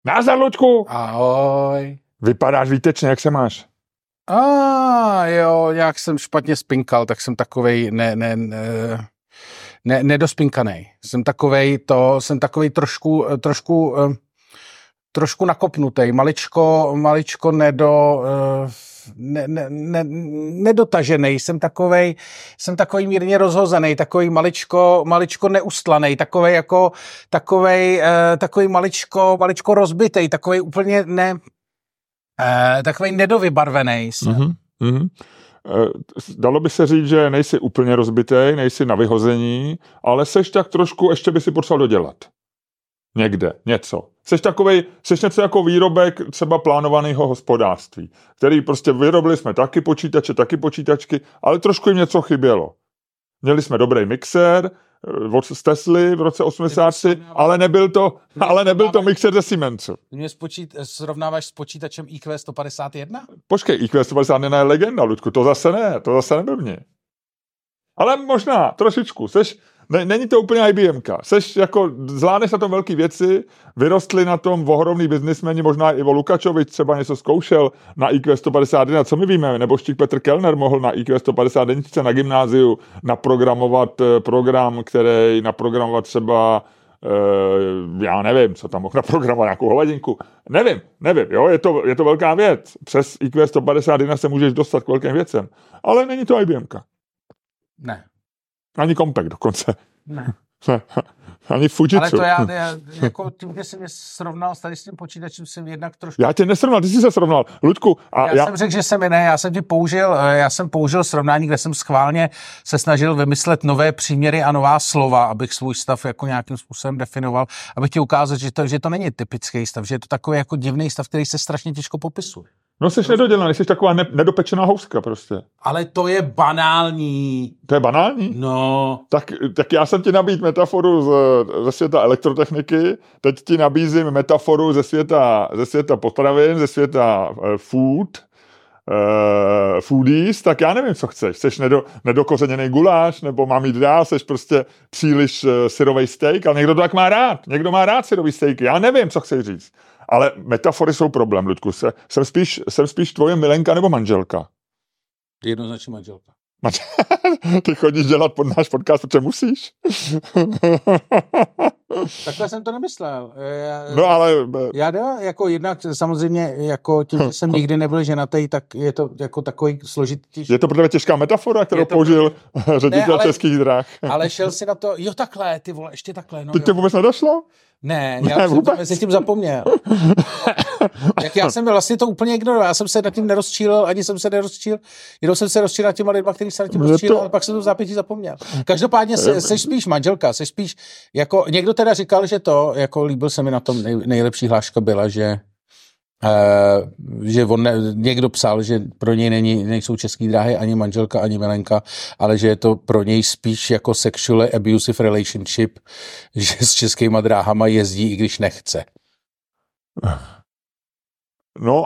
Nazdar, Luďku! Ahoj. Vypadáš výtečně, jak se máš? Jo, nějak jsem špatně spinkal, tak jsem takovej nedospinkanej. Jsem takovej trošku nakopnutej, maličko nedotažený, jsem takovej mírně rozhozený, takový maličko neustlaný, takový maličko rozbitej, takový úplně takový nedovybarvený. Dalo by se říct, že nejsi úplně rozbitej, nejsi na vyhození, ale seš tak trošku, ještě by si potřeboval dodělat. Někde, něco. Seš něco jako výrobek třeba plánovaného hospodářství, který prostě vyrobili jsme taky počítače, taky počítačky, ale trošku jim něco chybělo. Měli jsme dobrý mixér z Tesly v roce 83, ale nebyl to mixér ze Siemensu. Ty mě srovnáváš s počítačem IQ 151? Počkej, IQ 151 je legenda, Ludku, to zase neblbni. Ale možná, trošičku, není to úplně IBMka. Zvládneš na tom velký věci, vyrostli na tom ohromný biznismeni, možná Ivo Lukačovič třeba něco zkoušel na IQ 151, co my víme, nebo Štík Petr Kellner mohl na IQ 151 na gymnáziu naprogramovat program, který naprogramovat třeba, já nevím, co tam mohl naprogramovat, nějakou hovadinku. Nevím, jo, je to velká věc. Přes IQ 151 se můžeš dostat k velkým věcem, ale není to IBMka. Ne. Ani Compaq dokonce. Ne. Ani Fujitsu. Ale to já jako tím, že jsi mě srovnal tady s tím počítačem, jsem jednak trošku... Já tě nesrovnal, ty jsi se srovnal. Ludku, já jsem řekl, že já jsem použil srovnání, kde jsem schválně se snažil vymyslet nové příměry a nová slova, abych svůj stav jako nějakým způsobem definoval, abych ti ukázal, že to není typický stav, že je to takový jako divný stav, který se strašně těžko popisuje. No, jsi nedodělaný, jsi taková nedopečená houska prostě. Ale to je banální. To je banální? No. Tak já jsem ti nabídl metaforu ze světa elektrotechniky, teď ti nabízím metaforu ze světa potravin, ze světa foodies, tak já nevím, co chceš. Jseš nedokořeněný guláš, nebo mám jít dál, jseš prostě příliš syrovej steak, ale někdo to tak má rád. Někdo má rád syrový steaky, já nevím, co chceš říct. Ale metafory jsou problém, Ludku. Jsem spíš tvoje milenka nebo manželka? Jednoznačně manželka. Ty chodíš dělat pod náš podcast, protože musíš? Takhle jsem to nemyslel. Já jako jednak samozřejmě jako tím, že jsem nikdy nebyl ženatý, tak je to jako takový složitý. Je to pro tebe těžká metafora, kterou použil ředitel Českých drah. Ale šel si na to, jo takhle, ty vole, ještě takhle. No, ty tě vůbec nedošlo? Ne, já jsem to mezi tím zapomněl. Jak já jsem vlastně to úplně ignoroval, já jsem se nad tím nerozčílil, ani jsem se nerozčílil, jenom jsem se rozčílil nad těma lidma, který se nad tím rozčílil, ale pak jsem to v zápětí zapomněl. Každopádně seš spíš manželka, seš spíš, jako někdo teda říkal, že to, jako líbil se mi na tom nejlepší hláška byla, že někdo psal, že pro něj nejsou Český dráhy ani manželka, ani milenka, ale že je to pro něj spíš jako sexually abusive relationship, že s Českýma dráhama jezdí, i když nechce. No,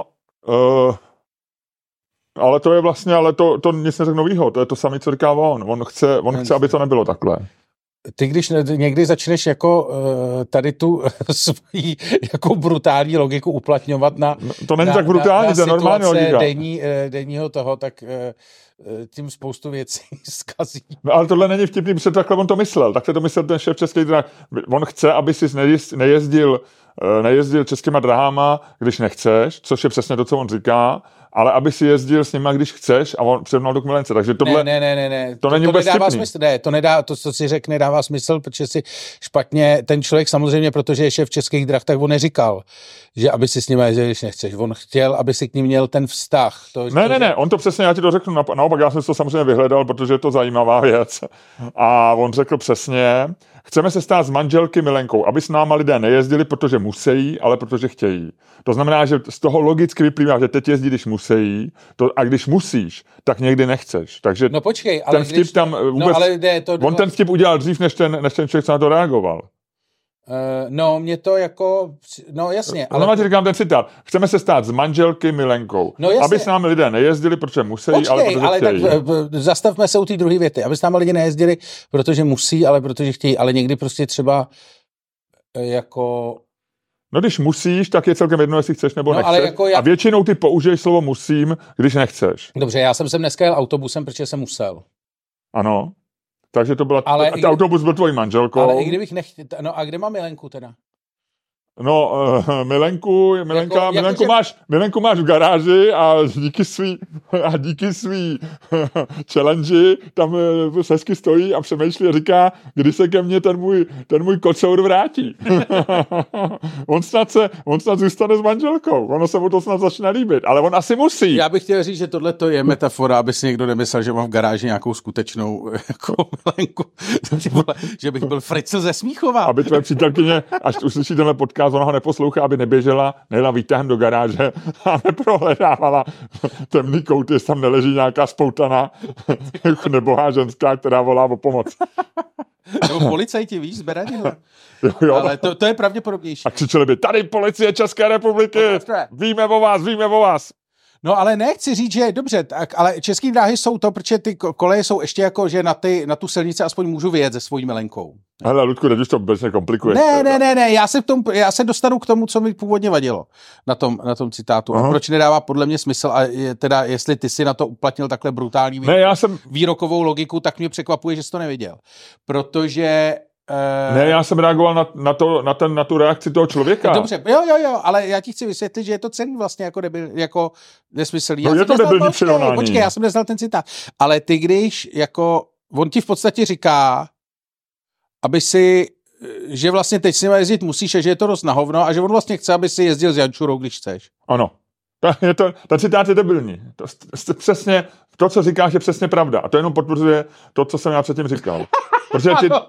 ale to je vlastně, to nic neřekl novýho, to je to samé, co říká on chce, aby to nebylo takhle. Ty, když někdy začneš jako tady tu svoji jako brutální logiku uplatňovat na to není tak brutální, to je normální logika. Denního toho, tak tím spoustu věcí zkazí. No, ale tohle není vtipný, protože takhle on to myslel. Takhle to myslel ten šéf Českých drah. On chce, aby jsi nejezdil Českýma drahama, když nechceš, což je přesně to, co on říká, ale aby si jezdil s nima, když chceš, a on přirovnal to k milence. Takže tohle ne. To není vůbec nedává vtipný. Smysl. Ne, to, co si řekl, nedává smysl, protože si špatně, ten člověk samozřejmě, protože je šéf Českých drah, tak on neříkal, že aby si s nimi jezdil, když nechceš. On chtěl, aby si k ním měl ten vztah. Ne, on to přesně, já ti to řeknu, naopak já jsem to samozřejmě vyhledal, protože je to zajímavá věc. A on řekl přesně, chceme se stát s manželky milenkou, aby s náma lidé nejezdili, protože musí, ale protože chtějí. To znamená, že z toho logicky vyplývá, že teď jezdí, když musí, a když musíš, tak někdy nechceš. Takže no počkej, ale ten vtip tam vůbec, on ten vtip udělal dřív, než ten člověk na to reagoval. No, mě to jako, no jasně. Ale ti říkám ten citát. Chceme se stát s manželky milenkou. No, aby s námi lidé nejezdili, protože musí, ale protože chtějí. Tak zastavme se u té druhé věty. Aby s námi lidé nejezdili, protože musí, ale protože chtějí. Ale někdy prostě třeba jako No když musíš, tak je celkem jedno, jestli chceš nebo nechceš. Ale jako A většinou ty použiješ slovo musím, když nechceš. Dobře, já jsem sem dneska jel autobusem, protože jsem musel. Ano. Takže to byla... Ale autobus byl tvojí manželkou. Ale i kdybych nechtěl... No a kde mám Milenku teda? No, Milenku máš v garáži a díky svý challenge tam hezky stojí a přemýšlí a říká, kdy se ke mně ten můj kocour vrátí. on snad zůstane s manželkou. Ono se mu to snad začne líbit, ale on asi musí. Já bych chtěl říct, že tohle to je metafora, aby si někdo nemyslel, že mám v garáži nějakou skutečnou jako Milenku. Že bych byl Fritzl ze Smíchova. Aby tvoje přítelkyně, až uslyší tenhle podcast, ona ho neposlouchá, aby neběžela, nejela výtahem do garáže a neprohledávala temný kout, jestli tam neleží nějaká spoutaná nebohá ženská, která volá o pomoc. Nebo policajti, víš, z Beradina. Ale to je pravděpodobnější. A křičeli by, tady policie České republiky, víme o vás. No ale nechci říct, že dobře, tak, ale české dráhy jsou to, protože ty koleje jsou ještě jako, že na tu silnici aspoň můžu vyjet se svojí Milenkou. Hele, Ludku, teď už to vůbec nekomplikuješ. Ne, já se dostanu k tomu, co mi původně vadilo na tom citátu. Aha. A proč nedává podle mě smysl, a teda jestli ty si na to uplatnil takhle brutální výrokovou logiku, tak mě překvapuje, že jsi to neviděl. Protože ne, já jsem reagoval na tu reakci toho člověka. Dobře, jo, ale já ti chci vysvětlit, že je to celý vlastně jako nesmyslný. No je to debilní přirovnání. Počkej, já jsem neznal ten citát. Ale ty když, jako, on ti v podstatě říká, aby si, že vlastně teď si jezdit musíš a že je to dost na hovno a že on vlastně chce, aby si jezdil s Jančurou, když chceš. Ano. Ta citát je debilní. Přesně, to, co říkáš, je přesně pravda. A to jenom potvrzuje to, co jsem já předtím říkal. Protože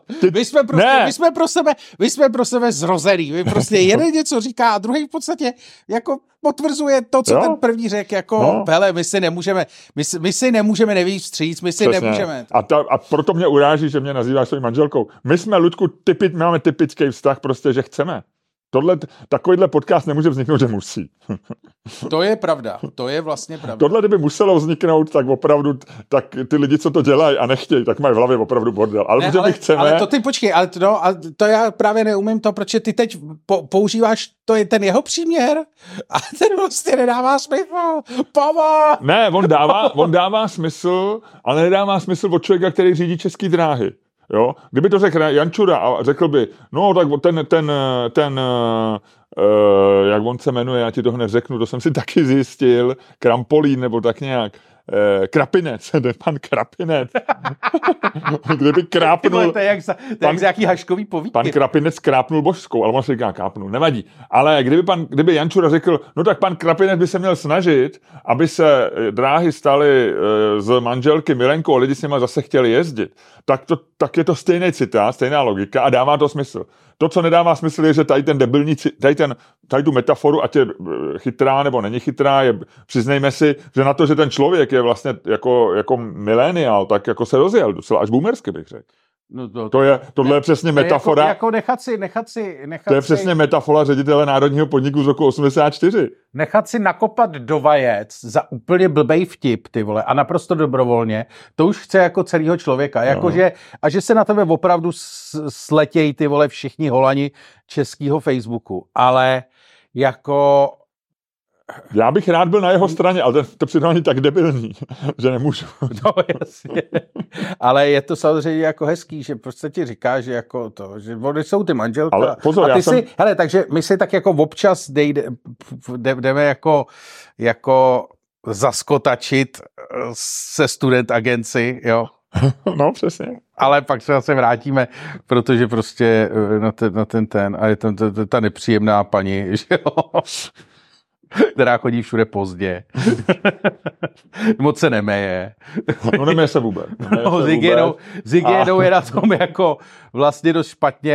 my jsme pro sebe zrozený. My prostě jeden něco říká a druhý v podstatě jako potvrzuje to, co ten první řekl, jako hele, my si nemůžeme nevyjít vstříc, my si nemůžeme. A proto mě uráží, že mě nazýváš svou manželkou. My jsme, Ludku, máme typický vztah prostě, že chceme. Takovýhle podcast nemůže vzniknout, že musí. To je pravda, to je vlastně pravda. Tohle, kdyby muselo vzniknout, tak opravdu, tak ty lidi, co to dělají a nechtějí, tak mají v hlavě opravdu bordel. Ale my chceme... Ale to ty počkej, ale to já právě neumím to, protože ty teď používáš, to je ten jeho příměr a ten vlastně nedává smysl. Pomoc! Ne, on dává smysl, ale nedává smysl od člověka, který řídí České dráhy. Jo? Kdyby to řekl Jančura a řekl by, no tak ten jak on se jmenuje, já ti to hned řeknu, to jsem si taky zjistil, Krampolín nebo tak nějak, Krapinec, pan Krapinec. Kdyby krápnul... To je jak z jaký haškový povídky. Pan Krapinec krápnul božskou, ale on se říká kápnul, nevadí. Ale kdyby Jančura řekl, no tak pan Krapinec by se měl snažit, aby se dráhy staly z manželky Milenkou a lidi s nima zase chtěli jezdit, tak je to stejný citát, stejná logika a dává to smysl. To, co nedává smysl, je, že tady tu metaforu, ať je chytrá nebo není chytrá, přiznejme si, že na to, že ten člověk je vlastně jako mileniál, tak jako se rozjel, docela až boomersky bych řekl. No tohle je přesně metafora. Jako nechat si. To je přesně metafora ředitele Národního podniku z roku 84. Nechat si nakopat do vajec za úplně blbej vtip, ty vole, a naprosto dobrovolně, to už chce jako celýho člověka. Jakože, a že se na tebe opravdu sletějí ty vole všichni holani českýho Facebooku. Ale jako... Já bych rád byl na jeho straně, ale to přirovnání tak debilní, že nemůžu. No jasně. Ale je to samozřejmě jako hezký, že prostě ti říká, že jako to, že oni jsou ty manželka. Ale pozor, hele, takže my si tak jako občas jdeme jako zaskotačit se student agenci, jo. No, přesně. Ale pak se zase vrátíme, protože prostě na ten a je tam ta nepříjemná paní, že jo. Která chodí všude pozdě. Moc se nemeje. No nemeje se vůbec. S hygienou je na tom jako vlastně dost špatně,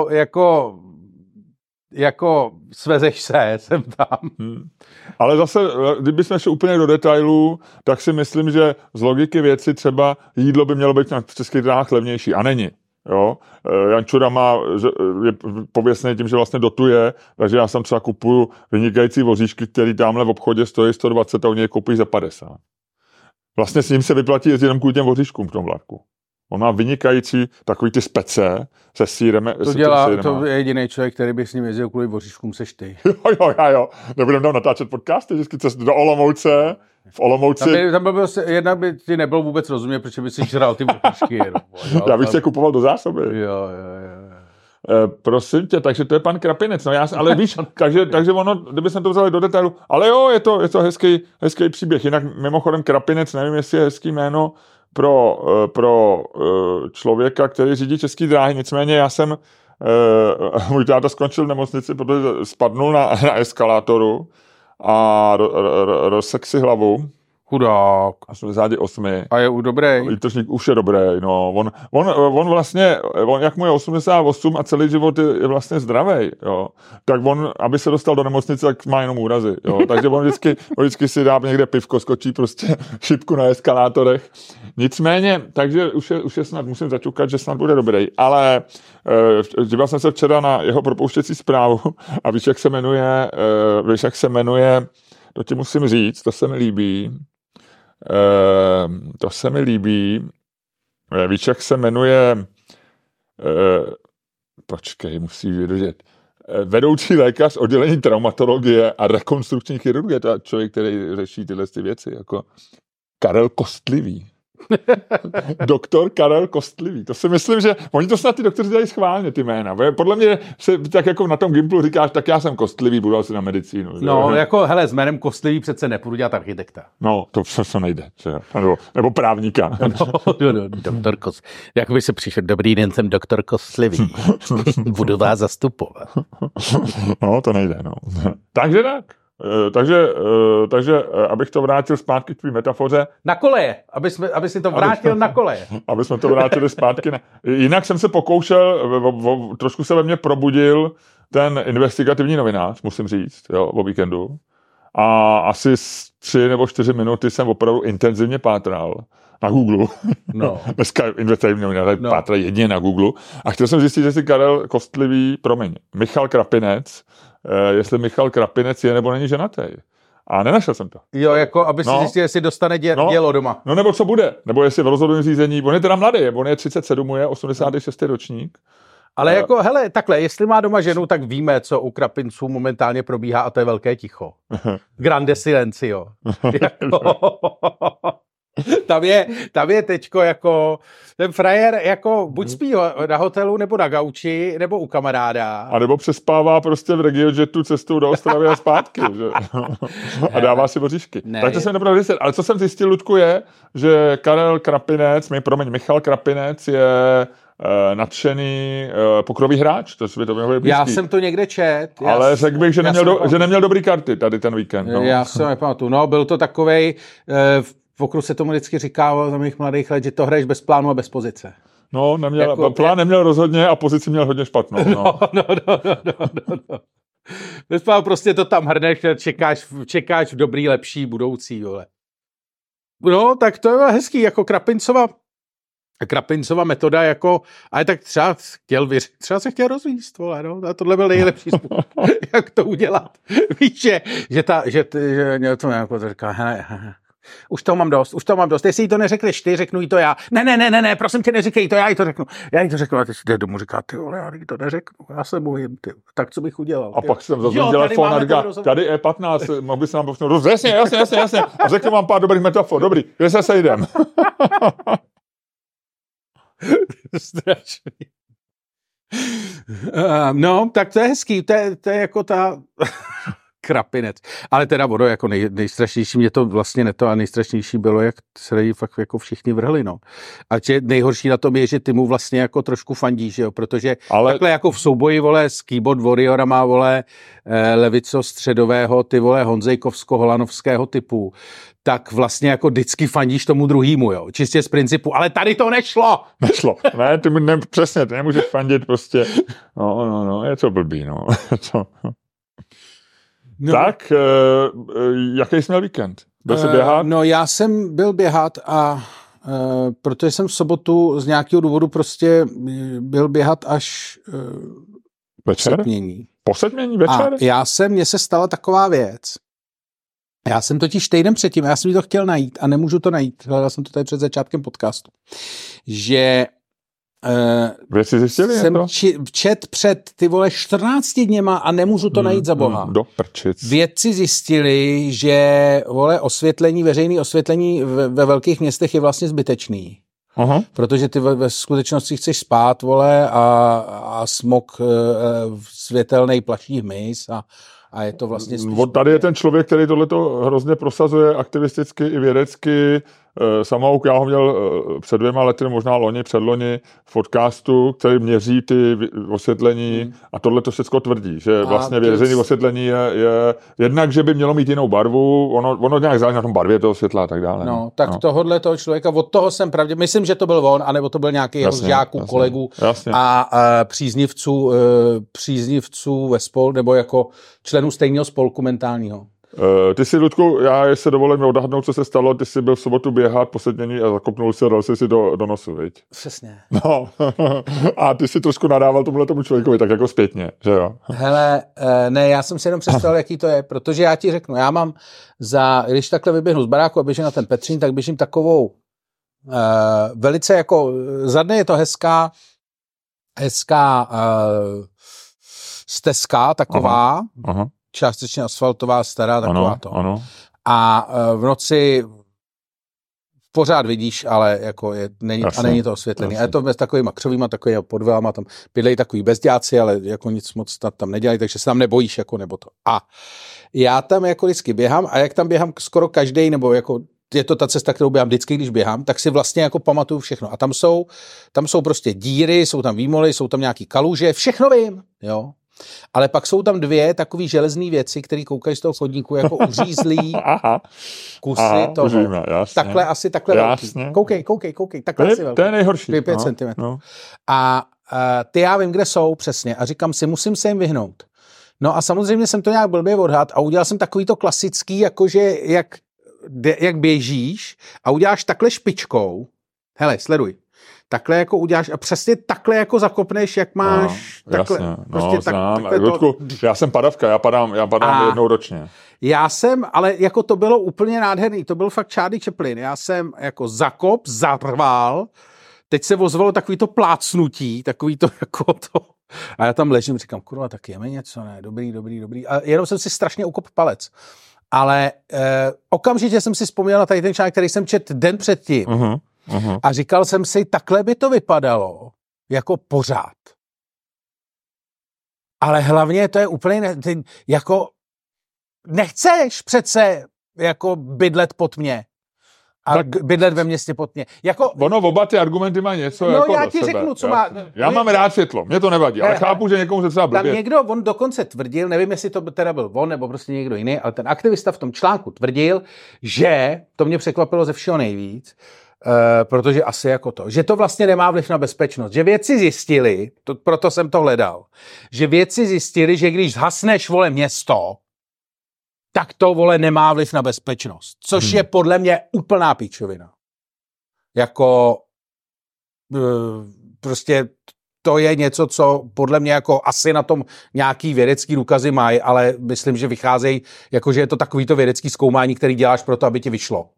jako svezeš se, jsem tam. Ale zase, kdybychom šli úplně do detailů, tak si myslím, že z logiky věci třeba jídlo by mělo být na českých dráhách levnější. A není. Jo? Jančura je pověstný tím, že vlastně dotuje, takže já jsem třeba kupuju vynikající voříšky, který tamhle v obchodě stojí 120 a oni je koupí za 50. Vlastně s ním se vyplatí jezdit jenom kvůli těm voříškům v tom vlaku. On má vynikající takový ty spece se sírem. To je jediný člověk, který by s ním jezdil kvůli voříškům, seš ty. Jo. Nebudeme tam natáčet podcasty, vždycky cestu do Olomouce. V Olomouci. Tam by jednak by ti nebyl vůbec rozumět, protože by si žral ty voříšky. Já bych se kupoval do zásoby. Jo. Prosím tě, takže to je pan Krapinec, no ale víš, takže ono, kdyby jsme to vzali do detailu, ale jo, je to hezký příběh, jinak mimochodem Krapinec, nevím, jestli je hezký jméno pro člověka, který řídí České dráhy, nicméně já jsem, můj táta skončil v nemocnici, protože spadnul na eskalátoru a rozsek si hlavu. Chudák. 88. A je dobrý. Lítržník už je dobrý, no. On vlastně, jak mu je 88 a celý život je vlastně zdravý, jo. Tak on, aby se dostal do nemocnice, tak má jenom úrazy, jo. Takže on vždycky si dá někde pivko, skočí prostě šipku na eskalátorech. Nicméně, takže už je snad, musím začukat, že snad bude dobrý. Ale díval jsem se včera na jeho propouštěcí zprávu a víš, jak se jmenuje, to ti musím říct, to se mi líbí. Víš, jak se jmenuje, počkej, musí vydržet, vedoucí lékař oddělení traumatologie a rekonstrukční chirurgie, to je člověk, který řeší tyhle věci, jako Karel Kostlivý. Doktor Karel Kostlivý. To si myslím, že oni to snad ty doktoři dělají schválně, ty jména. Podle mě se tak jako na tom Gimplu říkáš, tak já jsem Kostlivý, budu asi na medicínu. No, jako, hele, s jménem Kostlivý přece nepůjdu dělat architekta. No, to nejde. Nebo právníka. Doktor Kostlivý. Jak by se přišel, dobrý den, jsem doktor Kostlivý. Budu vás zastupovat. No, to nejde, no. Takže tak. Takže abych to vrátil zpátky k tvý metafoře. Na koleje, aby si to vrátil na koleje. Aby jsme to vrátili zpátky. Jinak jsem se pokoušel, trošku se ve mně probudil ten investigativní novinář, musím říct, jo, o víkendu. A asi 3 nebo 4 minuty jsem opravdu intenzivně pátral na Google. No. Dneska investigativní novinář pátral jedině na Google. A chtěl jsem zjistit, jestli Karel Kostlivý, Michal Krapinec, jestli Michal Krapinec je nebo není ženatý. A nenašel jsem to. Jo, jako aby si zjistil, jestli dostane dělo doma. No nebo co bude, nebo jestli v rozhodném řízení, on je teda mladý, on je 37, je 86. ročník. Ale jako, hele, takhle, jestli má doma ženu, tak víme, co u Krapinců momentálně probíhá a to je velké ticho. Grande silencio. Tam je teďko jako, ten frajer jako buď spí na hotelu, nebo na gauči, nebo u kamaráda. A nebo přespává prostě v RegioJetu cestou do Ostravy a zpátky, že? A dává si voříšky. Tak to jsem nepravdu zjistil. Ale co jsem zjistil, Ludku, je, že Michal Krapinec je nadšený pokrový hráč, to by to bylo blízký. Já jsem to někde čet. Ale řekl bych, že neměl dobrý karty tady ten víkend. No. Já se nepamatuju. No, byl to takovej, v okru se tomu vždycky říkalo za mých mladých let, že to hraješ bez plánu a bez pozice. No, plán neměl rozhodně a pozici měl hodně špatnou. No. Bez plánu prostě to tam hrneš a čekáš v dobrý, lepší budoucí, vole. No, tak to je hezký, jako Krapincova metoda, jako, ale tak třeba se chtěl rozvíst, vole, no, a tohle byl nejlepší způsob, jak to udělat. Víš, že to jako říká, hele, už toho mám dost, jestli jí to neřekneš ty, řeknu jí to já. Ne, prosím tě, neříkej to, já jí to řeknu, a teď jde domů, říká, ty vole, já jí to neřeknu, já se bojím, ty, tak co bych udělal? A pak jsem zase dělat fón a říká, tady E15, mohl bys nám povsnout, jasně, a řeknu vám pár dobrých metafor, dobrý, kde se sejdem. Strašný. No, tak to je hezký, to je jako ta Krapinec. Ale teda ono jako nejstrašnější, mě to vlastně neto a nejstrašnější bylo, jak se lidi fakt jako všichni vrhli, no. A nejhorší na tom je, že ty mu vlastně jako trošku fandíš, jo, protože takhle jako v souboji, vole, s Keyboard Warriorama, vole, levico středového, ty vole, Honzejkovsko-holanovského typu, tak vlastně jako vždycky fandíš tomu druhýmu, jo, čistě z principu, ale tady to nešlo. Ne, přesně, ty nemůžeš fandit prostě, no, je to blbý, no. No. Tak, jaký jsi měl víkend? Byl jsi běhat? No, já jsem byl běhat a protože jsem v sobotu z nějakého důvodu prostě byl běhat až večer? Setmění. Po setmění večer? A mně se stala taková věc, Já jsem totiž týden předtím, já jsem to chtěl najít a nemůžu to najít, hledal jsem to tady před začátkem podcastu, že věci zjistili, jsem čet před 14 dněma a nemůžu to najít za boha. Do prčic. Vědci zjistili, že veřejné osvětlení ve velkých městech je vlastně zbytečný. Aha. Protože ty ve skutečnosti chceš spát, a smog světelnej plaší hmyz a je to vlastně Tady je ten člověk, který tohleto hrozně prosazuje aktivisticky i vědecky. Samouk, já ho měl před 2 lety, možná loni, předloni v podcastu, který měří ty osvětlení a tohle to všechno tvrdí, že vlastně veřejné osvětlení je jednak, že by mělo mít jinou barvu, ono nějak záleží na tom barvě toho světla a tak dále. No, tak tohodle toho člověka, od toho jsem myslím, že to byl on, anebo to byl nějaký jeho žáků, kolegů a příznivců ve spol, nebo jako členů stejného spolku mentálního. Ty si, Ludku, já se dovolím odhadnout, co se stalo, ty jsi byl v sobotu běhat po sedmění a zakopnul se, dal si do nosu, viď? Přesně. No, a ty si trošku nadával tomu člověkovi, tak jako zpětně, že jo? Hele, ne, já jsem si jenom představil, jaký to je, protože já ti řeknu, já mám když takhle vyběhnu z baráku a běžím na ten Petřín, tak běžím takovou velice jako, za dne je to hezká stezka, taková, Aha. částečně asfaltová, stará, taková to. Ano. A v noci pořád vidíš, ale jako není to osvětlený. A je to s takovýma křovýma, takovýma podvahama, tam bydlejí takový bezděláci, ale jako nic moc tam nedělají, takže se tam nebojíš, jako nebo to. A já tam jako vždycky běhám a jak tam běhám skoro každý, nebo jako je to ta cesta, kterou běhám vždycky, když běhám, tak si vlastně jako pamatuju všechno. A tam jsou prostě díry, jsou tam výmoly, jsou tam nějaký kaluže, všechno vím, jo. Ale pak jsou tam 2 takové železné věci, které koukají z toho chodníku jako uřízlý kusy toho. Užíme, takhle velký. Koukej, takhle asi velký. To je nejhorší. 5 cm. No. A ty já vím, kde jsou přesně a říkám si, musím se jim vyhnout. No a samozřejmě jsem to nějak blbě odhad a udělal jsem takový to klasický, jakože jak běžíš a uděláš takhle špičkou, hele, sleduj, takhle jako uděláš a přesně takhle jako zakopneš, jak máš. Takhle, jasně, prostě takhle Ludku, já jsem padavka, já padám jednou ročně. Já jsem, ale jako to bylo úplně nádherný, to byl fakt Charlie Chaplin, já jsem jako zarval, teď se ozvalo takový to plácnutí, takový to jako to. A já tam ležím, říkám, kurva, tak jeme něco, ne, dobrý. A jenom jsem si strašně ukop palec. Ale okamžitě jsem si vzpomněl na tady ten článek, který jsem četl den předtím. A říkal jsem si, takhle by to vypadalo jako pořád. Ale hlavně to je úplně, jako nechceš přece jako bydlet pod mě. A tak bydlet ve městě pod mě. Jako, oba ty argumenty mají něco jako já ti řeknu, co má. Já mám rád světlo, mě to nevadí, ale chápu, že někomu se třeba blbě. On dokonce tvrdil, nevím, jestli to teda byl on, nebo prostě někdo jiný, ale ten aktivista v tom článku tvrdil, že, to mě překvapilo ze všeho nejvíc, protože asi jako to, že to vlastně nemá vliv na bezpečnost. Že vědci zjistili, proto jsem to hledal, že vědci zjistili, že když zhasneš, město, tak to, nemá vliv na bezpečnost. Což je podle mě úplná píčovina. Jako prostě to je něco, co podle mě jako asi na tom nějaký vědecký důkazy mají, ale myslím, že vycházejí, jakože je to takovýto vědecký zkoumání, který děláš proto, aby ti vyšlo.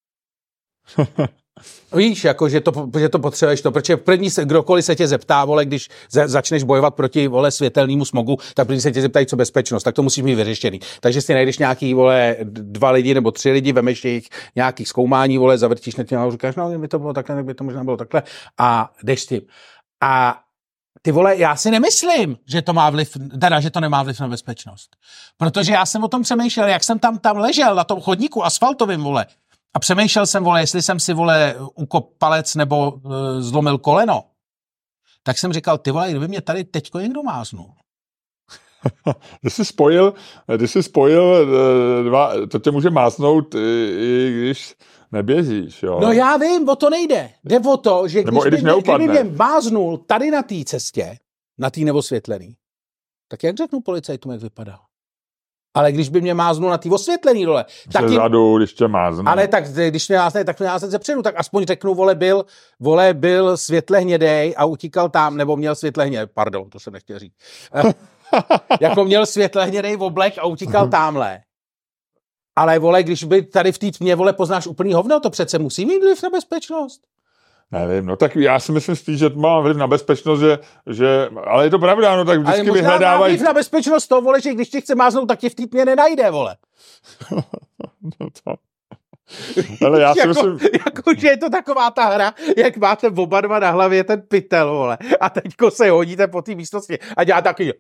Víš, jako, že to potřebuješ to, protože první kdokoliv se tě zeptá, když začneš bojovat proti, světelnému smogu, tak první se tě zeptají, co bezpečnost, tak to musíš mít vyřešený. Takže si najdeš nějaký, 2 lidi nebo 3 lidi, vemeš jejich nějaký zkoumání, zavrtíš na tím a říkáš, no, by to bylo takhle, by to možná bylo takhle a jdeš s tím. A ty já si nemyslím, že to má vliv, že to nemá vliv na bezpečnost. Protože já jsem o tom přemýšlel, jak jsem tam ležel na tom chodníku asfaltovým, a přemýšlel jsem, jestli jsem si, ukop palec nebo zlomil koleno. Tak jsem říkal, kdyby mě tady teďko někdo máznul. Když jsi spojil to tě může máznout, i když neběžíš, jo. No já vím, o to nejde. Jde o to, že kdyby mě máznul tady na té cestě, na té neosvětlený, tak jak řeknu policajtům, jak vypadal? Ale když by mě máznul na té osvětlený dole, tak zezadu, když tě mázne. Ale tak když mě mázne, tak mě mázne zepředu, tak aspoň řeknu, byl světle hnědej a utíkal tam, nebo měl světle hnědej, pardon, to jsem nechtěl říct. Jako měl světle hnědej oblek a utíkal támhle. Ale vole, když by tady v té tmě, vole, poznáš úplný hovno, to přece musí mít vliv na bezpečnost. Nevím, no tak já si myslím spíš, že to má vliv na bezpečnost, že ale je to pravda, no tak vždycky vyhledávají. Vliv na bezpečnost to, vole, že když tě chce máznout, tak tě v té tmě nenajde, vole. No to... Ale já si myslím... Že je to taková ta hra, jak máte oba dva na hlavě ten pytel, vole, a teďko se hodíte po té místnosti a dělá taky...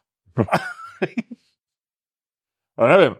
Nevím,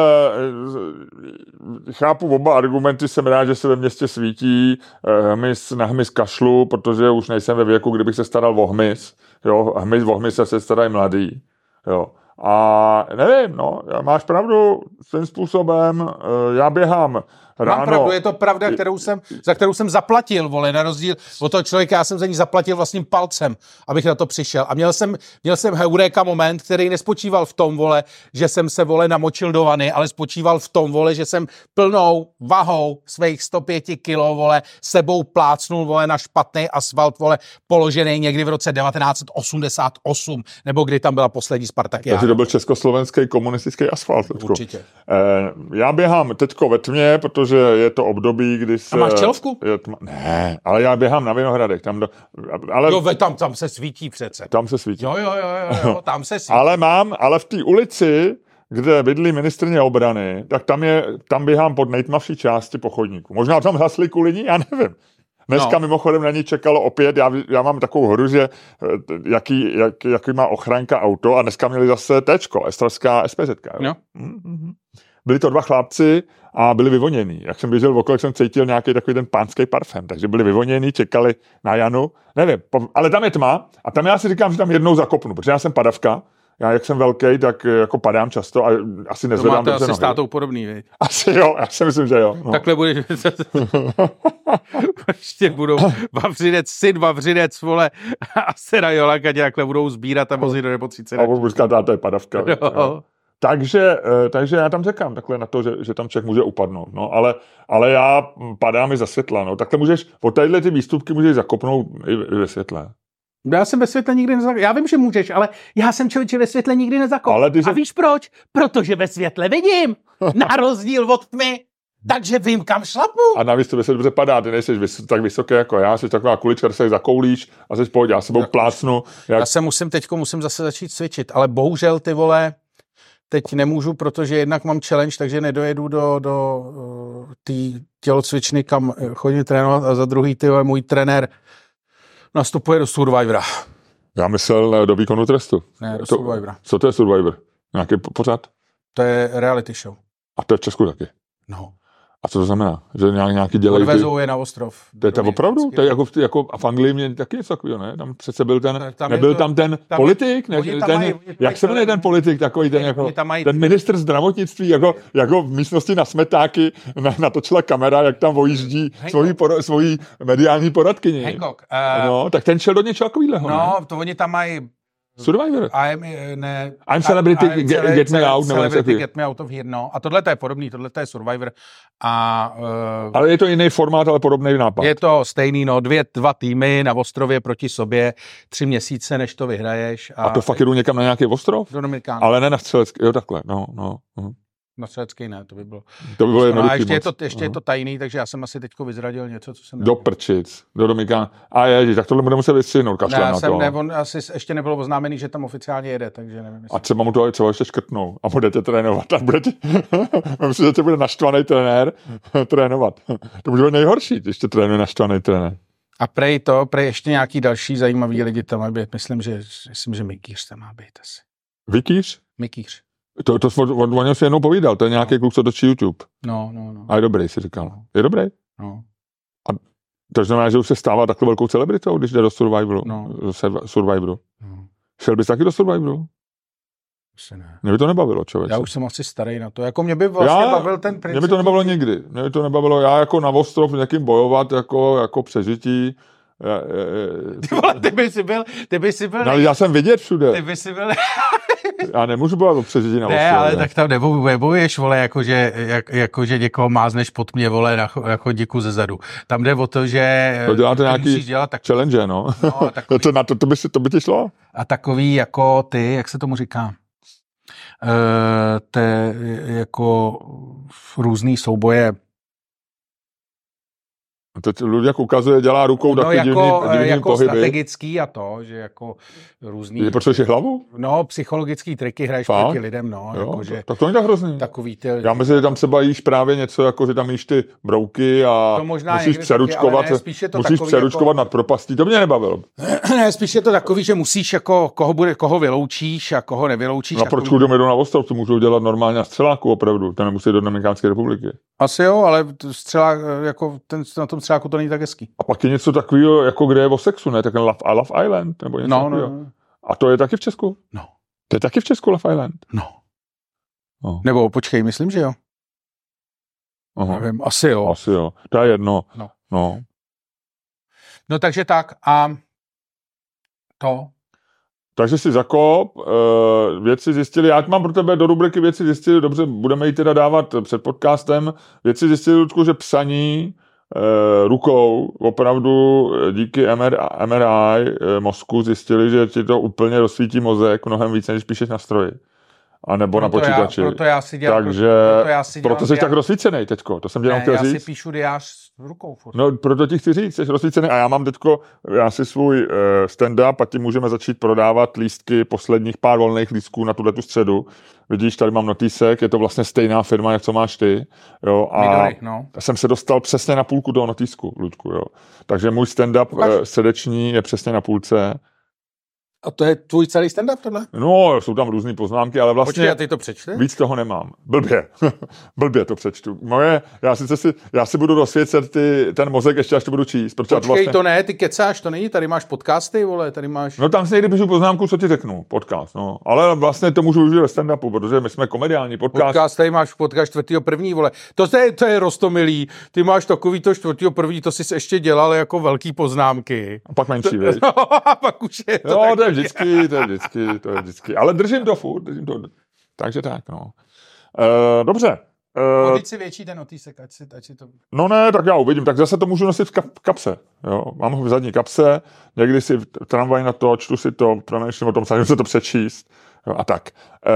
chápu oba argumenty, jsem rád, že se ve městě svítí, na hmyz kašlu, protože už nejsem ve věku, kdybych se staral o hmyz, jo, o hmyz se starají mladý, jo. A nevím, no, máš pravdu svým způsobem, já běhám ráno. Mám pravdu, je to pravda, za kterou jsem zaplatil, vole, na rozdíl od toho člověka, já jsem za ní zaplatil vlastním palcem, abych na to přišel. A měl jsem heureka moment, který nespočíval v tom, vole, že jsem se, vole, namočil do vany, ale spočíval v tom, vole, že jsem plnou vahou svých 105 kilo, vole, sebou plácnul, vole, na špatný asfalt, vole, položený někdy v roce 1988, nebo kdy tam byla poslední Spartakiáda. Takže to byl československý komunistický asfalt. Určitě. Já běhám teďko ve tmě, protože je to období, kdy se... A máš čelovku? Ne, ale já běhám na Vinohradech. Tam se svítí přece. Tam se svítí. Jo, tam se svítí. Ale v té ulici, kde bydlí ministryně obrany, tak tam běhám pod nejtmavší části po chodníku. Možná tam hasli kvůli ní, já nevím. Dneska mimochodem na ní čekalo opět, já mám takovou hru, že jaký má ochranka auto a dneska měli zase téčko, estrovská SPZ. No. Byli to dva chlapci a byli vyvonění. Jak jsem běžel okolo, jsem cítil nějaký takový ten pánský parfém, takže byli vyvonění, čekali na Janu. Nevím, ale tam je tma a tam já si říkám, že tam jednou zakopnu, protože já jsem padavka. Já, jak jsem velkej, tak jako padám často a asi nezvedám dobře nohy. To máte asi s tátou podobný, viď? Asi jo, já si myslím, že jo. No. Takhle budeš... Ještě budou syn Vavřinec, vole, a Sera Jolaka takhle budou sbírat a vozit do nemocnice. A budu říkat, táta je padavka. No. Takže já tam čekám takhle na to, že tam člověk může upadnout. No, ale já padám i za světla. No. Takhle můžeš, od tadyhle ty výstupky můžeš zakopnout i ve světle. Já jsem ve světle nikdy nezakopl. Já vím, že můžeš, ale já jsem člověče ve světle nikdy nezakopl. A víš proč? Protože ve světle vidím. Na rozdíl od tmy. Takže vím, kam šlapu. A navíc to se dobře padá, ty nejsi tak vysoké jako já, jsi taková kulička, se zakoulíš a jsi v pohodě, já sebou plácnu. Já se musím zase začít cvičit, ale bohužel ty vole, teď nemůžu, protože jednak mám challenge, takže nedojedu do té tělocvičny, kam chodím trénovat a za druhý ty vole, můj trenér nastupuje do Survivora. Já myslel do výkonu trestu. Ne, do Survivora. Co to je Survivor? Nějaký pořad? To je reality show. A to je v Česku taky? No. A co to znamená? Že nějaký dělají... Odvezou je na ostrov. To je to opravdu? To je jako v Anglii mě taky něco takového, ne? Tam přece byl nebyl tam ten politik? Jak se jmenuje ten politik? Takový ten, jako, ten ministr zdravotnictví, jako v místnosti na smetáky natočila kamera, jak tam vojíždí svojí mediální poradkyni. Hancock. No, tak ten šel do něčeho takovýhleho, no, to oni tam mají... Survivor. I'm Celebrity, Get Me Out. Celebrity, Get Me Out of Here, no. A tohle je podobný, tohle je Survivor. Ale je to jiný formát, ale podobný nápad. Je to stejný, no. Dva týmy na ostrově proti sobě, 3 měsíce, než to vyhraješ. A to fakt jdu někam na nějaký ostrov? Do Dominikánu. Ale ne na střelecký, jo takhle, no. Na střelecký ne, to by bylo. To by bylo jednoduchý. A ještě je to tajný, takže já jsem asi teďko vyzradil něco, co jsem... Do prčic, do Dominikánu. A ježiš, tak tohle bude muset vystřihnout, kašlem na to. Ne, on asi ještě nebylo oznámený, že tam oficiálně jede, takže nevím. A třeba mu to ještě škrtnou a budete trénovat a budete... Myslím, že tě bude naštvaný trenér trénovat. To bude nejhorší, když tě trénuje naštvaný trenér. A prej ještě nějaký další zajímavý lidi tam má být. Myslím, že Mikýř tam má být asi. Vikýř? Mikýř. To o něm si jednou povídal, to je nějaký kluk, co točí YouTube. No. A je dobrý, si říkal. Je dobrý? No. A to znamená, že už se stává takovou velkou celebritou, když jde do Survivoru. No. Survivoru. No. Šel bys taky do Survivoru? Asi ne. Mě by to nebavilo, člověče. Já už jsem asi starý na to. Jako mě by vlastně bavil ten princip. Mě by to nebavilo nikdy. Mě by to nebavilo já jako na ostrov někým bojovat, jako přežití. Ty by si byl... No, já jsem vidět všude. Ty by si byl... Já nemůžu bojovat o přežití na ostrově. Ne, ale tak tam nebojuješ, vole, jakože někoho mázneš pod mě, vole, na chodníku ze zadu. Tam jde o to, že... To děláte nějaký challenge, no. Takový, to by ti šlo? A takový jako ty, jak se tomu říká? jako různý souboje. Teď Luděk ukazuje, dělá rukou no, taky jako, divný jako pohyby. strategický a to, že jako různý... Potřebuješ hlavu? No, psychologický triky hraješ proti lidem, no. Jo, jako, že tak to není tak hrozný. Takový ty... Já myslím, že tam třeba jíš právě něco, jako že tam jíš ty brouky a musíš přeručkovat, jako... nad propastí. To mě nebavilo. Ne, spíš je to takový, že musíš jako koho vyloučíš a koho nevyloučíš. No a proč jdeme na ostrov, to můžou dělat normálně na střeláku opravdu, ten nemusí do Dominikánské republiky. Asi jo, ale střelák, jako na tom střeláku to není tak hezký. A pak je něco takového, jako kde je o sexu, ne? Tak Love Island, nebo něco takového. No. A to je taky v Česku? No. To je taky v Česku Love Island? No. Nebo počkej, myslím, že jo. Aha. Nevím, asi jo. Asi jo. To je jedno. No takže tak a to. Takže si zakop, věci zjistili, já mám pro tebe do rubriky věci zjistili, dobře, budeme ji teda dávat před podcastem, věci zjistili, Ludku, že psaní rukou, opravdu díky MRI mozku zjistili, že ti to úplně rozsvítí mozek mnohem víc, než píšeš na stroji. A nebo na počítači. Proto já si dělám. Takže proto jsi tak rozsvícenej teďko, to jsem jenom chtěl říct. Já si píšu diář rukou furt. No, proto ti chci říct, jsi rozsvícený a já mám teďko, já si svůj stand-up a tím můžeme začít prodávat lístky, posledních pár volných lístků na tuhletu středu. Vidíš, tady mám notýsek, je to vlastně stejná firma, jak co máš ty. Jo, a Midori, jsem se dostal přesně na půlku toho notýsku, Ludku, jo. Takže můj stand-up středeční je přesně na půlce. A to je tvůj celý stand-up tohle? No, jsou tam různý poznámky, ale vlastně... Počkej, a ty to přečte? Víc toho nemám. Blbě to přečtu. Já si budu rozsvěcet ten mozek ještě, až to budu číst. Počkej, vlastně... to ne, ty kecáš, to není, tady máš podcasty, vole, tady máš... No tam si někdy píšu poznámku, co ti řeknu, podcast, no. Ale vlastně to můžu užít ve stand-upu, protože my jsme komediální podcast. Tady máš podcast 4.1., vole. To je roztomilý, ty máš takový to 4.1., to jsi ještě dělal jako velký poznámky. A pak menší, viď? A pak už je to no, to je vždycky. Ale držím to furt. Takže tak, no. Dobře. Teď si větší ten notýsek, ať si to... No ne, tak já uvidím. Tak zase to můžu nosit v kapse. Jo? Mám ho v zadní kapse, někdy si v tramvaji na to, čtu si to, přemýšlím o tom, snažím se to přečíst. Jo, a tak.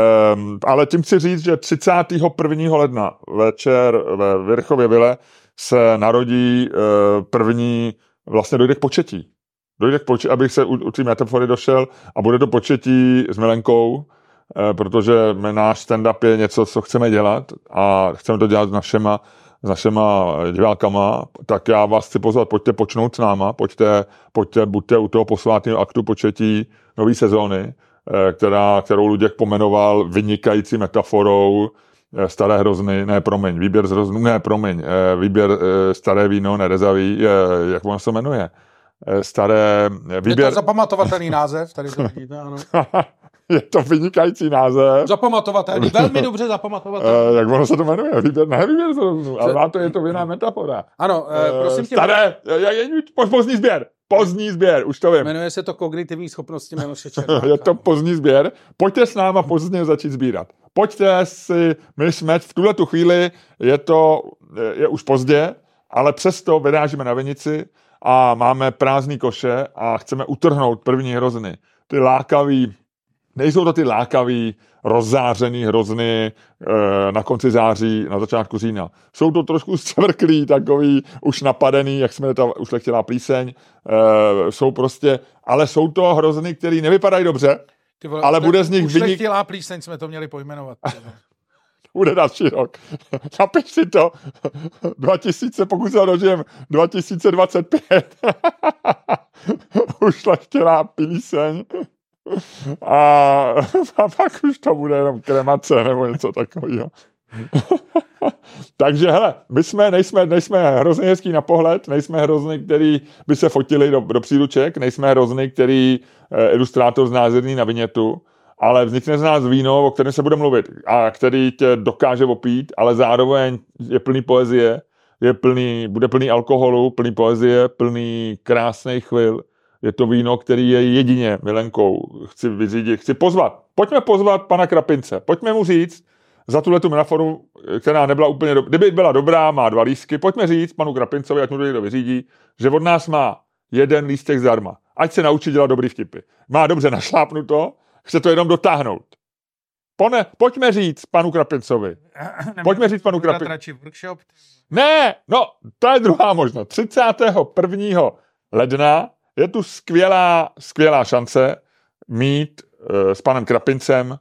Ale tím chci říct, že 31. ledna večer ve Virchově vile se narodí první, vlastně dojde k početí. Abych se u té metafory došel a bude to početí s Milenkou, protože náš stand-up je něco, co chceme dělat a chceme to dělat s našima divákama, tak já vás chci pozvat, pojďte počnout s náma, pojďte, buďte u toho posvátného aktu početí nové sezóny, kterou Luděk pomenoval vynikající metaforou Staré hrozny, výběr Staré víno, nerezavý, jak ono se jmenuje? Je to zapamatovatelný název, tady to vidíte, ano. Je to vynikající název. Zapamatovatelný, velmi dobře zapamatovatelný. Jak ono se to jmenuje? Výběr zroznu, ale je to jiná metafora. Ano, prosím tě. Staré, pozdní sběr, už to vím. Jmenuje se to kognitivní schopnosti Miloše Čermáka. Je to pozdní sběr. Pojďte s náma pozdě začít sbírat. Pojďte si, my jsme v tuhletu chvíli, je už pozdě, ale přesto vyrážíme na Vinici a máme prázdný koše a chceme utrhnout první hrozny. Ty lákavý, nejsou to ty lákavý, rozzářený hrozny na konci září, na začátku října. Jsou to trošku zcvrklý, takový už napadený, jak jsme ta ušlechtilá plíseň. Ale jsou to hrozny, které nevypadají dobře, ale bude z nich ušlechtilá plíseň jsme to měli pojmenovat. Bude další rok. Napiš si to. 2000, pokud se dožijem, 2025. Ušlechtilá plíseň. A pak už to bude jenom kremace nebo něco takového. Takže hele, my nejsme hrozně hezký na pohled, nejsme hrozný, který by se fotili do příruček, nejsme hrozný, který ilustrátor znázorní na vinětu, ale vznikne z nás víno, o kterém se bude mluvit a který tě dokáže opít, ale zároveň je plný poezie, bude plný alkoholu, plný poezie, plný krásných chvil. Je to víno, který je jedině Milenkou. Chci pozvat. Pojďme pozvat pana Krapince. Pojďme mu říct za tuhletu metaforu, která nebyla úplně kdyby byla dobrá, má 2 lístky. Pojďme říct panu Krapincovi, ať mu to někdo vyřídí, že od nás má 1 lístek zdarma. Ať se naučí dělat dobrý vtipy. Má dobře našlápnuto, chce to jenom dotáhnout. Pojďme říct panu Krapincovi. Pojďme říct panu Krapincovi. Ne, no, to je druhá možnost. 31. ledna je tu skvělá šance mít s panem Krapincem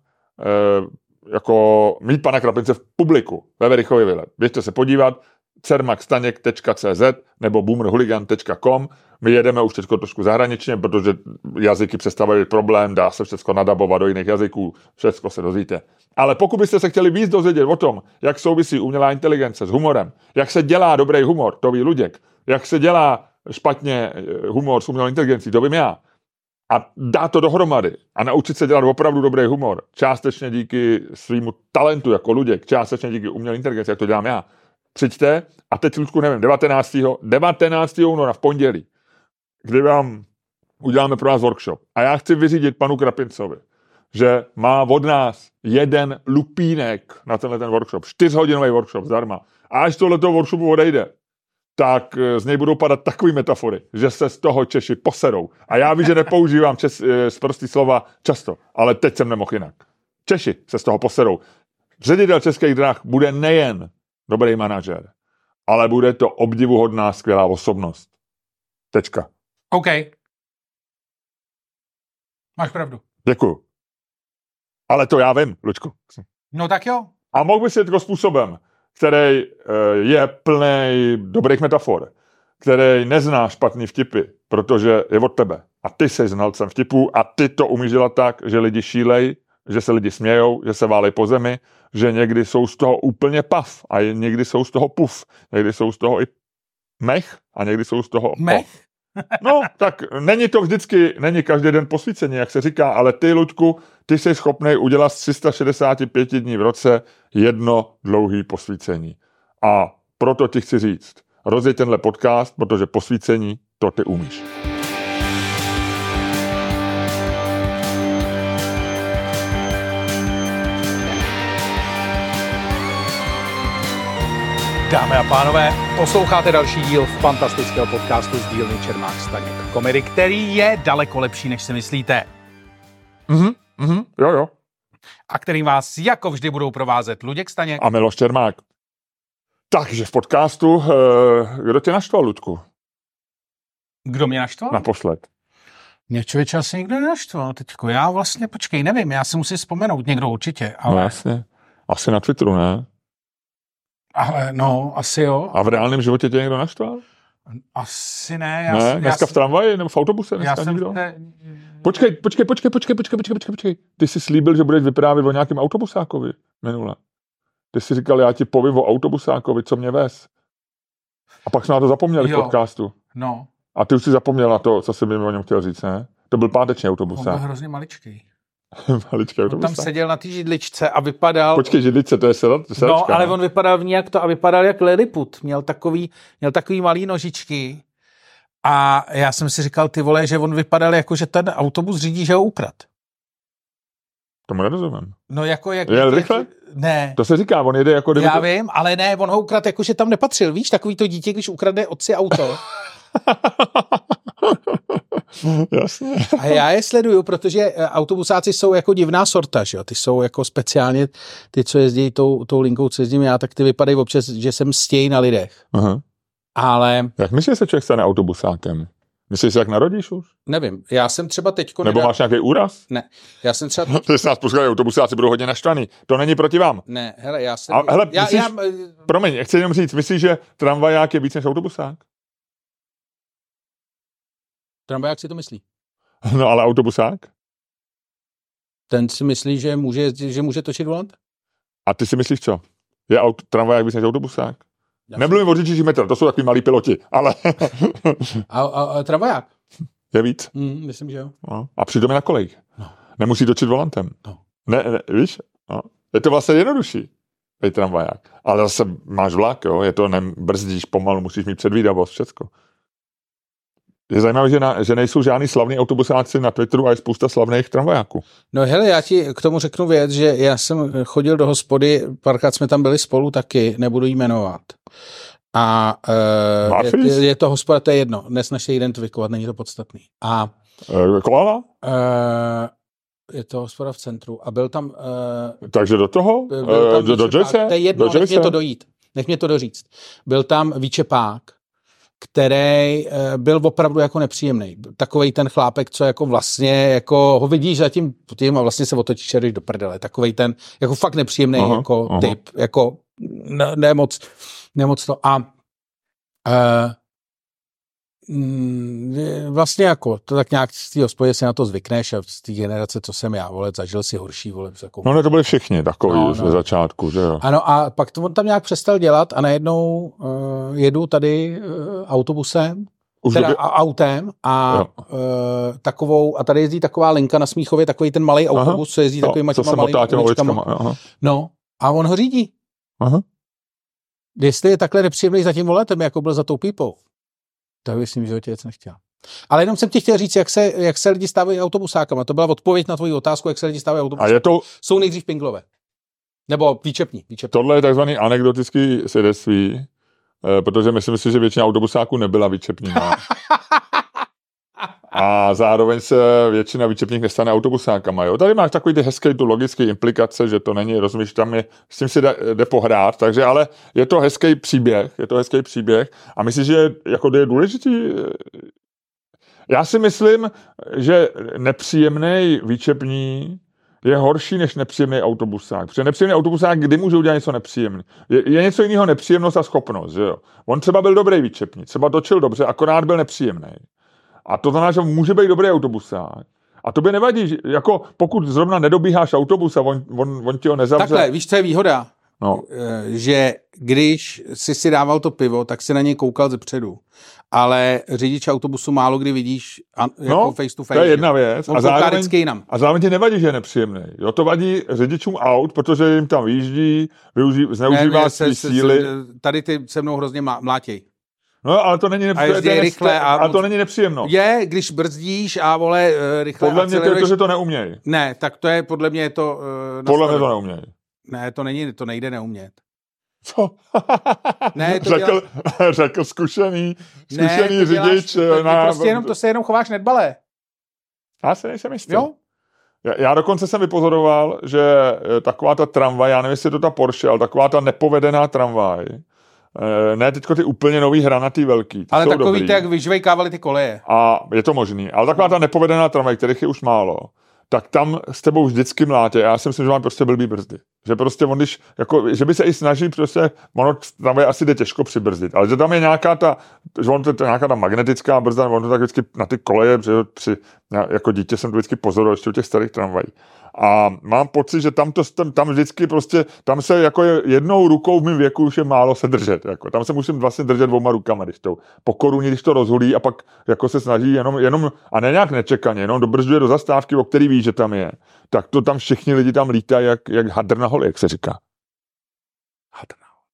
mít pana Krapince v publiku ve Verichově Vile. Běžte se podívat cermakstaněk.cz nebo boomerhooligan.com. My jedeme už teď trošku zahraničně, protože jazyky představují problém, dá se všechno nadabovat do jiných jazyků, všechno se dozvíte. Ale pokud byste se chtěli víc dozvědět o tom, jak souvisí umělá inteligence s humorem, jak se dělá dobrý humor, to ví Luděk, jak se dělá špatně humor s umělou inteligencí, to vím já, a dá to dohromady a naučit se dělat opravdu dobrý humor, částečně díky svýmu talentu jako Luděk, částečně díky umělé inteligenci, jak to dělám já, přijďte a teď, Luďku, nevím, 19. února v pondělí, kdy vám uděláme pro vás workshop. A já chci vyřídit panu Krapincovi, že má od nás jeden lupínek na ten workshop, 4hodinový workshop zdarma. A až tohleto workshopu odejde, tak z něj budou padat takové metafory, že se z toho Češi poserou. A já vím, že nepoužívám prostý slova často, ale teď jsem nemohl jinak. Češi se z toho poserou. Ředitel Českých drah bude nejen dobrý manažer, ale bude to obdivuhodná, skvělá osobnost. Tečka. OK. Máš pravdu. Děkuju. Ale to já vím, Luďku. No tak jo. A mohl bys jít jako způsobem, který je plný dobrých metafor, který nezná špatný vtipy, protože je od tebe. A ty jsi znalcem vtipů a ty to umíš dělat tak, že lidi šílej, že se lidi smějou, že se válej po zemi, že někdy jsou z toho úplně pav a někdy jsou z toho puf. Někdy jsou z toho i mech a někdy jsou z toho mech. No, tak není každý den posvícení, jak se říká, ale ty, Luďku, ty jsi schopný udělat z 365 dní v roce jedno dlouhý posvícení. A proto ti chci říct, rozjeď tenhle podcast, protože posvícení to ty umíš. Dámy a pánové, posloucháte další díl fantastického podcastu z dílny Čermák Staněk Komedy, který je daleko lepší, než si myslíte. Jo. A kterým vás jako vždy budou provázet Luděk Staněk a Miloš Čermák. Takže v podcastu, kdo tě naštval, Ludku? Kdo mě naštval? Naposled. Mě člověče asi nikdo nenaštval teďko. Já vlastně, počkej, nevím, já si musím vzpomenout, někdo určitě. Ale... No jasně, asi na Twitteru, ne? Ale no, asi jo. A v reálném životě tě někdo naštval? Asi ne. Dneska v tramvaji nebo v autobuse? Počkej. Ty jsi slíbil, že budeš vyprávět o nějakém autobusákovi minule. Ty jsi říkal, já ti povím o autobusákovi, co mě vez. A pak jsme na to zapomněli v podcastu. No. A ty už si zapomněl na to, co jsi mi o něm chtěl říct, ne? To byl páteční autobusák. On byl hrozně maličký. Maličký autobusák. On tam seděl na té židličce a vypadal... Počkej, židličce, to je sedačka. No, ale on vypadal v nějak to a vypadal jak Lilliput. Měl takový malý nožičky. A já jsem si říkal, ty vole, že on vypadal jako, že ten autobus řídí, že ho ukrad. Tomu nerozumím. No jako jak... Jel rychle? Ne. To se říká, on jede jako... Já vím, ale ne, on ho ukrad jako, že tam nepatřil. Víš, takový to dítě, když ukradne otci auto. Jasně. A já je sleduju, protože autobusáci jsou jako divná sorta, že jo? Ty jsou jako speciálně, ty, co jezdí tou linkou, co jezdím já, tak ty vypadají občas, že jsem stěj na lidech. Aha. Ale... Jak myslíš, že se člověk stane autobusákem? Myslíš, jak narodíš už? Nevím, já jsem třeba teďko... Nebo máš nějaký úraz? Ne, já jsem třeba... Ty se nás poslouchají, autobusáci budou hodně naštvaný. To není proti vám. Ne, hele, já jsem... Promiň, chci jenom říct, myslíš, že tramvaják je víc než autobusák? Tramvaják si to myslí. No, ale autobusák? Ten si myslí, že může točit volant? A ty si myslíš co? Je tramvaják víc než autobusák? Nemluvím o řidiči metra, to jsou takový malí piloti, ale... a tramvaják? Je víc? Myslím, že jo. No. A přitom je na kolejích. No. Nemusí točit volantem. No. Ne, víš? No. Je to vlastně jednodušší, tej tramvaják. Ale zase máš vlak, jo? Je to, nebrzdíš pomalu, musíš mít předvídavost, všecko. Je zajímavé, že nejsou žádný slavní autobusáci na Twitteru a je spousta slavných tramvajáků. No hele, já ti k tomu řeknu věc, že já jsem chodil do hospody, párkrát jsme tam byli spolu taky, nebudu jí jmenovat. A je to hospoda, to je jedno, dnes naše identifikovat, není to podstatný. A Koala? Je to hospoda v centru. A byl tam... Takže do toho? Do Joyce? To je jedno, nech mě to dojít. Nech mě to doříct. Byl tam výčepák, který byl opravdu jako nepříjemný. Takovej ten chlápek, co jako vlastně jako ho vidíš zatím a vlastně se otočíš a jdeš do prdele. Takovej ten jako fakt nepříjemný typ. Jako nemoc to. A vlastně jako to tak nějak z té hospodě si na to zvykneš a z té generace, co jsem já, vole, zažil si horší, vole. Jako... No ne, to byli všichni takový ze začátku, že jo. Ano a pak to on tam nějak přestal dělat a najednou jedu tady autobusem, autem a takovou, a tady jezdí taková linka na Smíchově, takový ten malý autobus, co jezdí takovýma těma malýma uličkama. No a on ho řídí. Aha. Jestli je takhle nepříjemný za tím voletem, jako byl za tou pípou, tak bych s ním v životě nic nechtěl. Ale jenom jsem ti chtěl říct, jak se lidi stávají autobusákama. To byla odpověď na tvoji otázku, jak se lidi stávají autobusákama. A je to... Jsou nejdřív pinglové. Nebo výčepní. Tohle je takzvaný anekdotický svědectví, protože myslím si, že většina autobusáků nebyla výčepníma. A zároveň se většina výčepních nestane autobusákama. Jo? Tady máš takový ty hezký tu logický implikace, že to není, rozumíš, tam je, s tím si jde pohrát, takže ale je to hezký příběh a myslím, že jako je důležitý. Já si myslím, že nepříjemný výčepní je horší než nepříjemný autobusák. Protože nepříjemný autobusák kdy může udělat něco nepříjemný. Je něco jiného nepříjemnost a schopnost, že jo. On třeba byl dobrý výčepní, třeba točil dobře, akorát byl nepříjemný. A to znamená, že může být dobrý autobusák. A to by nevadí, že jako pokud zrovna nedobíháš autobus a on ti ho nezavře. Takhle, víš, co je výhoda? No. Že když si dával to pivo, tak si na něj koukal zepředu. Ale řidič autobusu málo kdy vidíš jako face to face. To je jedna věc. A zároveň ti nevadí, že je nepříjemný. Jo, to vadí řidičům aut, protože jim tam výjíždí, zneužívá své síly. Tady ty se mnou hrozně mlátěj. No, ale to není to není nepříjemno. Je, když brzdíš a vole rychle. Podle mě to je to, že to neumějí. Ne, tak to je podle mě to. Podle mě to neumějí. Ne, to nejde neumět. Co? Ne, řekl zkušený řidič. To se jenom chováš nedbalé. Já se nejsem jistý. Jo? Já dokonce jsem vypozoroval, že taková ta tramvaj, já nevím, jestli je to ta Porsche, ale taková ta nepovedená tramvaj, ne teďko ty úplně nový hranatý velký. Ale takový ty, jak vyžvejkávali ty koleje. A je to možný. Ale taková ta nepovedená tramvaj, kterých je už málo, tak tam s tebou vždycky mlátě. Já si myslím, že mám prostě blbý brzdy. Že prostě on, když, jako, že by se i snaží prostě, ono tam je asi jde těžko přibrzdit, ale že tam je nějaká ta magnetická brzda, on to tak vždycky na ty koleje, jako dítě jsem to vždycky pozoroval ještě u těch starých tramvají. A mám pocit, že tam vždycky prostě, tam se jako jednou rukou v mém věku už je málo se držet. Jako. Tam se musím vlastně držet dvouma rukama, po koruně, když to rozhulí a pak jako se snaží jenom a ne nějak nečekaně, jenom dobržuje do zastávky, o který ví, že tam je. Tak to tam všichni lidi tam lítají jak hadr na holi, jak se říká. Hadr na holi.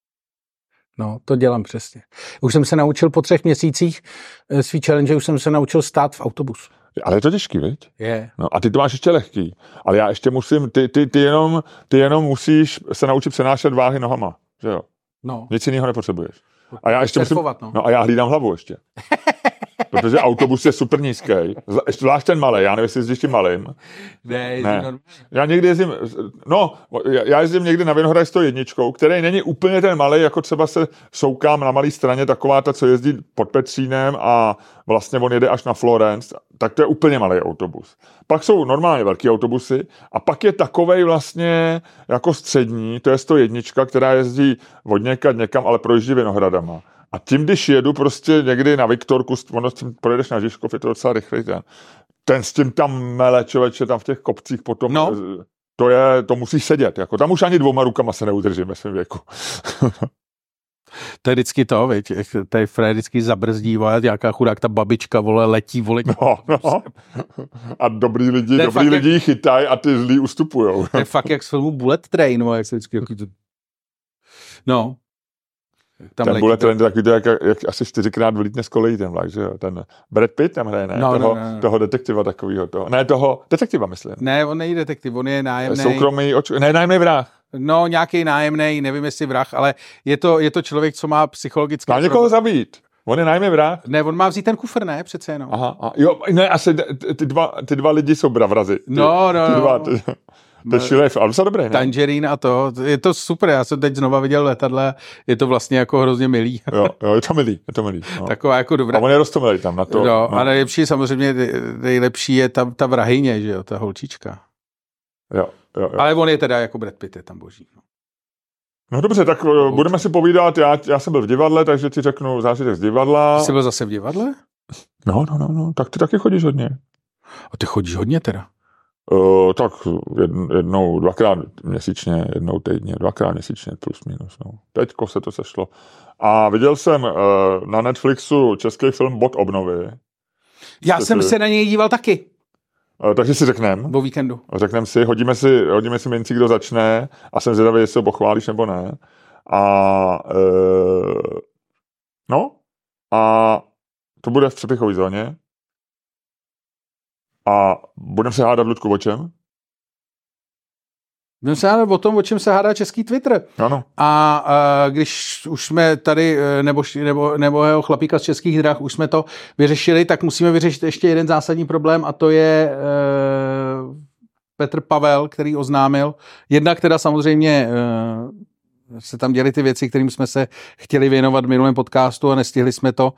No, to dělám přesně. Už jsem se naučil po 3 měsících svý challenge, už jsem se naučil stát v autobusu. Ale je to těžký, viď? Je. No, a ty to máš ještě lehký. Ale já ještě musím, ty jenom musíš se naučit přenášet váhy nohama, že jo? No. Nic jiného nepotřebuješ. A já ještě Surfovat, no a já hlídám hlavu ještě. Protože autobus je super nízký. Zvlášť ten malý, já nevím, jestli jezdíš tím malým. Ne. Já někdy jezdím, já jezdím někdy na Vinohrad 101, který není úplně ten malý, jako třeba se soukám na malé straně, taková ta, co jezdí pod Petřínem a vlastně on jede až na Florence, tak to je úplně malý autobus. Pak jsou normálně velký autobusy a pak je takovej vlastně jako střední, to je 101, která jezdí od někam, ale projíždí Vinohradama. A tím, když jedu prostě někdy na Viktorku, ono s tím projedeš na Žižkov, je to docela rychlý ten s tím tam mele, člověče, tam v těch kopcích potom, no. To musíš sedět, jako tam už ani 2 rukama se neudržím ve svém věku. To je vždycky to, viď, tady Fred vždycky zabrzdí, vole, nějaká chudák, ta babička, vole, letí, vole. No. A dobrý lidi chytají a ty zlí ustupujou. To je fakt jak z filmu Bullet Train, vole, jak se vždycky no. Ten Bullet Train je takový, jak asi 4krát vylítne z kolejí ten vlak, že jo? Ten Brad Pitt tam hraje, ne? Toho detektiva takovýho. Toho detektiva, myslím. Ne, on není detektiv, on je nájemnej. Soukromý, nájemnej vrah. No, nějaký nájemnej, nevím jestli vrah, ale je to člověk, co má psychologické... Má někoho zabít. On je najmě vrah. Ne, on má vzít ten kufr, ne? Přece jenom. Aha. Jo, ne, asi ty dva lidi jsou bravrazi. No. To je šílev, ale jsou dobré, ne? Tangerine a to. Je to super, já jsem teď znova viděl letadle, je to vlastně jako hrozně milý. Jo, je to milý. No. Taková jako dobrá. A on je roztomilý tam na to. No. A nejlepší samozřejmě, nejlepší je ta vrahyně, že jo, ta holčička. Jo. Ale on je teda jako Brad Pitt, je tam boží. No dobře, tak budeme si povídat, já jsem byl v divadle, takže ti řeknu zážitek z divadla. Jsi byl zase v divadle? No, tak ty taky chodíš hodně. A ty chodíš hodně teda? Tak jednou, dvakrát měsíčně, jednou týdně, dvakrát měsíčně plus minus. No. Teďko se to sešlo. A viděl jsem na Netflixu český film Bod obnovy. Já jsem se na něj díval taky. Takže si řekneme. Po víkendu. Řekneme si, hodíme si minci, kdo začne a jsem zvědavý, jestli ho pochválíš nebo ne. A to bude v přepichový zóně. A budeme se hádat, Ludku, o čem? Budeme se hádat o tom, o čem se hádá český Twitter. Ano. A když už jsme tady, nebo jeho chlapíka z Českých drah, už jsme to vyřešili, tak musíme vyřešit ještě jeden zásadní problém a to je Petr Pavel, který oznámil. Jednak teda samozřejmě se tam děly ty věci, kterým jsme se chtěli věnovat v minulém podcastu a nestihli jsme to,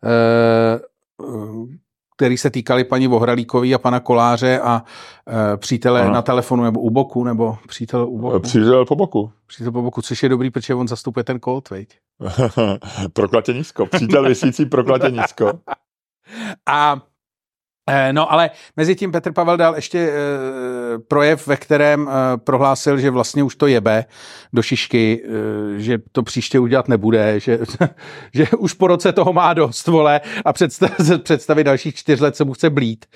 který se týkali paní Vohralíkový a pana Koláře a přítele na telefonu nebo u boku, nebo přítel u boku. Přítel po boku. Přítel po boku, což je dobrý, protože on zastupuje ten Colt, veď? Proklatě nízko. Přítel vysící proklatě nízko. A no, ale mezi tím Petr Pavel dal ještě projev, ve kterém prohlásil, že vlastně už to jebe do šišky, že to příště udělat nebude, že už po roce toho má dost, vole, a představit dalších 4 let se mu chce blít.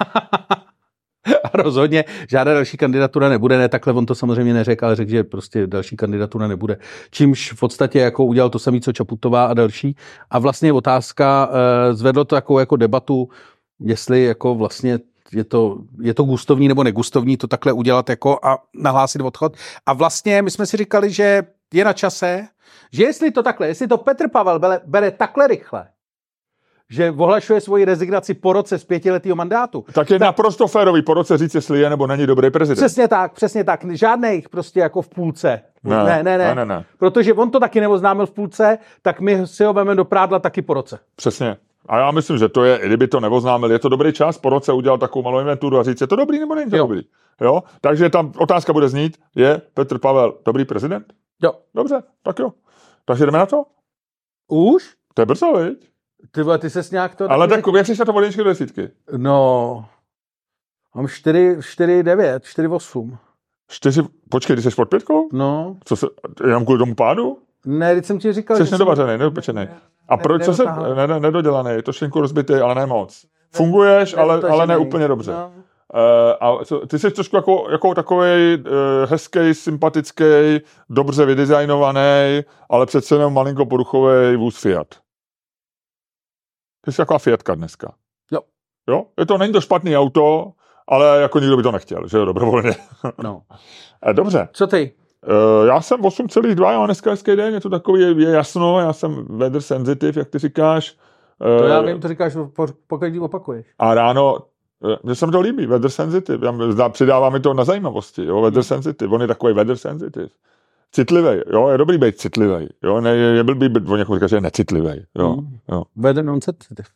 A rozhodně žádná další kandidatura nebude, ne, takhle on to samozřejmě neřekl, ale řekl, že prostě další kandidatura nebude. Čímž v podstatě jako udělal to samé, co Čaputová a další. A vlastně otázka, zvedlo to takovou jako debatu, jestli jako vlastně je to gustovní nebo negustovní to takhle udělat jako a nahlásit odchod. A vlastně my jsme si říkali, že je na čase, že jestli to Petr Pavel bere takhle rychle, že ohlašuje svoji rezignaci po roce z 5letého mandátu. Tak je naprosto férový po roce říct, jestli je nebo není dobrý prezident. Přesně tak. Žádných prostě jako v půlce. Ne. Protože on to taky neoznámil v půlce, tak my si ho veme do prádla taky po roce. Přesně. A já myslím, že to je, kdyby to neoznámil, je to dobrý čas po roce udělat takovou malou inventuru a říct, je to dobrý nebo není to dobrý. Jo? Takže tam otázka bude znít, je Petr Pavel dobrý prezident? Jo. Dobře, tak jo. Takže jdeme na to? Už? To je brzo, viď? Ty ses nějak to... Ale tak jak jsi na to od 1 do 10? No, mám 4,9, 4,8. 4, počkej, ty jsi pod 5? No. Co se, jenom kvůli tomu pádu? Ne, teď jsem ti říkal, jsi nedovařený, nedopečený. A proč, co se, nedodělaný, to štěnku rozbitý, ale ne moc. Funguješ, ale ne úplně dobře. No. A ty jsi trošku jako takovej hezký, sympatický, dobře vydesignovaný, ale přece jenom malinko poruchovej vůz Fiat. Ty jsi taková Fiatka dneska. Jo? Není to špatný auto, ale jako nikdo by to nechtěl, že jo, dobrovolně. No. Dobře. Co ty? Já jsem 8,2, já mám dneska hezký den, je to takový, je jasno, já jsem weather sensitive, jak ty říkáš. To já vím, to říkáš, pokud opakuješ. A ráno, mně se mi to líbí, weather sensitive, přidává mi to na zajímavosti, jo, weather sensitive, on je takový weather sensitive. Citlivý, jo, je dobrý být citlivý, jo, je blbý být, on někoho říká, že je necitlivý, jo. Weather non-sensitive.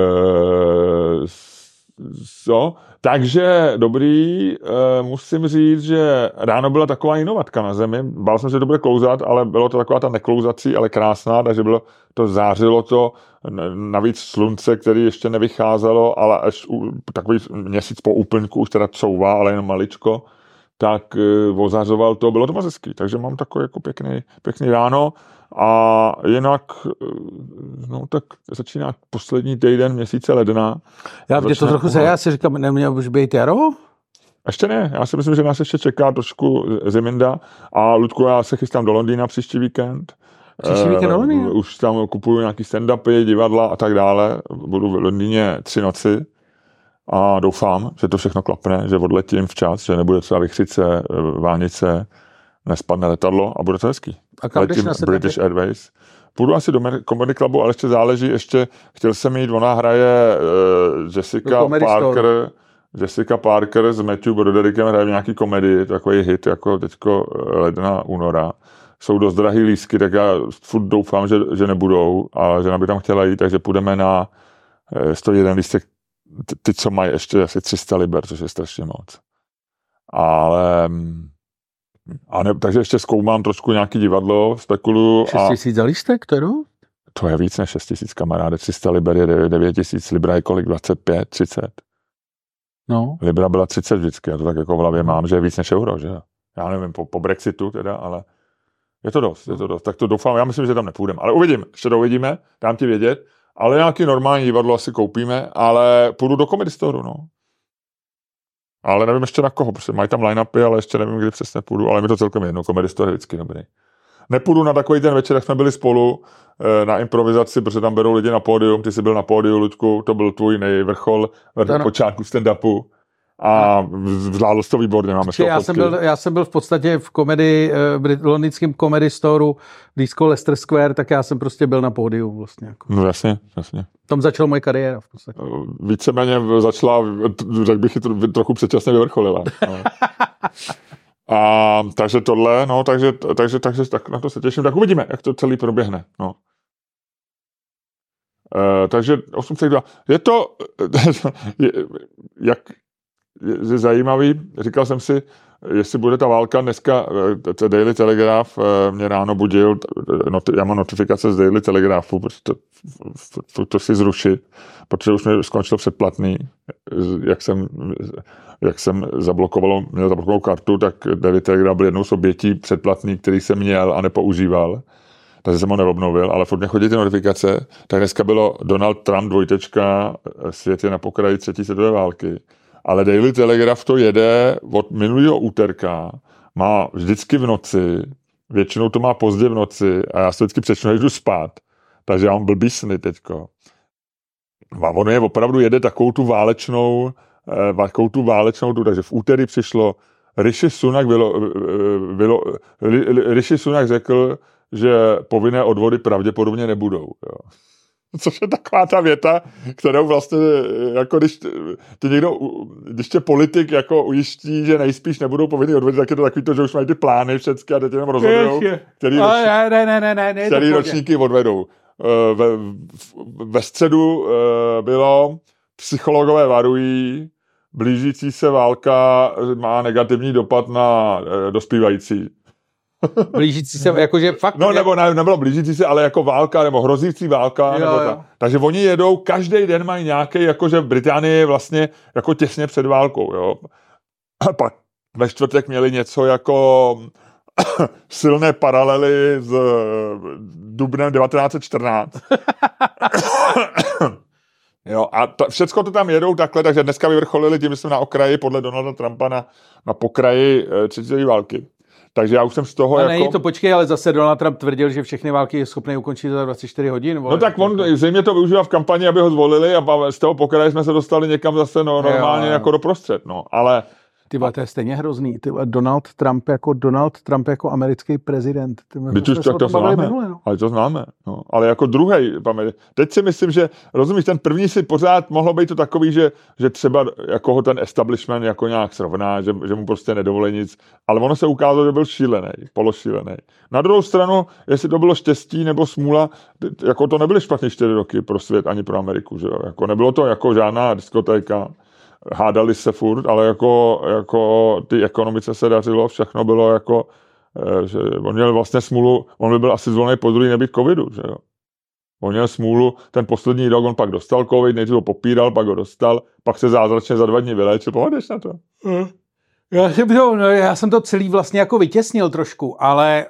Takže dobrý, musím říct, že ráno byla taková inovatka na zemi, bál jsem se, že to bude klouzat, ale bylo to taková ta neklouzací, ale krásná, takže zářilo to, navíc slunce, který ještě nevycházelo, ale až takový měsíc po úplňku už teda couvá, ale jenom maličko, tak ozařoval to, bylo to moc hezký, takže mám takový jako pěkný ráno a jinak, no tak začíná poslední týden měsíce ledna. Já mě to trochu já si říkám, neměl už být jaro? Ještě ne, já si myslím, že nás ještě čeká trošku ziminda a Ludku, já se chystám do Londýna příští víkend. Příští víkend do Londýna? Už tam kupuju nějaký stand-upy, divadla a tak dále, budu v Londýně 3 noci. A doufám, že to všechno klapne, že odletím včas, že nebude třeba vichřice, vánice, nespadne letadlo a bude to hezký. A kam jdeš na British Airways. půjdu asi do Comedy Clubu, ale ještě záleží, chtěl jsem jít, ona hraje Jessica Parker s Matthew Broderickem hraje v nějaký komedii, takový hit, jako teďko ledna, února. Jsou dost drahý lístky, tak já furt doufám, že nebudou, ale žena by tam chtěla jít, takže půjdeme na 101 lístek, ty, co mají ještě asi 300 liber, což je strašně moc. Takže ještě zkoumám trošku nějaký divadlo, spekuluju. 6 000 za lístek, to je To je víc než 6 000, kamaráde. 300 liber je 9 000, libra je kolik? 25, 30? No. Libra byla 30 vždycky, já to tak jako v hlavě mám, že je víc než euro, že? Já nevím, po Brexitu teda, ale je to dost. Tak to doufám, já myslím, že tam nepůjdeme. Ale ještě to uvidíme, dám ti vědět, ale nějaký normální divadlo asi koupíme, ale půjdu do Comedy Store, no. Ale nevím ještě na koho, protože mají tam line-upy, ale ještě nevím, kdy přesně půjdu, ale mi to celkem jedno, Comedy Store je vždycky dobrý. Nepůjdu na takový ten večer, jak jsme byli spolu na improvizaci, protože tam berou lidi na pódium, ty jsi byl na pódiu, Luďku, to byl tvůj nejvrchol v počátku stand-upu a zvládl to výborně, máme z toho fotky. Já jsem byl v podstatě v londýnském Comedy Storeu blízko Leicester Square, tak já jsem prostě byl na pódiu vlastně. Jako. No jasně. Tam začala moje kariéra v podstatě. Víceméně začala, řekl bych, trochu předčasně vyvrcholila. A takže tohle, no, takže tak na to se těším. Tak uvidíme, jak to celý proběhne, no. Takže 8,2. Je to je zajímavý, říkal jsem si, jestli bude ta válka dneska, Daily Telegraph mě ráno budil, já mám notifikace z Daily Telegramfu, protože to si zrušit, protože už mi skončilo předplatný, jak jsem měl zablokovanou kartu, tak Daily Telegraph byl jednou z obětí předplatný, který jsem měl a nepoužíval, takže jsem ho neobnovil, ale furt mě chodí ty notifikace, tak dneska bylo Donald Trump : svět je na pokraji třetí světové války. Ale Daily Telegraph to jede od minulého úterka, má vždycky v noci, většinou to má pozdě v noci a já se vždycky přečnu, než jdu spát. Takže já mám blbý sny teďko. A ono je opravdu jede takovou tu válečnou, takže v úterý přišlo, Rishi Sunak řekl, že povinné odvody pravděpodobně nebudou. Jo. Což je taková ta věta, kterou vlastně, jako když tě politik jako ujistí, že nejspíš nebudou povinný odvody, tak je to takový to, že už mají ty plány všechny a teď jenom rozhodujou, který ročníky odvedou. Ve středu bylo, psychologové varují, blížící se válka má negativní dopad na dospívající. Blížící se, jakože fakt... No, nebylo blížící se, ale jako válka, nebo hrozící válka. Jo. Takže oni jedou, každý den mají nějaký, jakože v Británii je vlastně jako těsně před válkou, jo. A pak ve čtvrtek měli něco jako silné paralely s dubnem 1914. Jo, a všecko to tam jedou takhle, takže dneska vyvrcholili tím, že jsme na okraji podle Donalda Trumpa na pokraji třetí války. Takže já už jsem z toho jako... Není to, počkej, ale zase Donald Trump tvrdil, že všechny války je schopný ukončit za 24 hodin. Vole. No tak on zřejmě to využívá v kampani, aby ho zvolili a z toho pokraje jsme se dostali někam zase normálně jako doprostřed, no, ale... Ty to je stejně hrozný. Donald Trump jako americký prezident. Ale to známe. No. Ale jako druhej, teď si myslím, že rozumíš, ten první si pořád mohlo být to takový, že třeba jako ho ten establishment jako nějak srovná, že mu prostě nedovolí nic, ale ono se ukázalo, že byl šílený, pološílený. Na druhou stranu, jestli to bylo štěstí nebo smůla, jako to nebyly špatné 4 roky pro svět ani pro Ameriku, že jo? Jako nebylo to jako žádná diskotéka. Hádali se furt, ale jako ty ekonomice se dařilo, všechno bylo jako, že on měl vlastně smůlu, on by byl asi zvolený po druhý nebýt covidu, že jo. On měl smůlu, ten poslední rok, on pak dostal covid, nejdřív ho popíral, pak ho dostal, pak se zázračně za 2 dny vyléčil, pohodeš na to? Já jsem to celý vlastně jako vytěsnil trošku, ale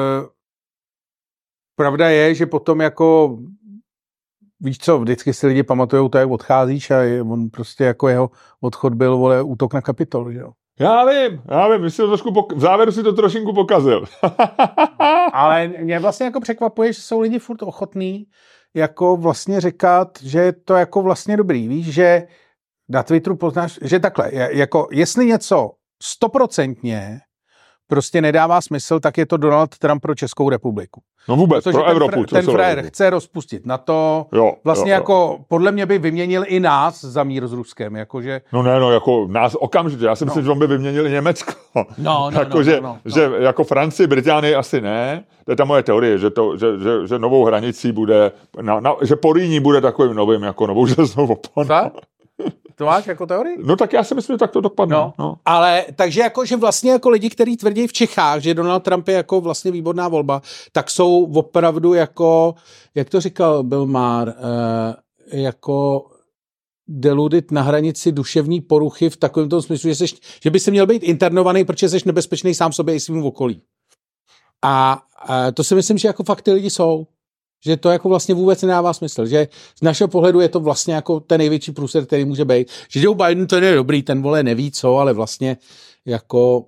pravda je, že potom jako víš co, vždycky si lidi pamatujou to, jak odcházíš a on prostě jako jeho odchod byl, útok na Kapitol, že jo. Já vím, myslím, v závěru si to trošinku pokazil. Ale mě vlastně jako překvapuje, že jsou lidi furt ochotní jako vlastně říkat, že je to jako vlastně dobrý, víš, že na Twitteru poznáš, že takhle, jako jestli něco 100% prostě nedává smysl, tak je to Donald Trump pro Českou republiku. No vůbec, protože pro Evropu. Ten frajer chce rozpustit NATO, vlastně jako podle mě by vyměnil i nás za mír s Ruskem, jakože... No jako nás okamžitě, já si myslím, že on by vyměnil i Německo. Že jako Francii, Británii asi ne, to je ta moje teorie, že novou hranicí bude, že Porýní bude takovým novým, jako novou železnou oponou. To máš jako teorii? No tak já si myslím, že tak to dopadne. No. Ale takže jako, že vlastně jako lidi, kteří tvrdí v Čechách, že Donald Trump je jako vlastně výborná volba, tak jsou opravdu jako, jak to říkal Bill Maher, jako deludit na hranici duševní poruchy v takovém tom smyslu, že by se měl být internovaný, protože jsi nebezpečný sám sobě i svým okolí. A to si myslím, že jako fakt ty lidi jsou. Že to jako vlastně vůbec nedává smysl, že z našeho pohledu je to vlastně jako ten největší průser, který může být. Že Joe Biden to je dobrý, ten vole neví co, ale vlastně jako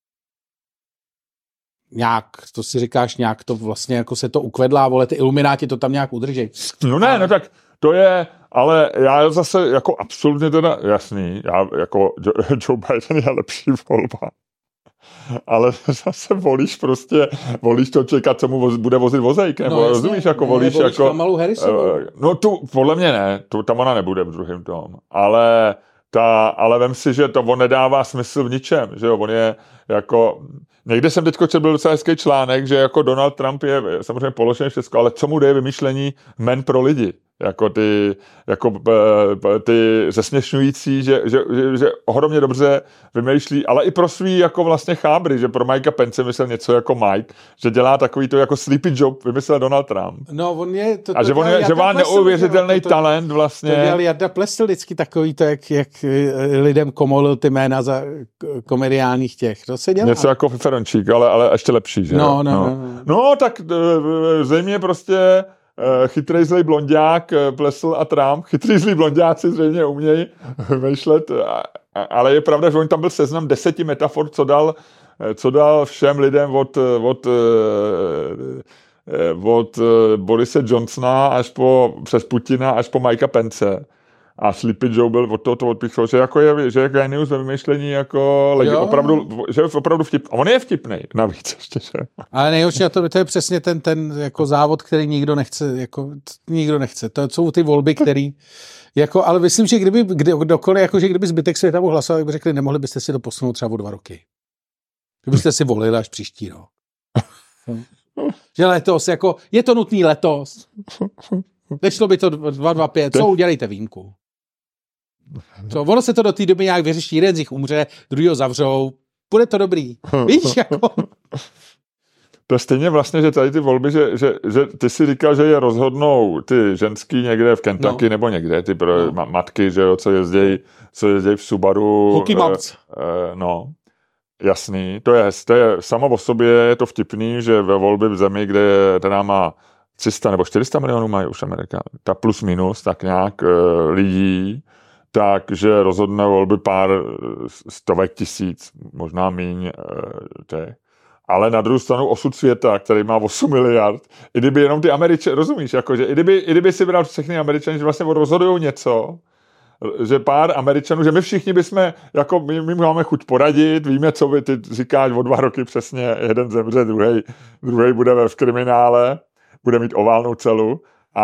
nějak, to si říkáš, nějak to vlastně jako se to ukvedlá, vole, ty ilumináti to tam nějak udržej. No tak to je, ale já zase jako absolutně teda jasný, já jako Joe Biden je lepší volba. Ale zase volíš to člověka, co mu bude vozit vozejk, nebo no, rozumíš, jako volíš jako... Kamalu Harrisovou. No tu, podle mě ne, tam ona nebude v druhém tom, ale vem si, že to on nedává smysl v ničem, že jo, on je jako... Někde jsem teďko četl docela hezký článek, že jako Donald Trump je samozřejmě položený všechno, ale co mu jde vymýšlení men pro lidi. Jako ty zesměšňující, že ohromně dobře vymýšlí, ale i pro svý jako vlastně chábry, že pro Mikea Pence myslel něco jako Mike, že dělá takový to jako sleepy job, vymyslel Donald Trump. No, on je... A že má neuvěřitelný talent vlastně. To dělal Jarda Plesl vždycky takový to, jak lidem komolil ty jména za komediálních těch. To se dělá. Něco jako Feferončík, ale ještě lepší, že? No, tak zřejmě prostě chytrý zlej blonďák, Plesl a Trump. Chytrý zlý blonďáci zřejmě umějí vymýšlet, ale je pravda, že on tam byl seznam 10 metafor, co dal všem lidem od Borise Johnsona až přes Putina až po Mikea Pence. A Sleepy Joe byl od tohoto odpíchl, že je genius ve vymýšlení jako opravdu, že je opravdu vtipný. A on je vtipný navíc ještě, že? Ale nejhorší na to je přesně ten jako závod, který nikdo nechce. To jsou ty volby, který jako, ale myslím, že kdyby zbytek světa mohl hlasovat, tak by řekli, nemohli byste si to posunout třeba o 2 roky. Kdybyste si volili až příští rok. Že letos, jako, je to nutný letos. Nešlo by to 2-2-5, co udělejte výjimku. Ono se to do té doby nějak vyřeší, jeden z nich umře, druhýho zavřou, bude to dobrý. Víš, jako... To je stejně vlastně, že tady ty volby, že ty si říkal, že je rozhodnou ty ženský někde v Kentucky nebo někde, ty matky, že jo, co jezdějí v Subaru. Hockey moms. No, jasný. To je samo o sobě, je to vtipný, že ve volby v zemi, kde teda má 300 nebo 400 milionů mají už Amerika, ta plus minus, tak nějak lidí, takže rozhodne volby pár stovek tisíc, možná míň těch. Ale na druhou stranu osud světa, který má 8 miliard, i kdyby jenom ty Američané, rozumíš, jakože i kdyby si bral všechny Američany, že vlastně rozhodují něco, že pár Američanů, že my všichni bychom, jako my máme chuť poradit, víme, co by ty říkáš o 2 roky přesně, jeden zemře, druhý bude v kriminále, bude mít oválnou celu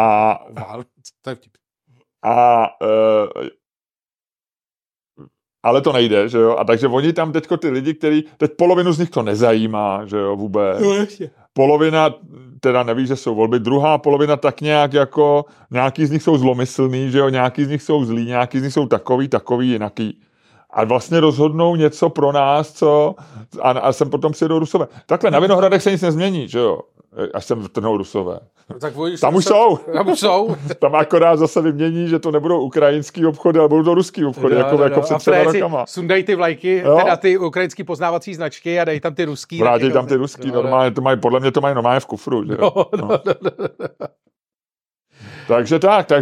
ale to nejde, že jo, a takže oni tam teďko ty lidi, teď polovinu z nich to nezajímá, že jo, vůbec. Polovina teda neví, že jsou volby, druhá polovina tak nějak jako, nějaký z nich jsou zlomyslný, že jo, nějaký z nich jsou zlí, nějaký z nich jsou takový, jinaký. A vlastně rozhodnou něco pro nás, co, a sem potom přijedou Rusové. Takhle na Vinohradech se nic nezmění, že jo, až sem vtrhnou Rusové. No, tak tam už jsou. Tam akorát zase vymění, že to nebudou ukrajinský obchody, ale budou to ruský obchody, jako před 3 rokama. Sundají ty vlajky, teda ty ukrajinský poznávací značky a dají tam ty ruský. Vrátí tam ty ruský, normálně, podle mě to mají normálně v kufru, že jo. Takže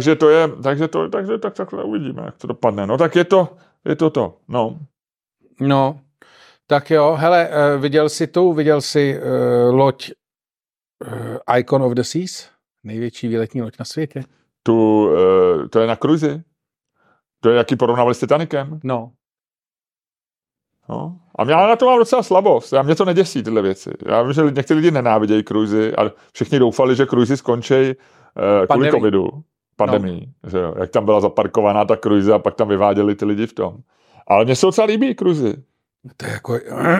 takhle uvidíme, jak to dopadne. No tak je to, no. No, tak jo, hele, viděl jsi loď Icon of the Seas? Největší výletní loď na světě. To je na kruizi? To je, jaký porovnávali s Titanicem? No. No. A já na to mám docela slabost. Mě to neděsí, tyhle věci. Já vím, že někteří lidi nenávidějí kruizy a všichni doufali, že kruizy skončí kvůli covidu. Pandemii. No. Že jo? Jak tam byla zaparkovaná ta kruize a pak tam vyváděli ty lidi v tom. Ale mně se docela líbí kruizy. To je jako,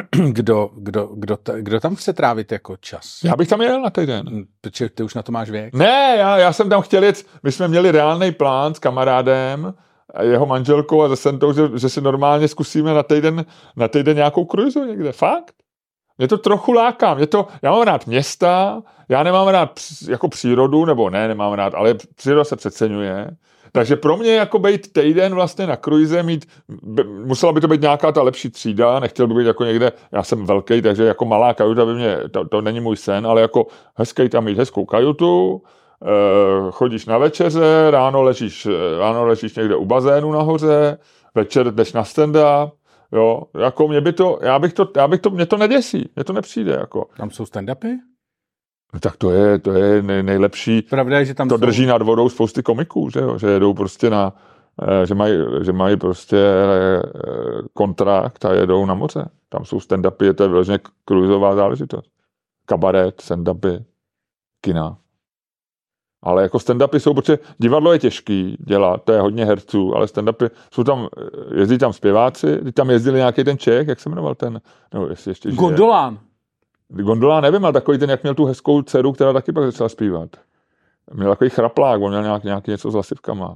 kdo tam chce trávit jako čas? Já bych tam jel na týden. Protože ty už na to máš věk? Ne, já jsem tam chtěl jet, my jsme měli reálný plán s kamarádem a jeho manželkou a zase to, že si normálně zkusíme na týden nějakou kruizu někde. Fakt? Mě to trochu láká. Já mám rád města, já nemám rád jako přírodu, nebo nemám rád, ale příroda se přeceňuje. Takže pro mě jako být týden vlastně na kruize musela by to být nějaká ta lepší třída, nechtěl bych být jako někde, já jsem velký, takže jako malá kajuta by mě, to není můj sen, ale jako hezký tam mít hezkou kajutu, chodíš na večeře, ráno ležíš někde u bazénu nahoře, večer jdeš na stand-up, jo, jako mě to neděsí, mě to nepřijde, jako. Tam jsou stand-upy? No tak to je nejlepší. Pravda je, že tam to drží nad vodou spousty komiků, že jedou prostě že mají prostě kontrakt a jedou na moře. Tam jsou stand-upy, to je vyloženě kruizová záležitost. Kabaret, stand-upy, kina. Ale jako stand-upy jsou, protože divadlo je těžký dělat, to je hodně herců, ale stand-upy jezdí tam zpěváci, tam jezdili nějaký ten Čech, jak se jmenoval ten, no jestli ještě žije. Gondola nevím, ale takový ten, jak měl tu hezkou dceru, která taky pak začala zpívat. Měl takový chraplák, on měl nějaký něco s hlasivkama.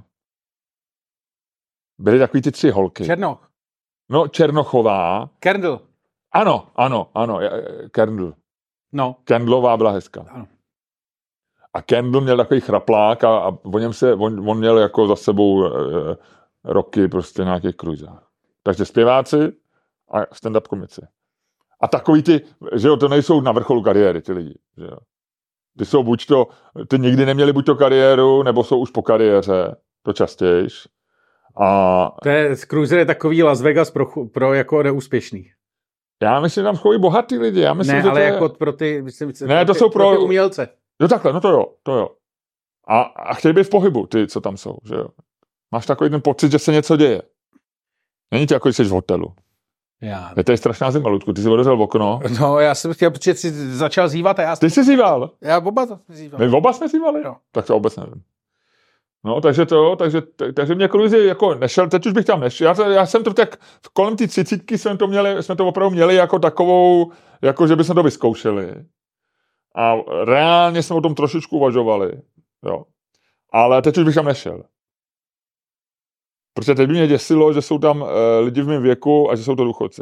Byly takový ty 3 holky. Černoch. No, Černochová. Kendall. Ano, Kendall. No. Kendallová byla hezká. Ano. A Kendall měl takový chraplák a on měl jako za sebou roky prostě na nějakých kruzách. Takže zpěváci a stand-up komici. A takový že jo, to nejsou na vrcholu kariéry ty lidi, že jo. Ty nikdy neměli buď to kariéru, nebo jsou už po kariéře, to častějš. Cruiser je takový Las Vegas pro jako neúspěšný. Já myslím, že tam chodí bohatý lidi. Já myslím, že ale jako pro ty, pro ty umělce. Jo takhle, no to jo. A chtějí být v pohybu, ty, co tam jsou, že jo. Máš takový ten pocit, že se něco děje. Není to jako, když jsi v hotelu. Je to strašná zima, Ludku, ty jsi otevřel okno. No, já jsem chtěl, protože jsi začal zívat a Ty jsi zíval? Já oba to zíval. My oba jsme zívali? No. Tak to vůbec nevím. No, takže mě kruizy jako nešel, teď už bych tam nešel. Já jsem to tak, kolem té 30 jsme to opravdu měli jako takovou, jako že bychom to vyzkoušeli. A reálně jsme o tom trošičku uvažovali, jo. Ale teď už bych tam nešel. Protože teď by mě děsilo, že jsou tam lidi v mém věku a že jsou to důchodci.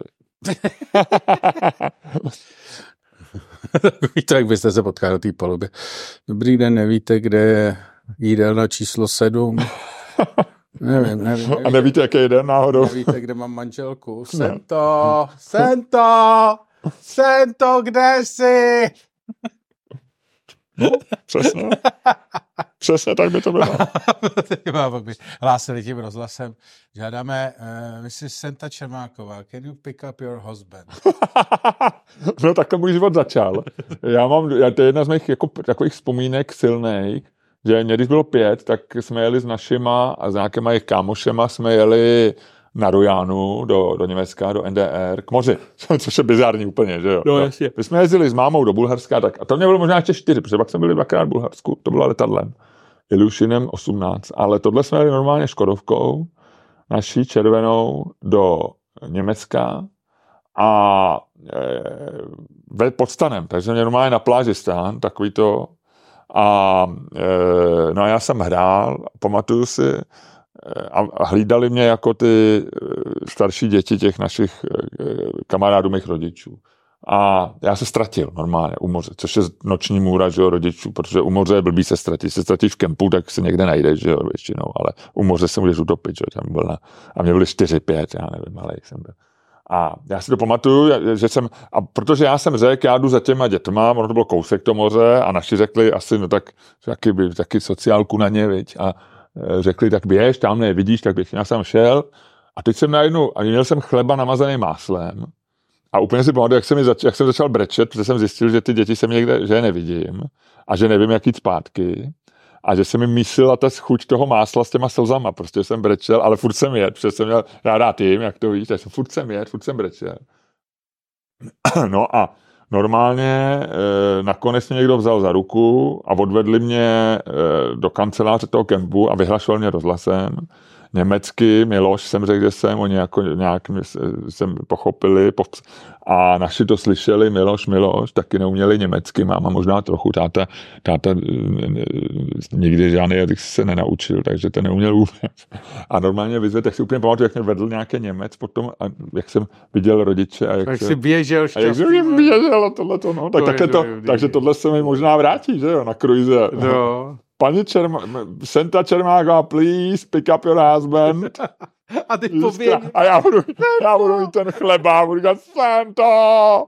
Víte, jak byste se potkali na té palubě. Dobrý den, nevíte, kde je jídelna číslo 7? Nevím. A nevíte, jaký je den náhodou? Nevíte, kde mám manželku? Sento, kde jsi? No, přesně tak by to bylo. Pak by hlásili tím rozhlasem. Žádáme Mrs. Senta Čermáková, can you pick up your husband? No tak to můj život začal. To je jedna z mých jako, takových vzpomínek silných, že když bylo 5, tak jsme jeli s našima a s nějakýma jejich kámošema jsme jeli na Rojánu do Německa, do NDR, k moři, což je bizární úplně, že jo. No, jasně. My jsme jezdili s mámou do Bulharska, tak, a to mě bylo možná ještě 4, protože pak jsme byli 2krát v Bulharsku, to bylo letadlem, Ilyushinem 18, ale tohle jsme jeli normálně Škodovkou, naší červenou do Německa a pod stanem, takže mě normálně na pláži stán, takový to, no a já jsem hrál, pamatuju si, a hlídali mě jako ty starší děti těch našich kamarádů, mých rodičů. A já se ztratil normálně u moře, což je noční můra, že jo, rodičů, protože u moře je blbý se ztratit. Se ztratíš v kempu, tak se někde najdeš, že jo, většinou, ale u moře se můžeš utopit, že jo, tam byl a mě byli 4-5, já nevím, ale jak jsem byl. A já si to pamatuju, a protože já jsem řekl, já jdu za těma dětma, ono to bylo kousek to moře a naši řekli asi, no tak taky sociálku na ně, viď, a řekli, tak běž, tam nevidíš, tak běž. Já jsem šel a teď jsem najednou, a měl jsem chleba namazaný máslem a úplně si pamatuju, jak jsem začal brečet, protože jsem zjistil, že ty děti jsem někde, že je nevidím a že nevím, jak jít zpátky. a že se mi mísila ta chuť toho másla s těma slzama, prostě jsem brečel, ale furt jsem jet, protože jsem měl, já rád jim, jak to víš, tak jsem furt jsem brečel. No a normálně nakonec mě někdo vzal za ruku a odvedli mě do kanceláře toho kempu a vyhlašoval mě rozhlasem. Německy, Miloš jsem řekl, že jsem, oni jako nějak jsem pochopili a naši to slyšeli, Miloš, taky neuměli německy, máma možná trochu, táta nikdy žádný jazyk se nenaučil, takže to neuměl vůbec. A normálně vyzve, tak si úplně pamatuju, jak mě vedl nějaký Němec potom a jak jsem viděl rodiče. A jak si běžel šťastný. Jak jsem běžel a tohleto, no. Takže tohle se mi možná vrátí, že jo, na kruize. No. Paní Senta Čermáková, please pick up your husband. A ty pověď. A já budu mít ten chleba, budu říkat Santa.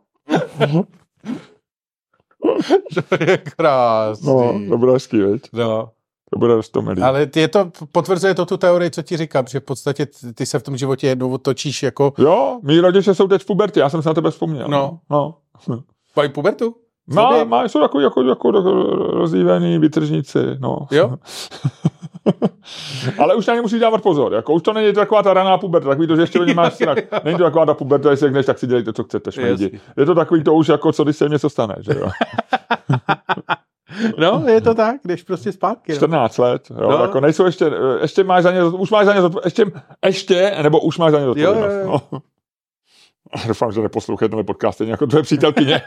To je krásný. No, to bude hezký, veď? No. To bude roztomilý. Ale potvrzuje to tu teorii, co ti říkám, že v podstatě ty se v tom životě jednou otočíš jako... Jo, mý rodiče jsou teď v pubertě, já jsem se na tebe vzpomněl. No. Mají pubertu? Jsou takový jako rozdívený vytržníci, no. Jo? Ale už na ně musíš dávat pozor, jako už to není taková ta raná puberta, takový to, že ještě o ně máš strach. Není to taková ta puberta, jestli řekneš, tak si dělejte, co chcete, šmejdi. Je to takový to už jako, co když se jim něco stane, že jo. No, je to tak, jdeš prostě zpátky. 14 let, jo, no. Jako nejsou ještě máš za ně, už máš za ně, nebo už máš za ně zodpovědnost. Jo. No. Doufám, že neposlouchají tenhle podcast jako tvoje přítelkyně.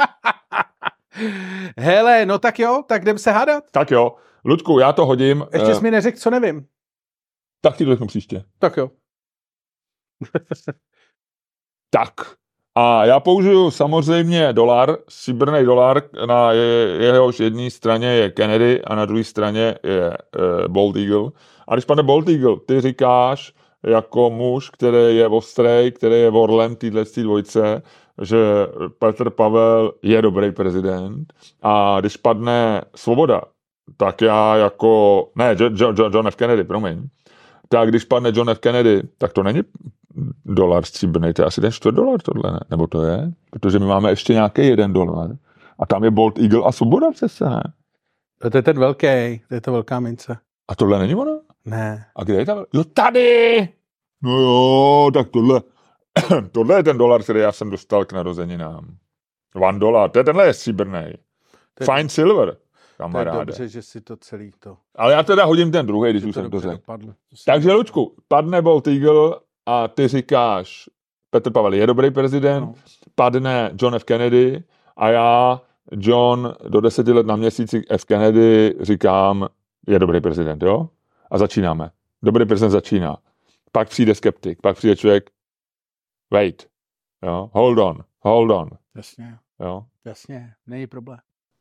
Hele, no tak jo, tak jdem se hádat. Tak jo, Ludku, já to hodím. Ještě jsi mi neřekl, co nevím. Tak ti to řeknu příště. Tak jo. Tak. A já použiju samozřejmě stříbrný dolar, na jehož jedné straně je Kennedy a na druhé straně je Bald Eagle. A když padne Bald Eagle, ty říkáš jako muž, který je ostrej, který je orlem této dvojce, že Petr Pavel je dobrý prezident. A když padne Svoboda, tak já jako... Ne, John F. Kennedy, promiň. Tak když padne John F. Kennedy, tak to není dolar stříbrný, to je asi ten $4 tohle, ne? Nebo to je? Protože my máme ještě nějaký $1 a tam je Bald Eagle a Svoboda přece, ne? To je ten velký, to je ta velká mince. A tohle není ono? Ne. A kde je ta? Jo, tady! No jo, tak tohle je ten dolar, který já jsem dostal k narozeninám. $1, tenhle je stříbrný. Fine silver, kamaráde. To je dobře, že si to celý to... Ale já teda hodím ten druhý, když už jsem to řekl. Takže, Lučku, padne Bald Eagle a ty říkáš, Petr Pavel je dobrý prezident, padne John F. Kennedy a já, John, do 10 let na měsíci F. Kennedy, říkám, je dobrý prezident, jo? A začínáme. Dobrý prezident začíná. Pak přijde skeptik, pak přijde člověk, wait, jo? Hold on. Jasně. Jo? Jasně, není problém.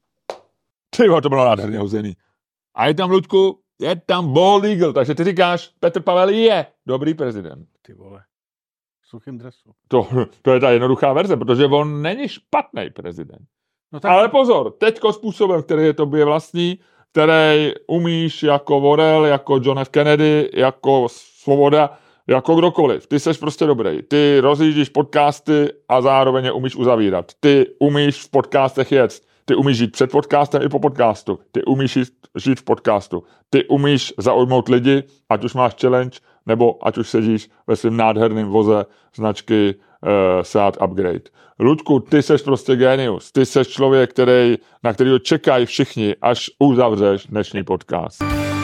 Tyjo, to bylo nádherně hozený. A je tam, Ludku, je tam Bald Eagle, takže ty říkáš, Petr Pavel je dobrý prezident. Ty vole, v suchým dresu. To je ta jednoduchá verze, protože on není špatný prezident. No tak... Ale pozor, teďko způsobem, který je tobě vlastní, který umíš jako Vorel, jako John F. Kennedy, jako Svoboda, jako kdokoliv. Ty seš prostě dobrý. Ty rozjíždíš podcasty a zároveň je umíš uzavírat. Ty umíš v podcastech jet. Ty umíš žít před podcastem i po podcastu. Ty umíš žít v podcastu. Ty umíš zaujmout lidi, ať už máš challenge, nebo ať už sedíš ve svém nádherném voze značky Seat Upgrade. Ludku, ty seš prostě genius. Ty seš člověk, na kterýho čekají všichni, až uzavřeš dnešní podcast.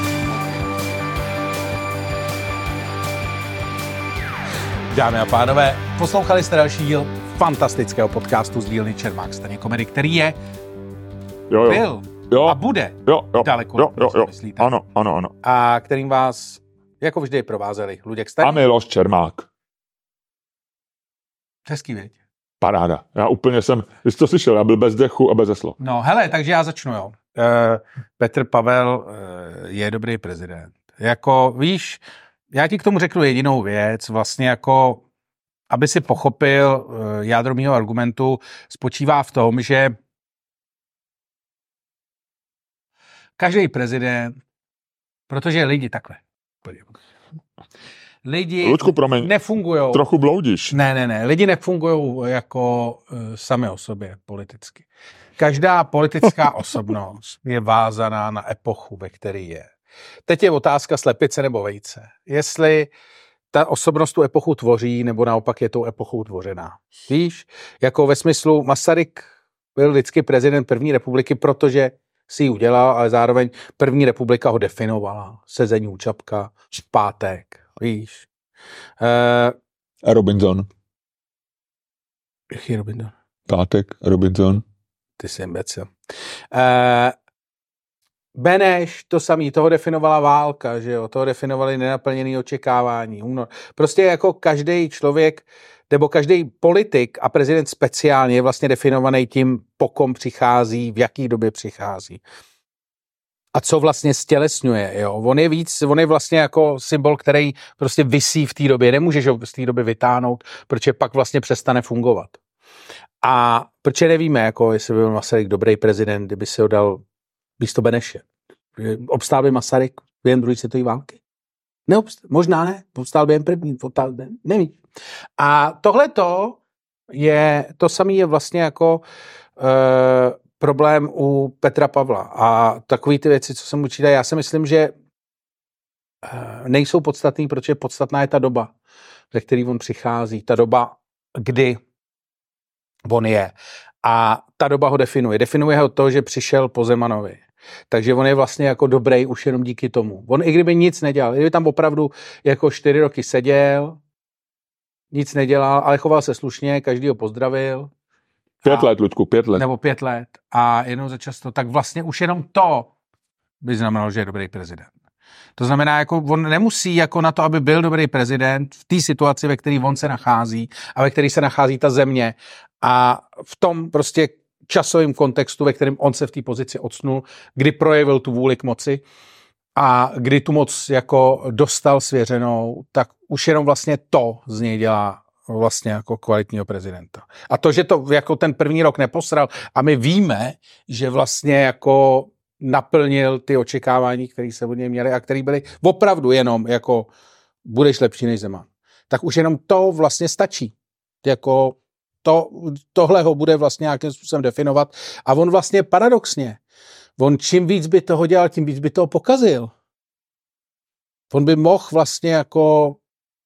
Dámy a pánové, poslouchali jste další díl fantastického podcastu z dílny Čermák Staněk Komedy, který je, byl a bude daleko, myslíte. Ano. A kterým vás, jako vždy, provázeli Luděk Staněk a Miloš Čermák. Hezký, věď? Paráda. Já úplně vy jste to slyšel, já byl bez dechu a bez heslo. No, hele, takže já začnu, jo. Petr Pavel je dobrý prezident. Jako, víš, já ti k tomu řeknu jedinou věc, vlastně jako, aby si pochopil jádro mýho argumentu, spočívá v tom, že každý prezident, protože lidi takhle, lidi nefungujou. Trochu bloudíš. Ne, lidi nefungujou jako sami o sobě politicky. Každá politická osobnost je vázaná na epochu, ve které je. Teď je otázka slepice nebo vejce. Jestli ta osobnost tu epochu tvoří, nebo naopak je tou epochou tvořená. Víš, jako ve smyslu Masaryk byl vždycky prezident první republiky, protože si ji udělal, ale zároveň první republika ho definovala. Sezení u Čapka, Špátek, víš. A Robinson. Jaký Robinson? Pátek, Robinson. Ty jsi imbecil. Beneš, to samý, toho definovala válka, že jo, toho definovali nenaplněné očekávání, únor. Prostě jako každý člověk, nebo každý politik a prezident speciálně je vlastně definovaný tím, po kom přichází, v jaký době přichází. A co vlastně stělesňuje, jo. On je vlastně jako symbol, který prostě visí v té době, nemůžeš ho z té doby vytáhnout, protože pak vlastně přestane fungovat. A proč nevíme, jako jestli by byl Masaryk dobrý prezident, kdyby si ho dal místo Beneše. Obstál by Masaryk během druhé světové války? Možná ne. Obstál během první. Nevím. A tohleto je, to samé je vlastně jako problém u Petra Pavla. A takový ty věci, co jsem učil, já si myslím, že nejsou podstatný, protože podstatná je ta doba, ve který on přichází. Ta doba, kdy on je. A ta doba ho definuje. Definuje ho to, že přišel po Zemanovi. Takže on je vlastně jako dobrý už jenom díky tomu. On i kdyby nic nedělal, kdyby tam opravdu jako 4 roky seděl, nic nedělal, ale choval se slušně, každý ho pozdravil. 5 let, Luďku, 5 let. Nebo 5 let a jednou za často, tak vlastně už jenom to by znamenalo, že je dobrý prezident. To znamená, jako on nemusí jako na to, aby byl dobrý prezident v té situaci, ve které on se nachází a ve které se nachází ta země a v tom prostě časovém kontextu, ve kterém on se v té pozici ocnul, kdy projevil tu vůli k moci a kdy tu moc jako dostal svěřenou, tak už jenom vlastně to z něj dělá vlastně jako kvalitního prezidenta. A to, že to jako ten první rok neposral a my víme, že vlastně jako naplnil ty očekávání, které se od něj měly a které byly opravdu jenom jako budeš lepší než Zeman. Tak už jenom to vlastně stačí. Jako tohle ho bude vlastně nějakým způsobem definovat a on vlastně paradoxně, on čím víc by toho dělal, tím víc by toho pokazil. On by mohl vlastně jako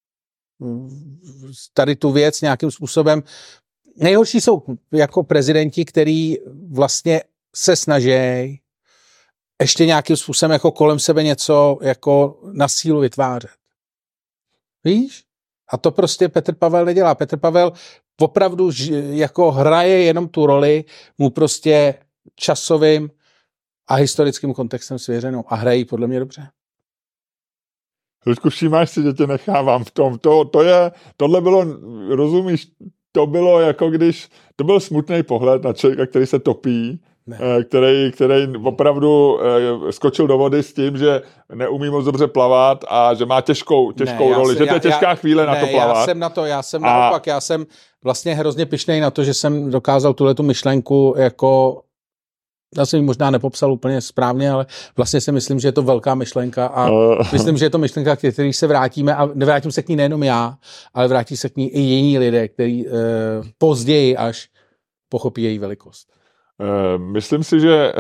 tady tu věc nějakým způsobem, nejhorší jsou jako prezidenti, který vlastně se snaží ještě nějakým způsobem jako kolem sebe něco jako na sílu vytvářet. Víš? A to prostě Petr Pavel nedělá. Petr Pavel opravdu jako hraje jenom tu roli, mu prostě časovým a historickým kontextem svěřenou. A hrají podle mě dobře. Luďku, všímáš si, že tě nechávám v tom. Tohle bylo, rozumíš, to bylo jako když, to byl smutný pohled na člověka, který se topí, který opravdu skočil do vody s tím, že neumí moc dobře plavat a že má těžkou roli, že to je těžká chvíle na to plavat. Já jsem naopak, já jsem vlastně hrozně pyšnej na to, že jsem dokázal tuhletu myšlenku jako, já jsem ji možná nepopsal úplně správně, ale vlastně si myslím, že je to velká myšlenka a myslím, že je to myšlenka, který se vrátíme a nevrátím se k ní nejenom já, ale vrátí se k ní i jiní lidé, kteří později až pochopí její velikost. Myslím si, že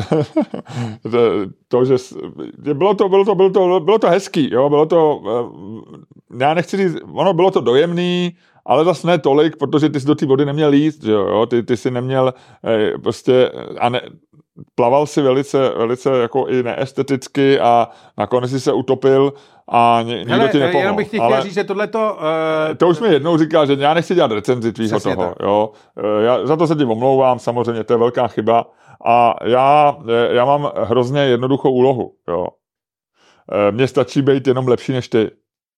bylo to hezký, jo, bylo to, já nechci říct, ono bylo to dojemný, ale zase ne tolik, protože ty jsi do té vody neměl jíst, že jo, ty jsi neměl prostě, plaval si velice jako i neesteticky a nakonec si se utopil a nikdo ti nepomohl. Jenom bych ti chtěl říct, že tohleto... To už mi jednou říkal, že já nechci dělat recenzi tvýho toho. Tak. Jo. Za to se ti omlouvám, samozřejmě, to je velká chyba. A já mám hrozně jednoduchou úlohu. Jo. Mně stačí být jenom lepší než ty.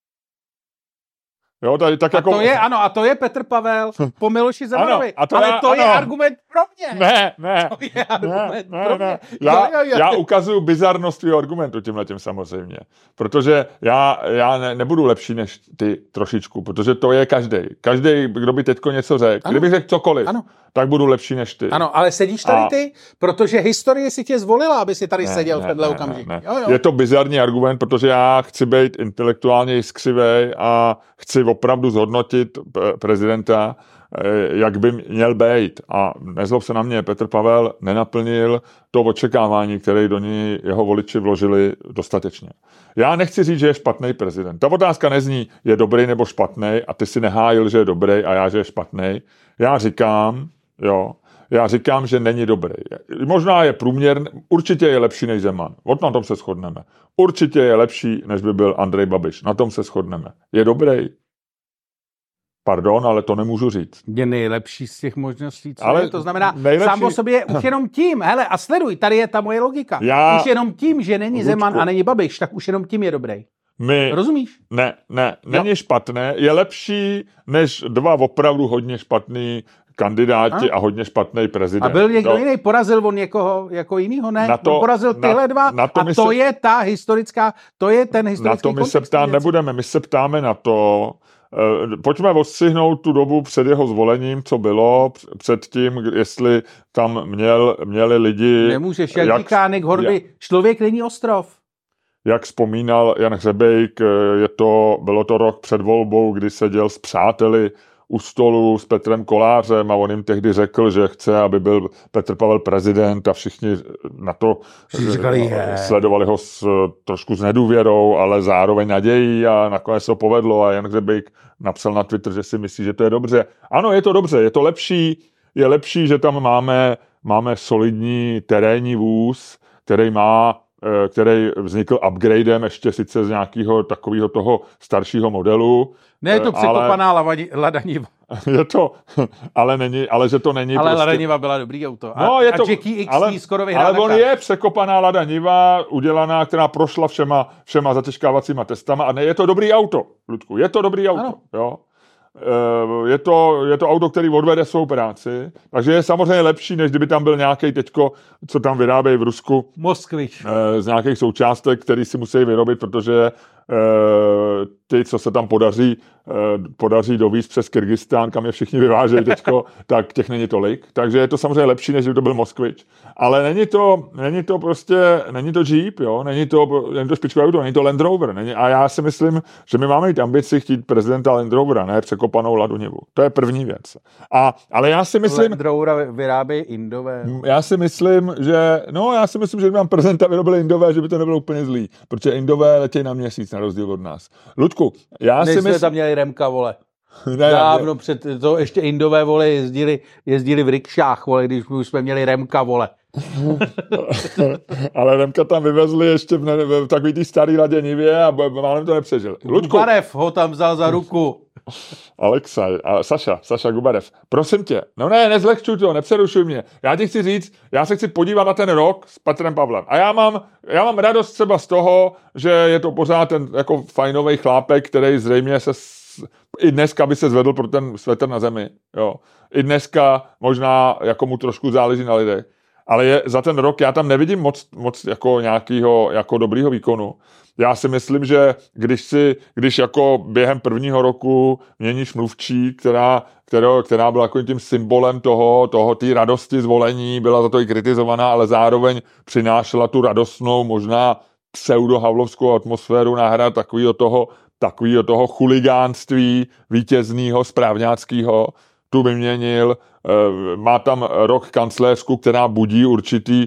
Jo, tak jako... A to je Petr Pavel po Miloši Zemanovi. To je argument pro mě. Ne. To je argument pro mě. Já ukazuju bizarnost tvýho argumentu tímhletím samozřejmě. Protože já nebudu lepší než ty trošičku, protože to je každej. Každej, kdo by teďko něco řekl. Kdybych řekl cokoliv, tak budu lepší než ty. Ano, ale sedíš tady ty, protože historie si tě zvolila, aby si tady seděl v tenhle okamžik. Jo. Je to bizarní argument, protože já chci být intelektuálně jiskřivej a chci opravdu zhodnotit prezidenta jak by měl být. A nezlob se na mě, Petr Pavel nenaplnil to očekávání, které do něj jeho voliči vložili dostatečně. Já nechci říct, že je špatný prezident. Ta otázka nezní, je dobrý nebo špatný, a ty si nehájil, že je dobrý a já, že je špatný. Já říkám, že není dobrý. Možná je průměrný, určitě je lepší než Zeman. Na tom se shodneme. Určitě je lepší, než by byl Andrej Babiš. Na tom se shodneme. Je dobrý? Pardon, ale to nemůžu říct. Je nejlepší z těch možností, co ale je. To znamená, sám o sobě už jenom tím, hele, a sleduj, tady je ta moje logika. Už jenom tím, že není Zeman a není Babiš, tak už jenom tím je dobrý. Rozumíš? Ne, není špatné. Je lepší, než dva opravdu hodně špatný kandidáti a hodně špatný prezident. A byl někdo jiný? Porazil on někoho jako jinýho? Ne? On porazil tyhle dva a to je ta historická, to je ten historický kontext. Na to my se ptát nebudeme, my se ptáme na to, pojďme odstřihnout tu dobu před jeho zvolením, co bylo, před tím, jestli tam měli lidi... Nemůžeš, jak říká Nick Horby, člověk není ostrov. Jak vzpomínal Jan Hřebejk, bylo to rok před volbou, kdy seděl s přáteli u stolu s Petrem Kolářem a on jim tehdy řekl, že chce, aby byl Petr Pavel prezident a všichni na to sledovali ho trošku s nedůvěrou, ale zároveň nadějí a nakonec se to povedlo a Jan Hřebejk napsal na Twitter, že si myslí, že to je dobře. Ano, je to dobře, je to lepší, je lepší, že tam máme solidní terénní vůz, který vznikl upgradem ještě sice z nějakého takového toho staršího modelu. Ne je to překopaná Lada Niva. Je to, ale že to není ale prostě... Lada Niva byla dobrý auto. A Jackie X skoro vyhrál. Ale on je překopaná Lada Niva, udělaná, která prošla všema zatěžkávacíma testama a je to dobrý auto, Ludku, je to dobrý auto, jo. Je to auto, který odvede svou práci, takže je samozřejmě lepší, než kdyby tam byl nějaký teďko, co tam vyrábějí v Rusku. Moskvič. Z nějakých součástek, který si musí vyrobit, protože ty, co se tam podaří dovízt přes Kyrgyzstán, kam je všichni vyvážejí teďko, tak těch není tolik. Takže je to samozřejmě lepší, než kdyby to byl Moskvič. Ale není to Jeep, jo? Není to špičkové auto, není to Land Rover. A já si myslím, že my máme mít ambici chtít prezidenta Land Rovera, ne překopanou Ladu Nivu. To je první věc. Ale já si myslím... Land Rover vyrábějí Indové. Já si myslím, že kdyby nám prezidenta vyrobili Indové, že by to nebylo úplně zlý, protože Indové letějí na Měsíc, na rozdíl od nás. Ludku, já si myslím... tam měli Remka, vole. Dávno před to ještě Indové, vole, jezdili v rikšách, vole, když už jsme měli Remka, vole. Ale Remka tam vyvezli ještě v takový tý starý Ladě Nivě a málem to nepřežil. Ludku. Gubarev ho tam vzal za ruku. Alexaj a Saša Gubarev. Prosím tě, nezlehčuj to, nepřerušuj mě. Já ti chci říct, já se chci podívat na ten rok s Petrem Pavlem. A já mám radost třeba z toho, že je to pořád ten jako fajnovej chlápek, který zřejmě i dneska by se zvedl pro ten svetr na zemi. Jo. I dneska možná jako mu trošku záleží na lidech. Ale za ten rok já tam nevidím moc jako nějakého jako dobrýho výkonu. Já si myslím, že když jako během prvního roku měníš mluvčí, která byla jako tím symbolem té radosti zvolení, byla za to i kritizovaná, ale zároveň přinášela tu radostnou, možná pseudo-havlovskou atmosféru na hra takového toho chuligánství vítěznýho, správňáckého, tu vyměnil, má tam rok kancléřku, která budí určitý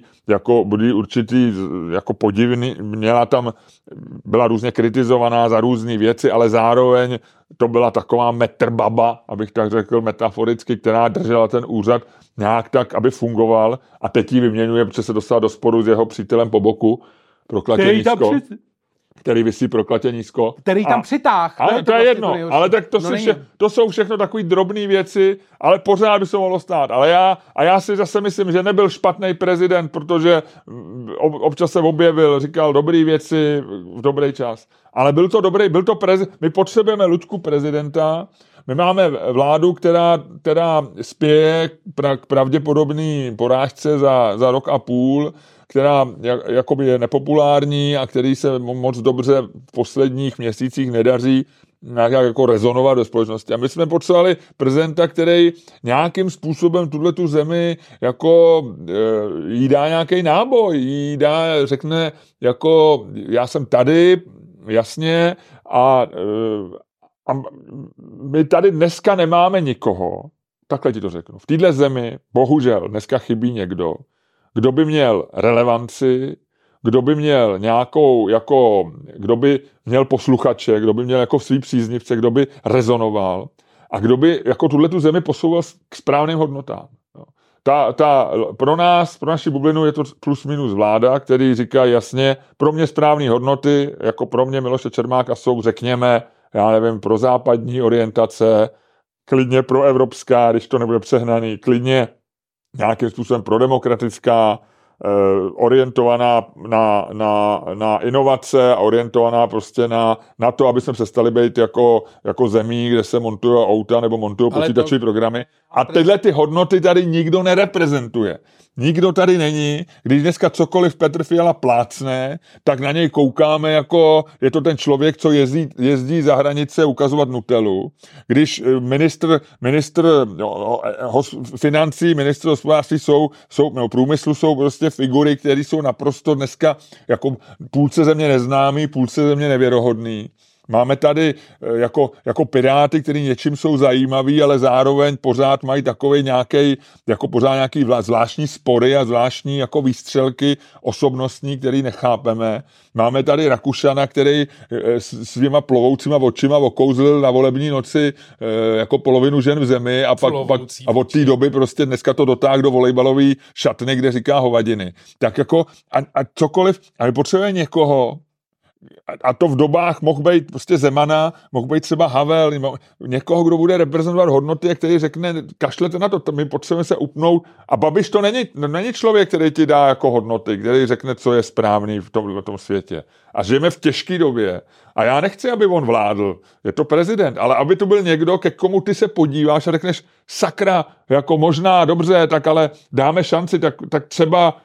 jako podivný, byla různě kritizovaná za různé věci, ale zároveň to byla taková metrbaba, abych tak řekl metaforicky, která držela ten úřad nějak tak, aby fungoval a teď ji vyměňuje, protože se dostala do sporu s jeho přítelem po boku, proklatě nízko. Který visí proklatě nízko. Který tam přitáh. Ale to je jedno, ale tak to jsou všechno takové drobné věci, ale pořád by se mohlo stát. Ale já si zase myslím, že nebyl špatný prezident, protože občas se objevil, říkal dobré věci v dobrý čas. Ale byl to prezident. My potřebujeme, Ludku, prezidenta. My máme vládu, která spěje k pravděpodobný porážce za rok a půl, která jakoby je nepopulární a který se moc dobře v posledních měsících nedaří nějak jako rezonovat do společnosti. A my jsme potřebovali prezidenta, který nějakým způsobem tu zemi jako jí dá nějaký náboj, řekne jako já jsem tady, jasně, a my tady dneska nemáme nikoho, takhle ti to řeknu. V téhle zemi bohužel dneska chybí někdo, kdo by měl relevanci, kdo by měl nějakou, jako, kdo by měl posluchače, kdo by měl jako svý příznivce, kdo by rezonoval a kdo by jako tuhletu zemi posouval k správným hodnotám. Pro nás, pro naši bublinu je to plus minus vláda, který říká jasně, pro mě správné hodnoty, jako pro mě Miloše Čermáka jsou, řekněme, já nevím, pro západní orientace, klidně pro evropská, když to nebude přehnaný, klidně nějakým způsobem prodemokratická, orientovaná na inovace a orientovaná prostě na to, aby jsme přestali být jako zemí, kde se montují auta nebo montují počítačové programy. A tyhle ty hodnoty tady nikdo nereprezentuje. Nikdo tady není. Když dneska cokoliv Petr Fiala plácne, tak na něj koukáme jako je to ten člověk, co jezdí za hranice ukazovat Nutellu. Když ministr financí, ministr hospodářství nebo průmyslu jsou prostě figury, které jsou naprosto dneska jako půlce země neznámý, půlce země nevěrohodný. Máme tady jako piráty, kteří něčím jsou zajímaví, ale zároveň pořád mají takový nějaký, jako pořád nějaký zvláštní spory a zvláštní jako výstřelky osobnostní, který nechápeme. Máme tady Rakušana, který svýma plovoucíma očima okouzlil na volební noci jako polovinu žen v zemi a pak od té doby prostě dneska to dotáhl do volejbalový šatny, kde říká hovadiny. Tak jako a cokoliv, a my potřebujeme někoho, a to v dobách mohl být prostě Zemana, mohl být třeba Havel, někoho, kdo bude reprezentovat hodnoty a který řekne, kašlete na to, my potřebujeme se upnout. A Babiš to není člověk, který ti dá jako hodnoty, který řekne, co je správný v tom světě. A žijeme v těžké době. A já nechci, aby on vládl, je to prezident, ale aby to byl někdo, ke komu ty se podíváš a řekneš, sakra, jako možná, dobře, tak ale dáme šanci, tak třeba.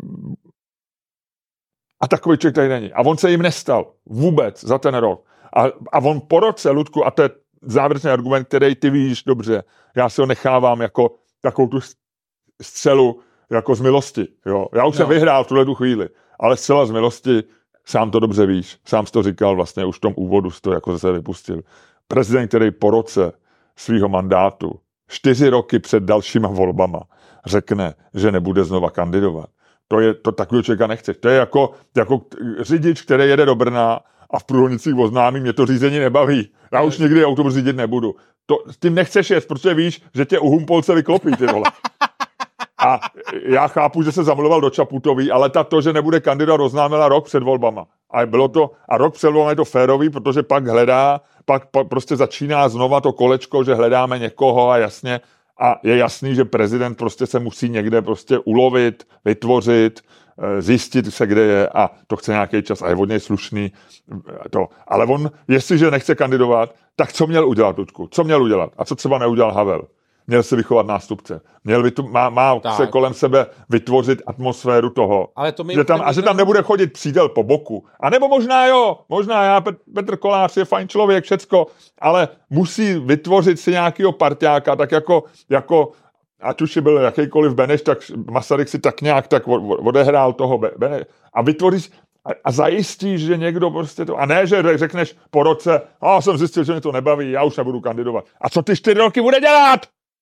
A takový člověk tady není. A on se jim nestal vůbec za ten rok. A on po roce, Ludku, a to je závěrečný argument, který ty víš dobře, já si ho nechávám jako takovou tu střelu jako z milosti. Jo. Já už jsem vyhrál v tuhle chvíli, ale zcela z milosti, sám to dobře víš, sám jsi to říkal vlastně už v tom úvodu, jsi to jako zase vypustil. Prezident, který po roce svýho mandátu 4 roky před dalšíma volbama řekne, že nebude znova kandidovat. To takového člověka nechceš. To je jako řidič, který jede do Brna a v průhodnicích oznámí, mě to řízení nebaví. Já už nikdy autobus řídit nebudu. S tím nechceš jet, protože víš, že tě u Humpolce vyklopí, ty vole. A já chápu, že se zamiloval do Čaputový, ale to, že nebude kandidovat, oznámila rok před volbama. A rok před volbama je to férový, protože pak hledá, pak prostě začíná znova to kolečko, že hledáme někoho a jasně. A je jasný, že prezident prostě se musí někde prostě ulovit, vytvořit, zjistit se, kde je a to chce nějaký čas a je od něj slušný to. Ale on, jestliže nechce kandidovat, tak co měl udělat, Ludku? Co měl udělat? A co třeba neudělal Havel? Měl se vychovat nástupce. Má se kolem sebe vytvořit atmosféru toho, že tam nebude chodit přítel po boku. A nebo možná Petr Kolář je fajn člověk, všecko, ale musí vytvořit si nějakýho parťáka, tak jako ať už byl jakýkoliv Beneš, tak Masaryk si tak nějak tak odehrál toho Beneš. A vytvoříš a zajistíš, že někdo prostě to. A ne, že řekneš po roce, jsem zjistil, že mě to nebaví, já už nebudu kandidovat. A co ty 4 roky bude dělat?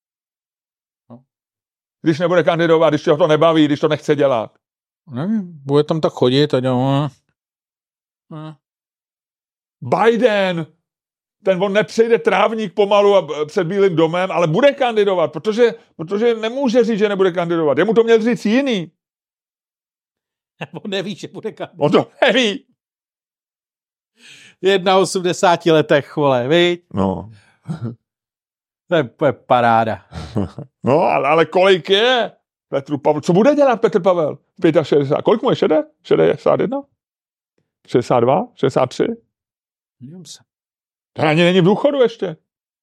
Když nebude kandidovat, když ho to nebaví, když to nechce dělat. Nevím, bude tam tak chodit a dělat. Biden, on nepřejde trávník pomalu a před Bílým domem, ale bude kandidovat, protože nemůže říct, že nebude kandidovat. Jemu to měl říct jiný. On neví, že bude kandidovat. On to neví. V 81 letech, vole, viď? No. To je paráda. No, ale kolik je Petru Pavel? Co bude dělat Petr Pavel? 65. Kolik mu je? 61? 62? 63? Nevím se. To ani není v důchodu ještě.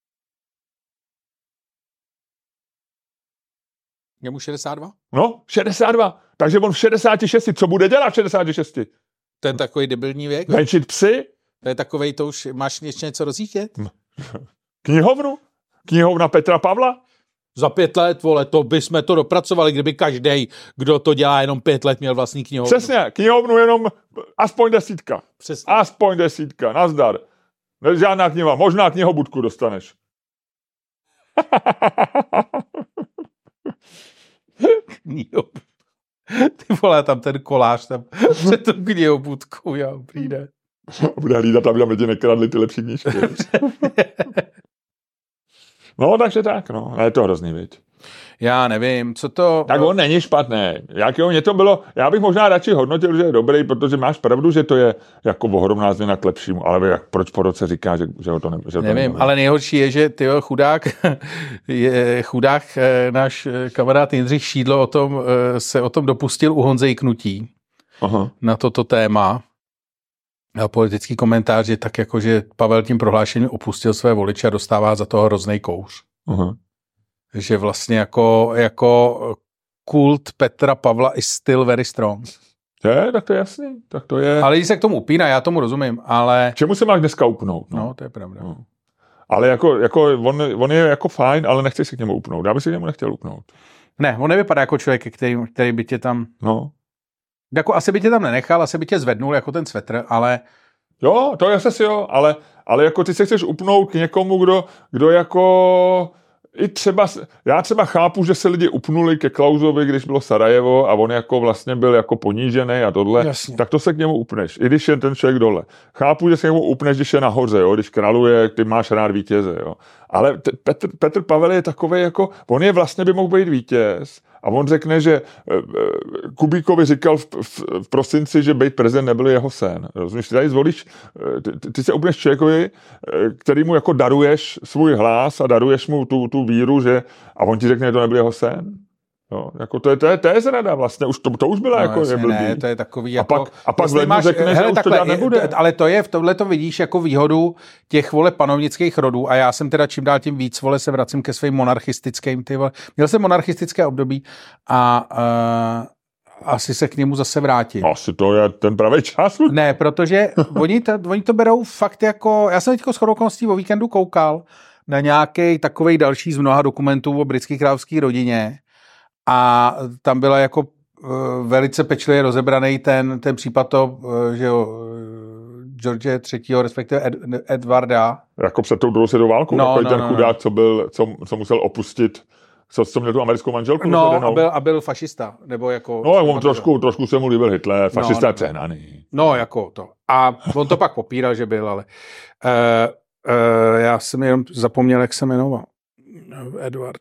Je mu 62? No, 62. Takže on v 66. Co bude dělat v 66? To je takový debilní věk. Venčit psy? To je takovej, to už máš ještě něco rozjítět? Knihovna Petra Pavla? Za 5 let, vole, to bychom to dopracovali, kdyby každý, kdo to dělá jenom 5 let, měl vlastní knihovnu. Přesně, knihovnu jenom aspoň 10. Přesně. Aspoň 10, nazdar. Žádná kniha, možná knihobudku dostaneš. Ty vole, tam ten kolář tam před tou knihobudkou, já přijde. Bude hlídat, aby tam lidi nekradli ty lepší knížky. No, takže tak, no. Je to hrozný, viď. Já nevím, co to... Tak on není špatný. Mě to bylo, já bych možná radši hodnotil, že je dobrý, protože máš pravdu, že to je jako ohromná změna k lepšímu, ale proč po roce říká, že ho to nevím, ale nejhorší je, že tyjo, chudák náš kamarád Jindřich Šídlo se o tom dopustil u Honzej Knutí. Aha. Na toto téma. A politický komentář je tak jako, že Pavel tím prohlášením opustil své voliče a dostává za toho hroznej kouř. Aha. Že vlastně jako kult Petra Pavla is still very strong. Tak to je jasný. Tak to je... Ale když se k tomu upíná, já tomu rozumím, ale... Čemu se máš dneska upnout? No, to je pravda. No. Ale jako on je jako fajn, ale nechci se k němu upnout. Já bych se k němu nechtěl upnout. Ne, on nevypadá jako člověk, který by tě tam... No. Jako asi by tě tam nenechal, asi by tě zvednul jako ten svetr, ale... Jo, to je asi jo, ale jako ty se chceš upnout k někomu, kdo jako... Já třeba chápu, že se lidi upnuli ke Klausovi, když bylo Sarajevo a on jako vlastně byl jako ponížený a tohle, jasně. Tak to se k němu upneš, i když je ten člověk dole. Chápu, že se k němu upneš, když je nahoře, jo, když kraluje, ty máš rád vítěze, jo. Ale Petr Pavel je takovej jako, on je vlastně by mohl být vítěz a on řekne, že Kubíkovi říkal v prosinci, že být prezident nebyl jeho sen. Rozumíš, ty tady zvolíš, ty se upneš člověkovi, kterýmu jako daruješ svůj hlas a daruješ mu tu víru, že a on ti řekne, že to nebyl jeho sen. Jo, jako to je zrada vlastně, to už byla no, jako neblbý. Ne, to je takový jako... A pak máš, řekne, hele, že takhle, už to dělat nebude. Ale v tomhle to vidíš jako výhodu těch vole panovnických rodů a já jsem teda čím dál tím víc vole se vracím ke svým monarchistickým ty vole. Měl jsem monarchistické období a asi se k němu zase vrátím. Asi to je ten pravý čas. Ne, protože oni to berou fakt jako... Já jsem teďko shodou okolností o víkendu koukal na nějaký takovej další z mnoha dokumentů o britské královské rodině a tam byla jako velice pečlivě rozebraný ten případ že jo, George III., respektive Edwarda. Jako před tou druhou světovou válkou, ten chudák, co musel opustit, co měl tu americkou manželku. No, a byl fašista. Nebo jako, no, on trošku se mu líbil Hitler, fašista je přehnaný. No, jako to. A on to pak popíral, že byl, ale já jsem jenom zapomněl, jak se jmenoval. Edward.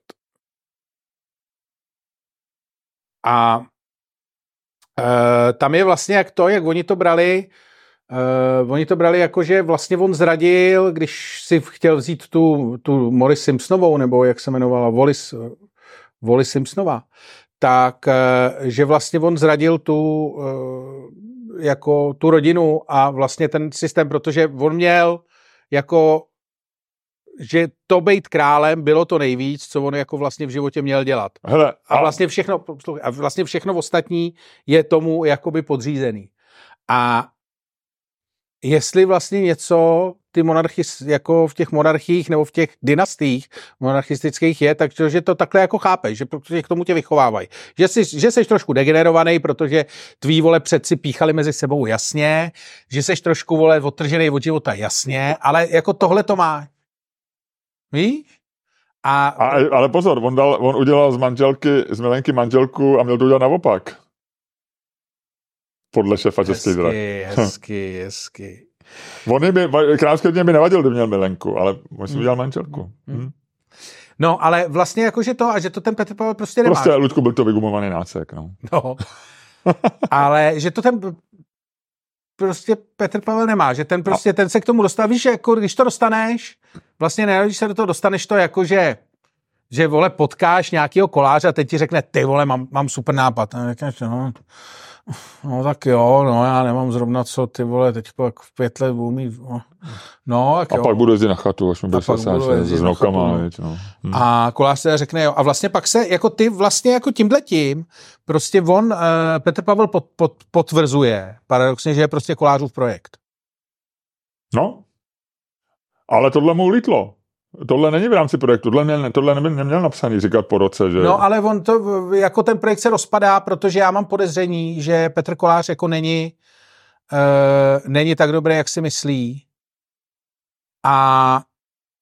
A tam je vlastně jak oni to brali, jako, že vlastně on zradil, když si chtěl vzít tu Morris Simpsonovou, nebo jak se jmenovala, Wallis Simpsonová, tak, že vlastně on zradil tu rodinu a vlastně ten systém, protože on měl jako že to být králem bylo to nejvíc, co on jako vlastně v životě měl dělat. Hele, a vlastně všechno ostatní je tomu jakoby podřízený. A jestli vlastně něco ty monarchy jako v těch monarchiích nebo v těch dynastiích monarchistických je, takže to takhle jako chápeš, že protože k tomu tě vychovávají. Že jsi trošku degenerovaný, protože tví vole předci píchali mezi sebou jasně, že jsi trošku vole odtržený od života jasně, ale jako tohle to má. Víš? Ale pozor, on udělal z Milenky manželku a měl to udělat naopak. Podle šefa Českých drah. Hezky. Královské rodině by nevadil, kdyby měl Milenku, ale musím udělat manželku. No, ale vlastně jako, že to ten Petr Pavel prostě nemá. Prostě, Luďku, byl to vygumovaný nácek, no. Ale že to ten prostě Petr Pavel nemá, že ten prostě, ten se k tomu dostal, víš, jako když to dostaneš, vlastně ne, když se do toho dostaneš to jako, že vole, potkáš nějakýho koláře a teď ti řekne, ty vole, mám super nápad. A řekneš, no tak jo, no já nemám zrovna co, ty vole, teďko jako v 5 let umí, no tak jo. A pak budu jezdit na chatu, až mi bude sasáč s nokama, no. A kolář se řekne, jo, a vlastně pak se, jako ty vlastně jako tímhletím, prostě Petr Pavel potvrzuje, paradoxně, že je prostě kolářův projekt. No, ale tohle mu ulítlo. Tohle není v rámci projektu, tohle neměl napsaný říkat po roce, že... No, ale on to, jako ten projekt se rozpadá, protože já mám podezření, že Petr Kolář jako není tak dobrý, jak si myslí. A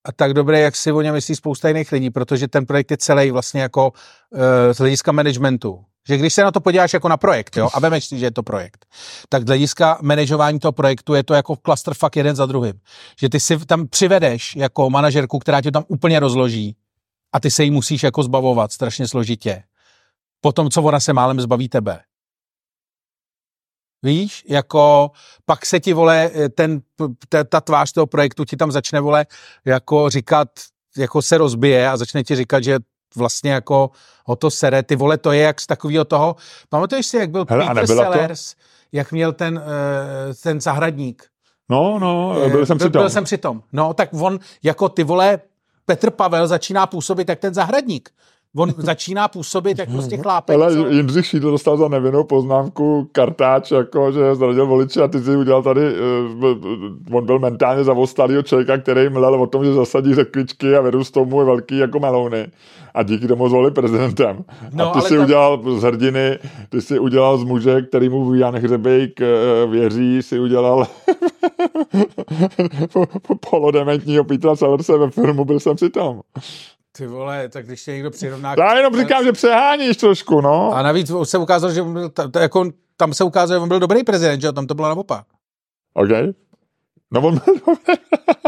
tak dobrý, jak si o něm myslí spousta jiných lidí, protože ten projekt je celý vlastně jako z hlediska managementu. Že když se na to podíváš jako na projekt, jo, a vemeš si, že je to projekt, tak z hlediska manažování toho projektu je to jako clusterfuck jeden za druhým. Že ty si tam přivedeš jako manažerku, která tě tam úplně rozloží a ty se jí musíš jako zbavovat strašně složitě. Potom, co ona se málem zbaví tebe. Víš, jako pak se ti, vole, ta tvář toho projektu ti tam začne, vole, jako říkat, jako se rozbije a začne ti říkat, že vlastně jako ho to sere, ty vole, to je jak z takového toho, pamatuješ si, jak byl Peter Sellers, jak měl ten zahradník? No, byl jsem při tom. No, tak on, jako ty vole, Petr Pavel začíná působit jak ten zahradník. On začíná působit jak prostě chlápek. Ale Jindřich Šídl dostal za nevinnou poznámku kartáč, jako, že zradil voliče a ty si udělal tady, on byl mentálně zavostalýho člověka, který mlel o tom, že zasadí řekvičky a vyrůstou mu velký jako melouny. A díky tomu zvolili prezidentem. No, a ty si udělal z hrdiny, ty si udělal z muže, který mu Jan Hřebejk věří, si udělal polodementního Petra Sellerse ve filmu Byl jsem si tam. Ty vole, tak když tě někdo přirovná... Já jenom říkám, že přeháníš trošku, no. A navíc se ukázalo, že jako, tam se ukázalo, že on byl dobrý prezident, že tam to bylo naopak. OK. No on byl dobrý.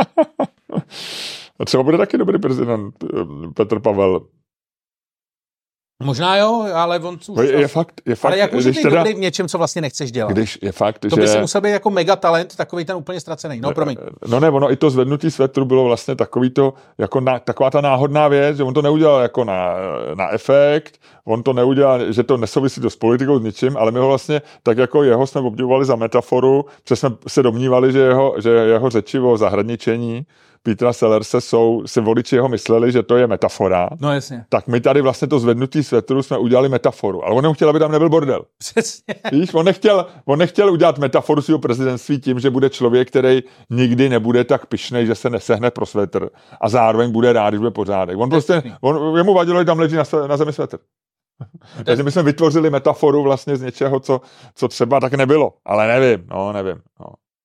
A třeba bude taky dobrý prezident Petr Pavel. Možná jo, ale on... Je fakt, ale jak může být dobrý v něčem, co vlastně nechceš dělat? Když je fakt, to by si musel být jako megatalent, takový ten úplně ztracený. No, promiň. No ne, ono i to zvednutí svetru bylo vlastně takový to, jako taková ta náhodná věc, že on to neudělal jako na efekt, on to neudělal, že to nesouvisí to s politikou, s ničím, ale my ho vlastně, tak jako jeho jsme obdivovali za metaforu, protože jsme se domnívali, že jeho řeči o zahradničení Petra Sellerse si voliči jeho mysleli, že to je metafora. No jasně. Tak my tady vlastně to zvednutí svetru jsme udělali metaforu. Ale on nechtěl, aby tam nebyl bordel. Přesně. Víš, on nechtěl udělat metaforu svého prezidentství tím, že bude člověk, který nikdy nebude tak pyšnej, že se nesehne pro svetr a zároveň bude rád, když bude pořádek. Jemu vadilo, že tam leží na zemi svetr. Takže my jsme vytvořili metaforu vlastně z něčeho, co třeba tak nebylo. Ale nevím. No.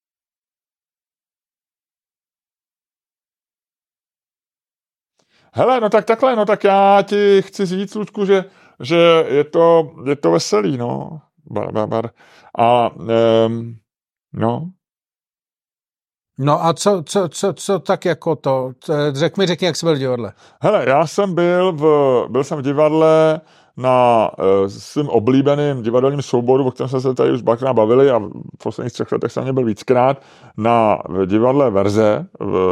Hele, no tak takhle, tak já ti chci říct, Lučku, že je to veselý, no. A no. No a co tak jako to? Řekni, jak jsi byl v divadle. Hele, já jsem byl jsem v divadle na svým oblíbeným divadelním souboru, o kterém jsme se tady už dvakrát bavili a v posledních 3 letech jsem byl víckrát, na divadle Verze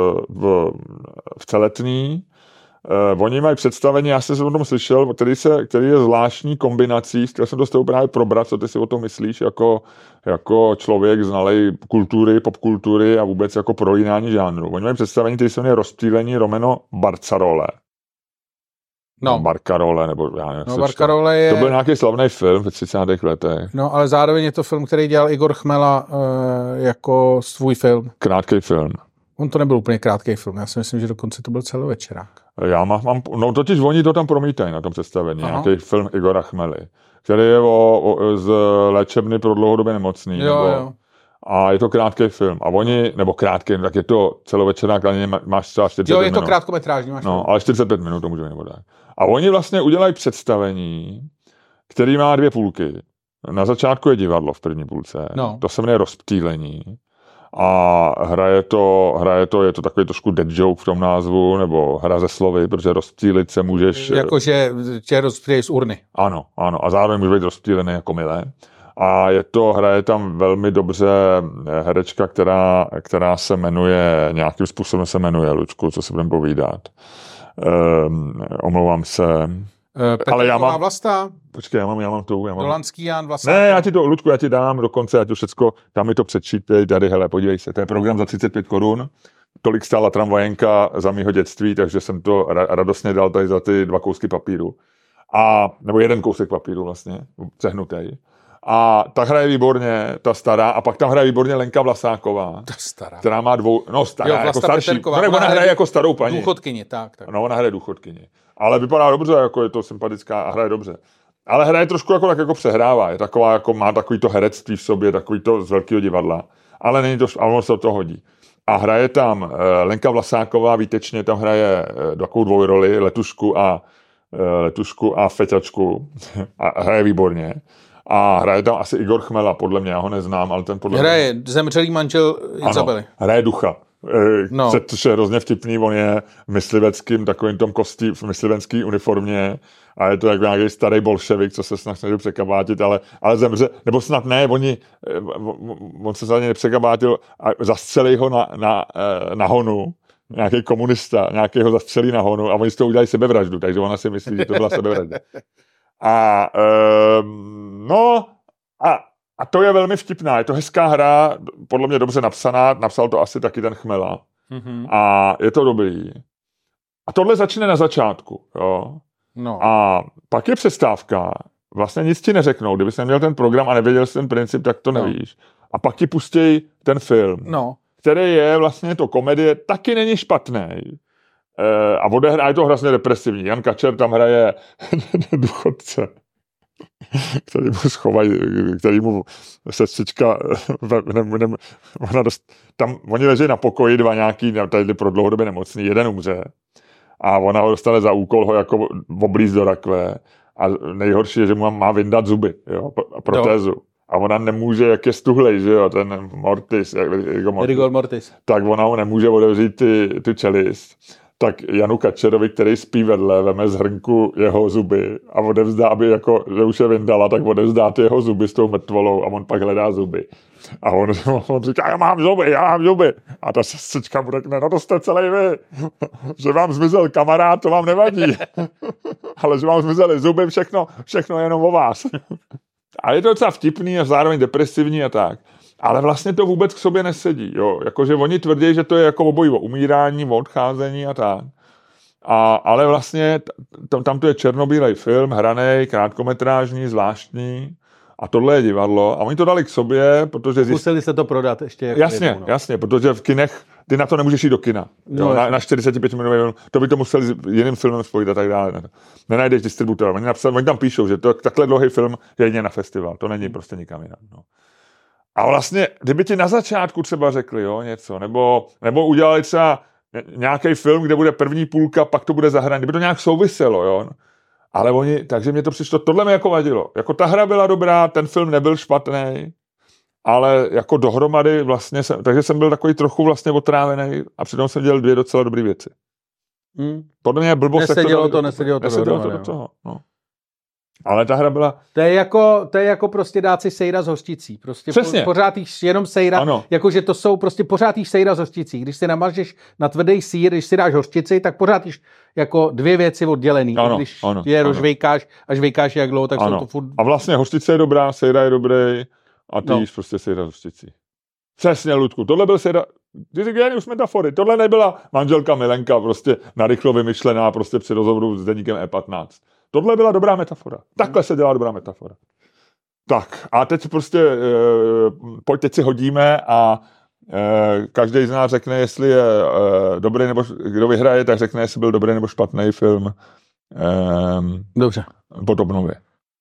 v Celetný. Oni mají představení, já jsem o tom slyšel, který je zvláštní kombinací, s kterou jsem to s tebou právě probrat, co ty si o tom myslíš, jako člověk znalej kultury, popkultury a vůbec jako prolínání žánru. Oni mají představení, který se jmenuje Rozptýlení Romano Barcarole. No. Barcarole, nebo já nevím. No, Barcarole je... To byl nějaký slavný film v 30. letech. No, ale zároveň je to film, který dělal Igor Chmela jako svůj film. Krátký film. On to nebyl úplně krátký film, já si myslím, že dokonce to byl celovečerák. Já mám totiž oni to tam promítají na tom představení, nějaký film Igora Chmely, který je z léčebny pro dlouhodobě nemocný. Jo. A je to krátký film. A oni, nebo krátký, tak je to celovečerák, ale máš třeba 45 minut. Jo, je to krátkometrážní. No, ale 45 minut to můžeme nebo tak. A oni vlastně udělají představení, který má 2 půlky. Na začátku je divadlo v první půlce. No. To se jmenuje Rozptýlení. A hraje to, je to takový trošku dead joke v tom názvu, nebo hra ze slovy, protože rozptýlit se můžeš... Jakože tě rozptýlí z urny. Ano, a zároveň může být rozptýlený jako milé. A hraje tam velmi dobře herečka, která se jmenuje, nějakým způsobem se jmenuje, Lučku, co si budeme povídat. Omlouvám se... Ale já mám... Vlasta. Počkej, já mám tu. Dolanský Jan Vlasta. Ne, Lučku, já ti dám dokonce, ať to všecko, tam mi to přečítej, tady, hele, podívej se, to je program za 35 korun, tolik stála tramvajenka za mýho dětství, takže jsem to radostně dal tady za ty 2 kousky papíru. Nebo 1 kousek papíru vlastně, přehnutej. A ta hraje výborně, ta stará, a pak tam hraje výborně Lenka Vlasáková. Ta stará. Která má 2, stará, jo, jako starší. Ona hraje jako starou paní. Důchodkyni, tak. No, ona hraje důchodkyni. Ale vypadá dobře, jako je to sympatická a hraje dobře. Ale hraje trošku jako přehrává, je taková, jako má takový to herectví v sobě, takový to z velkého divadla. Ale není to, ale on se o to hodí. A hraje tam Lenka Vlasáková, výtečně tam hraje takovou dvojroli, Letušku a Feťačku. A hraje výborně. A hraje tam asi Igor Chmela, podle mě, já ho neznám, ale ten podle mě... zemřelý manžel Izabely. Ano, hraje ducha. Což je hrozně vtipný, on je v mysliveckým, takovým tom kostý, v myslivecký uniformě a je to jako nějaký starý bolševik, co se snad snažil překabátit, ale zemře, nebo snad ne, on se snad nepřekabátil a zastřelí ho na honu, nějaký komunista, nějaký ho zastřelí na honu a oni z toho udělají sebevraždu, takže ona si myslí, že to byla sebevražda. A to je velmi vtipná, je to hezká hra, podle mě dobře napsaná, napsal to asi taky ten Chmela. Mm-hmm. A je to dobrý. A tohle začne na začátku, jo. No. A pak je přestávka, vlastně nic ti neřeknou, kdybys neměl ten program a nevěděl jsi ten princip, tak to nevíš. A pak ti pustí ten film, který je vlastně to komedie, taky není špatný. A je to hrozně depresivní. Jan Kačer tam hraje důchodce, který mu sestřička tam oni leží na pokoji, dva nějaký tady pro dlouhodobě nemocný, jeden umře a ona ho dostane za úkol ho jako oblízt do rakve a nejhorší je, že mu má vyndat zuby, jo, protézu. A ona nemůže, jak je stuhlej, že jo, ten Mortis, Rigor Mortis. Tak ona ho nemůže odevřít tu čelist. Tak Janu Kačerovi, který spí vedle, veme z hrnku jeho zuby a odevzdá, aby jako, že už je vyndala, tak odevzdá ty jeho zuby s tou mrtvolou a on pak hledá zuby. A on říká, já mám zuby. A ta sestřička mu řekne, no to jste celý vy. Že vám zmizel kamarád, to vám nevadí. Ale že vám zmizely zuby, všechno je jenom o vás. A je to docela vtipný a zároveň depresivní a tak. Ale vlastně to vůbec k sobě nesedí, jo. Jakože oni tvrdí, že to je jako obojí o umírání, o odcházení a tak. Ale vlastně tam to je černobílej film, hranej, krátkometrážní, zvláštní. A tohle je divadlo. A oni to dali k sobě, protože... Museli se to prodat ještě. Jako jasně, protože v kinech ty na to nemůžeš jít do kina. No, na 45 minut, to by to museli s jiným filmem spojit a tak dále. Nenajdeš distributora. Oni tam píšou, že takhle dlouhý film je jedině na festival. To není prostě nikam jinam. No. A vlastně, kdyby ti na začátku třeba řekli, jo, něco, nebo udělali třeba nějaký film, kde bude první půlka, pak to bude zahraný, kdyby to nějak souviselo, jo. Ale takže mě to přišlo, tohle mi jako vadilo. Jako ta hra byla dobrá, ten film nebyl špatný, ale jako dohromady vlastně takže jsem byl takový trochu vlastně otrávený a přitom jsem dělal 2 docela dobré věci. Podle mě blbost... Nesedělo to do toho, no. Ale ta hra byla... To je jako prostě dát si sejra s hořčicí. Prostě pořád jíš jenom sejra, jakože to jsou prostě pořád jíš sejra s hořčicí. Když si namažeš na tvrdý sýr, když si dáš hořčici, tak pořád jíš jako 2 věci oddělený. Když je rozžvejkáš a žvejkáš jak dlouho, tak jsou to furt... A vlastně hořčice je dobrá, sejra je dobrý a ty jíš prostě sejra s hořčicí. Přesně, Ludku, tohle byl sejra... Ty jsi genius metafory. Tohle nebyla manželka Milenka, prostě narychlo vymyšlená prostě při rozhovoru s deníkem E15. Tohle byla dobrá metafora. Takhle se dělá dobrá metafora. Tak, a teď prostě, teď si hodíme a každý z nás řekne, jestli je dobrý, nebo kdo vyhraje, tak řekne, jestli byl dobrý nebo špatný film. Dobře. Po Topnově.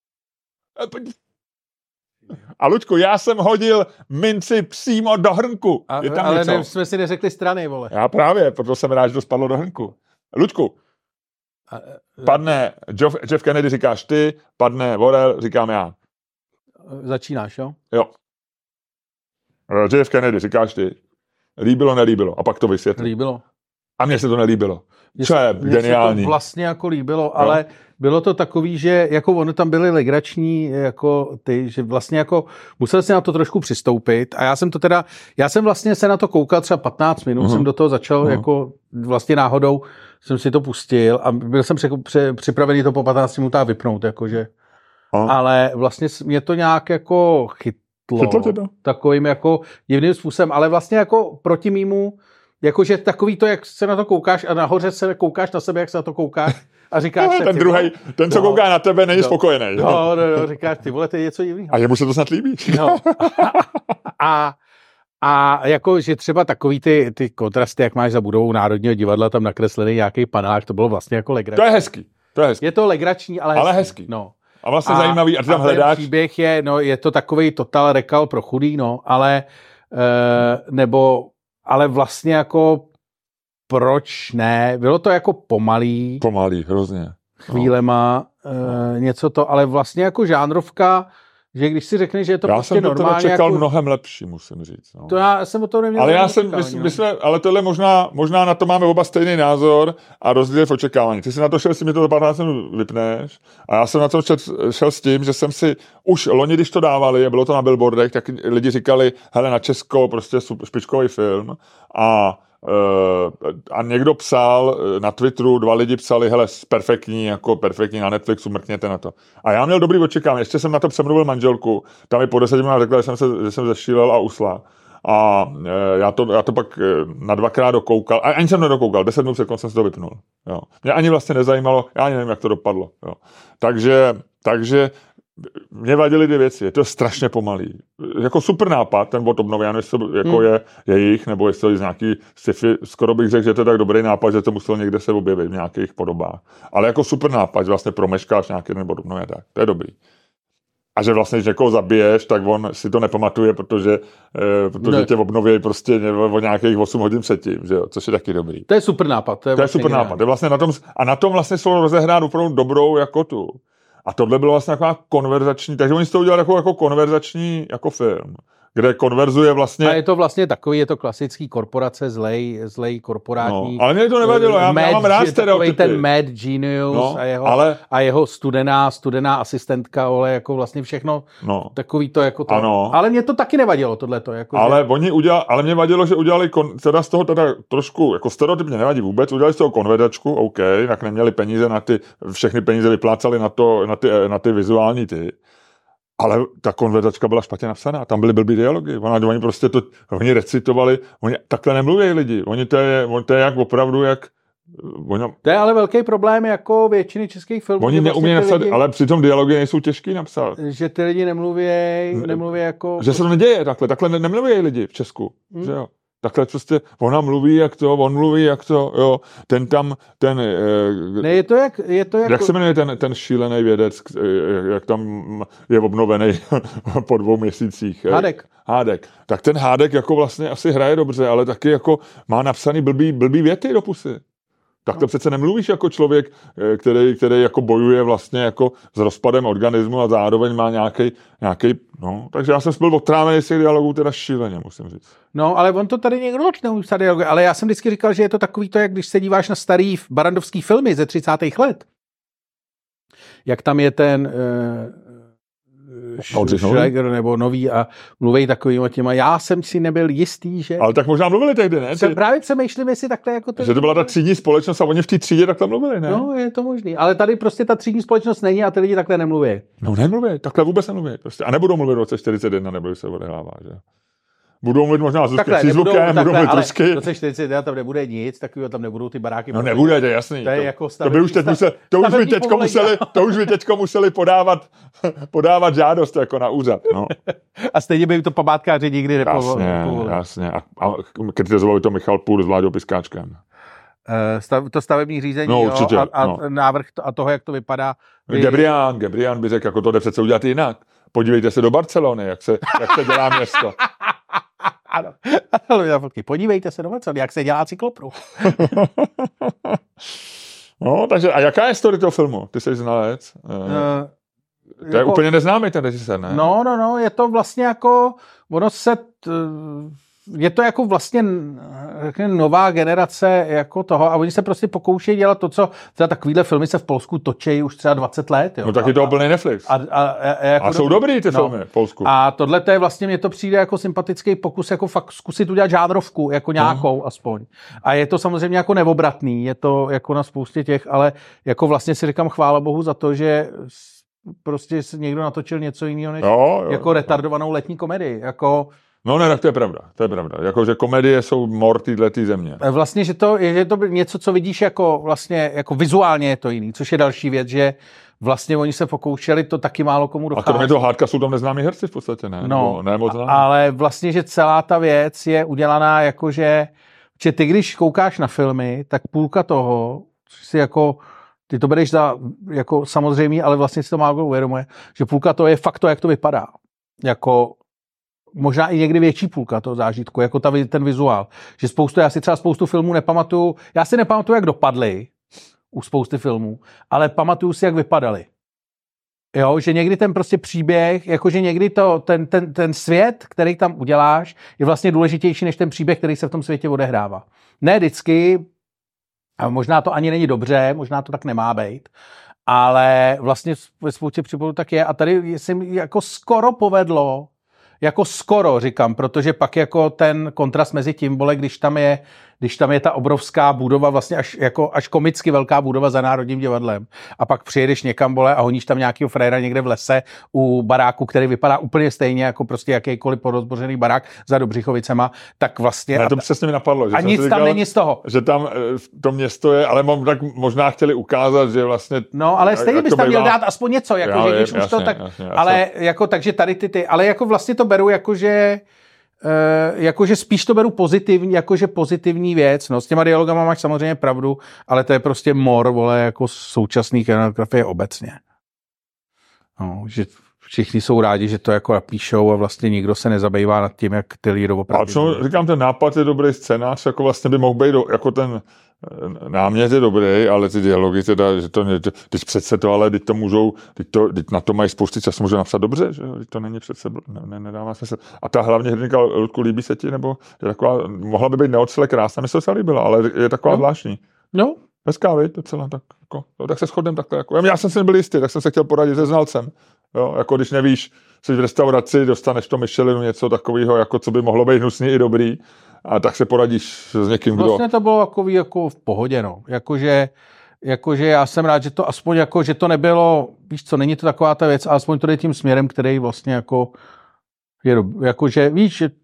A Luďku, já jsem hodil minci přímo do hrnku. Ale jsme si neřekli strany, vole. Já právě, proto jsem rád, že to spadlo do hrnku. Luďku, padne Jeff Kennedy, říkáš ty, padne Vorel, říkám já. Začínáš, jo? Jo. Jeff Kennedy, říkáš ty. Líbilo, nelíbilo. A pak to vysvětlí. Líbilo. A mně se to nelíbilo. Co je geniální. Mně se to vlastně jako líbilo, ale bylo to takový, že jako ono tam byly legrační jako ty, že vlastně jako musel si na to trošku přistoupit a já jsem vlastně se na to koukal třeba 15 minut, jsem do toho začal jako vlastně náhodou jsem si to pustil a byl jsem připravený to po 15 minutách vypnout, jakože. Ale vlastně mě to nějak jako chytlo takovým jako divným způsobem, ale vlastně jako proti mýmu, jakože takový to, jak se na to koukáš a nahoře se koukáš na sebe, jak se na to koukáš a říkáš ten druhej, ten, co kouká na tebe, není spokojený. No, říkáš, ty vole, to je něco divného. A jemu se to snad líbí. No. A jako, že třeba takový ty kontrasty, jak máš za budovou Národního divadla, tam nakreslený nějaký panák, to bylo vlastně jako legrační. To je hezký. Je to legrační, ale hezký. No. A vlastně zajímavý, a ty tam hledáš. Ten příběh je to takovej total rekal pro chudý, no, ale nebo ale vlastně jako proč ne? Bylo to jako pomalý. Pomalý, hrozně. Chvílema, něco to, ale vlastně jako žánrovka, že když si řekneš, že je to já prostě jsem to normálně... čekal jako, mnohem lepší, musím říct. No. To já jsem o tom neměl. Ale ale tohle možná na to máme oba stejný názor a rozdíl v očekávání. Ty jsi na to šel, si mi to za 15 minut vypneš a já jsem na to šel s tím, že jsem si už loni, když to dávali a bylo to na billboardech, tak lidi říkali, hele, na Česko prostě špičkový film a někdo psal na Twitteru, 2 lidi psali, hele, perfektní na Netflixu, mrkněte na to. A já měl dobrý očekávání, ještě jsem na to přemluvil manželku, tam mi po 10 minut řekla, že jsem zešílel a usla. A já to pak na 2krát dokoukal, a ani jsem nedokoukal, 10 minut před koncem jsem to vypnul. Jo. Mě ani vlastně nezajímalo, já ani nevím, jak to dopadlo. Jo. Takže mě vadily 2 věci, je to strašně pomalý. Jako super nápad, ten od obnovy, já nevím, jestli to jako je jejich, nebo jestli to je z nějaký sci-fi, skoro bych řekl, že to je tak dobrý nápad, že to muselo někde se objevit v nějakých podobách. Ale jako super nápad, že vlastně promeškáš nějaký nebo obnově, tak to je dobrý. A že vlastně, když někoho zabiješ, tak on si to nepamatuje, protože tě obnoví prostě o nějakých 8 hodin předtím, že jo, což je taky dobrý. To je super nápad. To je super nápad. Je vlastně na tom vlastně jsou rozehrát opravdu dobrou jako tu. A tohle bylo vlastně taková konverzační, takže oni si to udělali jako konverzační jako film, kde konverzuje vlastně... A je to vlastně takový, je to klasický korporace, zlej korporátní... No, ale mě to nevadilo, já mám rád stereotypy. Ten mad genius a jeho studená asistentka, ale jako vlastně všechno takový to jako to. Ano. Ale mě to taky nevadilo, tohleto. Jako ale mě vadilo, že udělali teda z toho teda trošku, jako stereotyp mě nevadí vůbec, udělali z toho konverzačku, OK, tak neměli peníze všechny peníze vyplácali na ty vizuální ale ta konverzačka byla špatně napsaná, tam byly blbý dialogy, oni recitovali, oni takhle nemluví lidi, to je jak opravdu, To je ale velký problém jako většiny českých filmů. Oni neumějí napsat, ale přitom dialogy nejsou těžký napsat. Že ty lidi nemluví jako... Že se to neděje takhle nemluví lidi v Česku, že jo. Takhle prostě ona mluví jak to, on mluví jak to, jo. Ne, je to jak... Jak se jmenuje ten šílený vědec, jak tam je obnovený po 2 měsících? Hádek. Tak ten Hádek jako vlastně asi hraje dobře, ale taky jako má napsaný blbý věty do pusy. Tak to přece nemluvíš jako člověk, který jako bojuje vlastně jako s rozpadem organismu a zároveň má nějaký takže já jsem byl otrávený z těch dialogů teda šíleně, musím říct. No, ale on to tady někdo neumí psát dialogy, ale já jsem vždycky říkal, že je to takový to, jak když se díváš na starý barandovský filmy ze 30. let. Jak tam je ten Schreiger nebo nový a mluví takovýma těma. Já jsem si nebyl jistý, že... Ale tak možná mluvili tehdy, ne? Právě přemýšlím, jestli takhle jako to... Že to byla ta třídní společnost a oni v té třídě takhle mluvili, ne? No, je to možný. Ale tady prostě ta třídní společnost není a ty lidi takhle nemluví. No nemluví, takhle vůbec nemluví. Prostě. A nebudou mluvit v roce 41, nebo se odehrává, že? Budou mluvit možná s přízvukem, budou mluvit rusky. V roce 41 tam nebude nic, takového tam nebudou ty baráky. No nebude, to je jasný. To je jako to už by teďko museli podávat žádost jako na úřad. No. A stejně by to památkáři nikdy nepovolili. Jasně. A kritizovali to Michal Půl s Vláďou Piskáčkem. To stavební řízení, no, určitě, a návrh a toho, jak to vypadá. Gebrián by řekl, jako to jde přece udělat jinak. Podívejte se do Barcelony, jak se dělá město. Ano. Podívejte se do Barcelony, jak se dělá cyklopruh. No, takže a jaká je story toho filmu? Ty jsi znalec. To je úplně neznámý ten režisér, ne? No, je to vlastně jako, je to jako vlastně nová generace jako toho a oni se prostě pokoušejí dělat to, co třeba takovýhle filmy se v Polsku točí už třeba 20 let. Jo. No tak je to plný Netflix. A jsou dobrý ty filmy v Polsku. A tohle to je vlastně, mně to přijde jako sympatický pokus jako fakt zkusit udělat žánrovku, jako nějakou aspoň. A je to samozřejmě jako neobratný, je to jako na spoustě těch, ale jako vlastně si říkám chvála Bohu za to, že prostě si někdo natočil něco jiného než jako retardovanou letní komedii. Jako no ne, tak to je pravda. Jako, že komedie jsou mor této země. Vlastně, že to něco, co vidíš jako vlastně, jako vizuálně je to jiný, což je další věc, že vlastně oni se pokoušeli, to taky málo komu dochází. A kromě toho Hádka jsou tam neznámí herci v podstatě, ne? No, ne moc známí. Ale vlastně, že celá ta věc je udělaná jako, že ty, když koukáš na filmy, tak půlka toho, si jako ty to bereš za jako samozřejmý, ale vlastně si to málo uvědomuje, že půlka toho je fakt to, jak to vypadá. Jako možná i někdy větší půlka toho zážitku, jako ten vizuál. Že já si třeba spoustu filmů nepamatuju, já si nepamatuju, jak dopadly u spousty filmů, ale pamatuju si, jak vypadaly. Jo, že někdy ten prostě příběh, jakože někdy ten svět, který tam uděláš, je vlastně důležitější než ten příběh, který se v tom světě odehrává. Ne vždycky, a možná to ani není dobře, možná to tak nemá být, ale vlastně ve spoustě případů tak je. A tady se mi jako skoro povedlo, jako skoro říkám, protože pak jako ten kontrast mezi tím, když tam je ta obrovská budova, vlastně až komicky velká budova za Národním divadlem a pak přijedeš někam, a honíš tam nějakýho frajera někde v lese u baráku, který vypadá úplně stejně jako prostě jakýkoliv porozbořený barák za Dobřichovicema, tak vlastně... Ne, to přesně mi napadlo. Že a nic tam není z toho. Že tam to město je, ale tak možná chtěli ukázat, že vlastně... No, ale stejně bys tam měl dát aspoň něco, jako, že když už to tak... Jasně. Ale jako, takže tady ale jako vlastně to beru jakože spíš to beru pozitivní, jakože pozitivní věc. No, s těma dialogama máš samozřejmě pravdu, ale to je prostě mor, vole, jako současný kinematografie obecně. No, že všichni jsou rádi, že to jako napíšou a vlastně nikdo se nezabývá nad tím, jak ty lidi doopravdy. Ale říkám, ten nápad je dobrý scénář, jako vlastně by mohl být, jako ten námět je dobrý, ale ty dialogy teda, že to, teď přece to, ale teď to můžou, teď na to mají spousty času, můžou napsat dobře, že teď to není přece, nedává smysl. A ta hlavně hrdinka, Ludku, líbí se ti, nebo je taková, mohla by být neodstřele krásná, mi se docela líbila, ale je taková zvláštní. No. Hezká, viď, docela, tak se shodneme takhle, jako, já jsem si nebyl jistý, tak jsem se chtěl poradit se znalcem, jo, jako když nevíš, jsi v restauraci, dostaneš to Michelinu, něco takového, jako co by mohlo být hnusný i dobrý, a tak se poradíš s někým, kdo... Vlastně to bylo takový jako v pohodě, no. Jakože já jsem rád, že to aspoň jako, že to nebylo, víš co, není to taková ta věc, ale aspoň to jde tím směrem, který vlastně jako je jakože, víš, že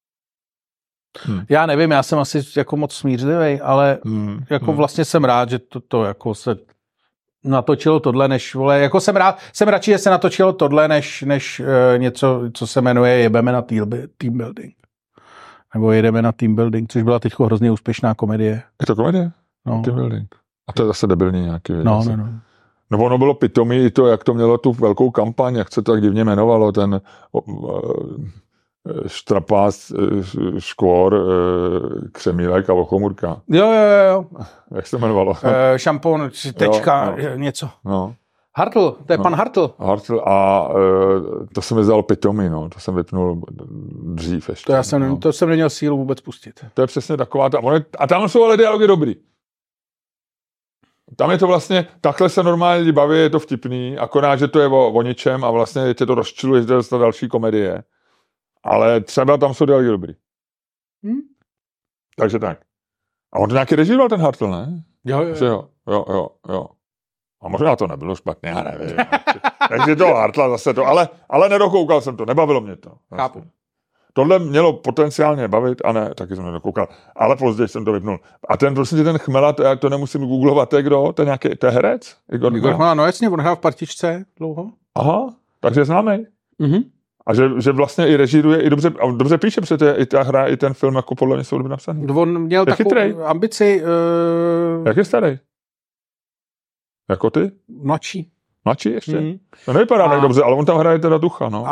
já nevím, já jsem asi jako moc smířlivý, ale jako vlastně jsem rád, že to jako se natočilo tohle, než, vole, jako jsem radši, že se natočilo tohle, než něco, co se jmenuje Jebeme na team building. Nebo Jedeme na team building, což byla teď hrozně úspěšná komedie. Je to komedie? No. Team building. A to je zase debilní nějaký věc. No. No ono bylo pitomý i to, jak to mělo tu velkou kampaň, jak se to tak divně jmenovalo, ten Štrapás, Škvor, Křemílek a Ochomurka. Jo. Jak se jmenovalo? Šampon, tečka, něco. No. Hartl, to je pan Hartl. Hartl a to se mi zdalo pitomý, no. To jsem vypnul dřív ještě. To jsem neměl sílu vůbec pustit. To je přesně taková a tam jsou ale dialogy dobrý. Tam je to vlastně, takhle se normálně lidi baví, je to vtipný, akorát, že to je o ničem a vlastně tě to rozčiluje, že to je další komedie. Ale třeba tam jsou dialogy dobrý. Takže tak. A on to nějaký režíroval, ten Hartl, ne? Jo. A možná to nebylo špatně, já nevím. Takže to Hartla zase to, ale nedokoukal jsem to, nebavilo mě to. Chápu. Tohle mělo potenciálně bavit, a ne, taky jsem nedokoukal. Ale později jsem to vypnul. A ten Chmela, to nemusím googlovat, to je kdo? To je herec? Igor Chmela, no jasně, on hrál v Partičce dlouho. Aha, takže známej. Mhm. A že vlastně i režíruje, i dobře píše, protože i ta hra, i ten film jako podle mě jsou dobře napsaný. On měl takovou ambici... Jak je starý? Jako ty? Mladší ještě? To nevypadá tak dobře, ale on tam hraje teda ducha, no.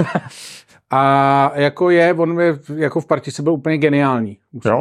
A jako on je jako v Partičce byl úplně geniální.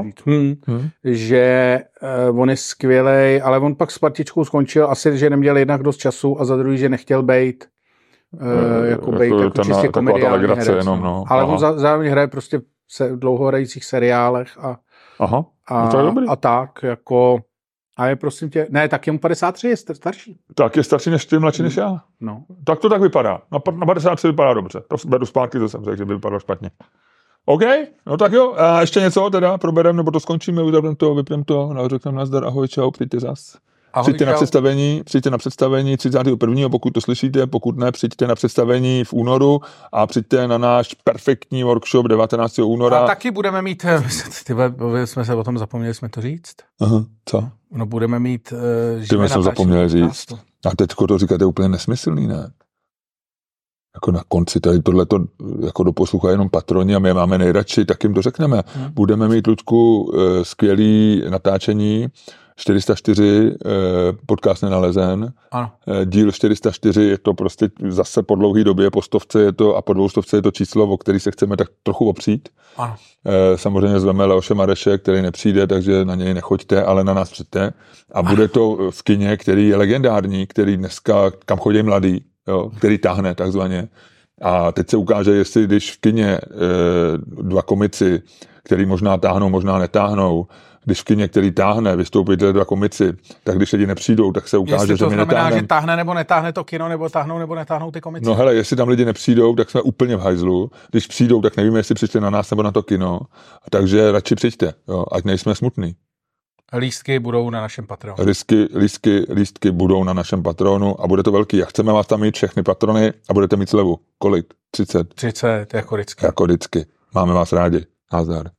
Že on je skvělej, ale on pak s Partičkou skončil asi, že neměl jednak dost času a za druhý, že nechtěl bejt jako čistě komediální herec. Jenom, no. Ale on zároveň hraje prostě v dlouhohrajících seriálech a tak jako... A je prosím tě, ne, tak je mu 53, je starší. Tak je starší než ty, mladší než já. No. Tak to tak vypadá. Na 53 vypadá dobře. To beru zpátky, to jsem řekl, že by vypadalo špatně. OK, no tak jo. A ještě něco teda probereme, nebo to skončíme, uzavřeme to, vypneme to, řekneme nazdar, ahoj, čau, přijďte zas. Přijďte na představení 31. pokud to slyšíte, pokud ne, přijďte na představení v únoru a přijďte na náš perfektní workshop 19. února. A taky budeme mít, jsme se o tom zapomněli, jsme to říct. Aha, co? No budeme mít... Ty jsme zapomněli říct. A teďko to říkáte úplně nesmyslný, ne? Jako na konci, tady tohleto jako doposlouchají jenom patroni a my máme nejradši, tak jim to řekneme. Budeme mít, Ludku, skvělý natáčení 404, podcast Nenalezen. Ano. Díl 404 je to prostě zase po dlouhé době, po 100 je to a po 200 je to číslo, o který se chceme tak trochu opřít. Ano. Samozřejmě zveme Leoše Mareše, který nepřijde, takže na něj nechoďte, ale na nás přijďte. A bude to v kině, který je legendární, který dneska, kam chodí mladý, jo, který táhne takzvaně. A teď se ukáže, jestli když v kině dva komici, který možná táhnou, možná netáhnou, když v kině, který táhne, vystoupí tyhle dva komici, tak když lidi nepřijdou, tak se ukáže, že my netáhneme. Jestli to znamená, že táhne nebo netáhne to kino, nebo táhnou nebo netáhnou ty komici? No hele, jestli tam lidi nepřijdou, tak jsme úplně v hajzlu. Když přijdou, tak nevíme, jestli přišli na nás nebo na to kino. Takže radši přijďte, jo, ať nejsme smutný. Lístky budou na našem patronu. Lístky budou na našem patronu a bude to velký. A chceme vás tam mít všechny patrony a budete mít slevu. Kolik? 30. 30, jako vždycky. Jako vždycky. Máme vás rádi. Nazdar.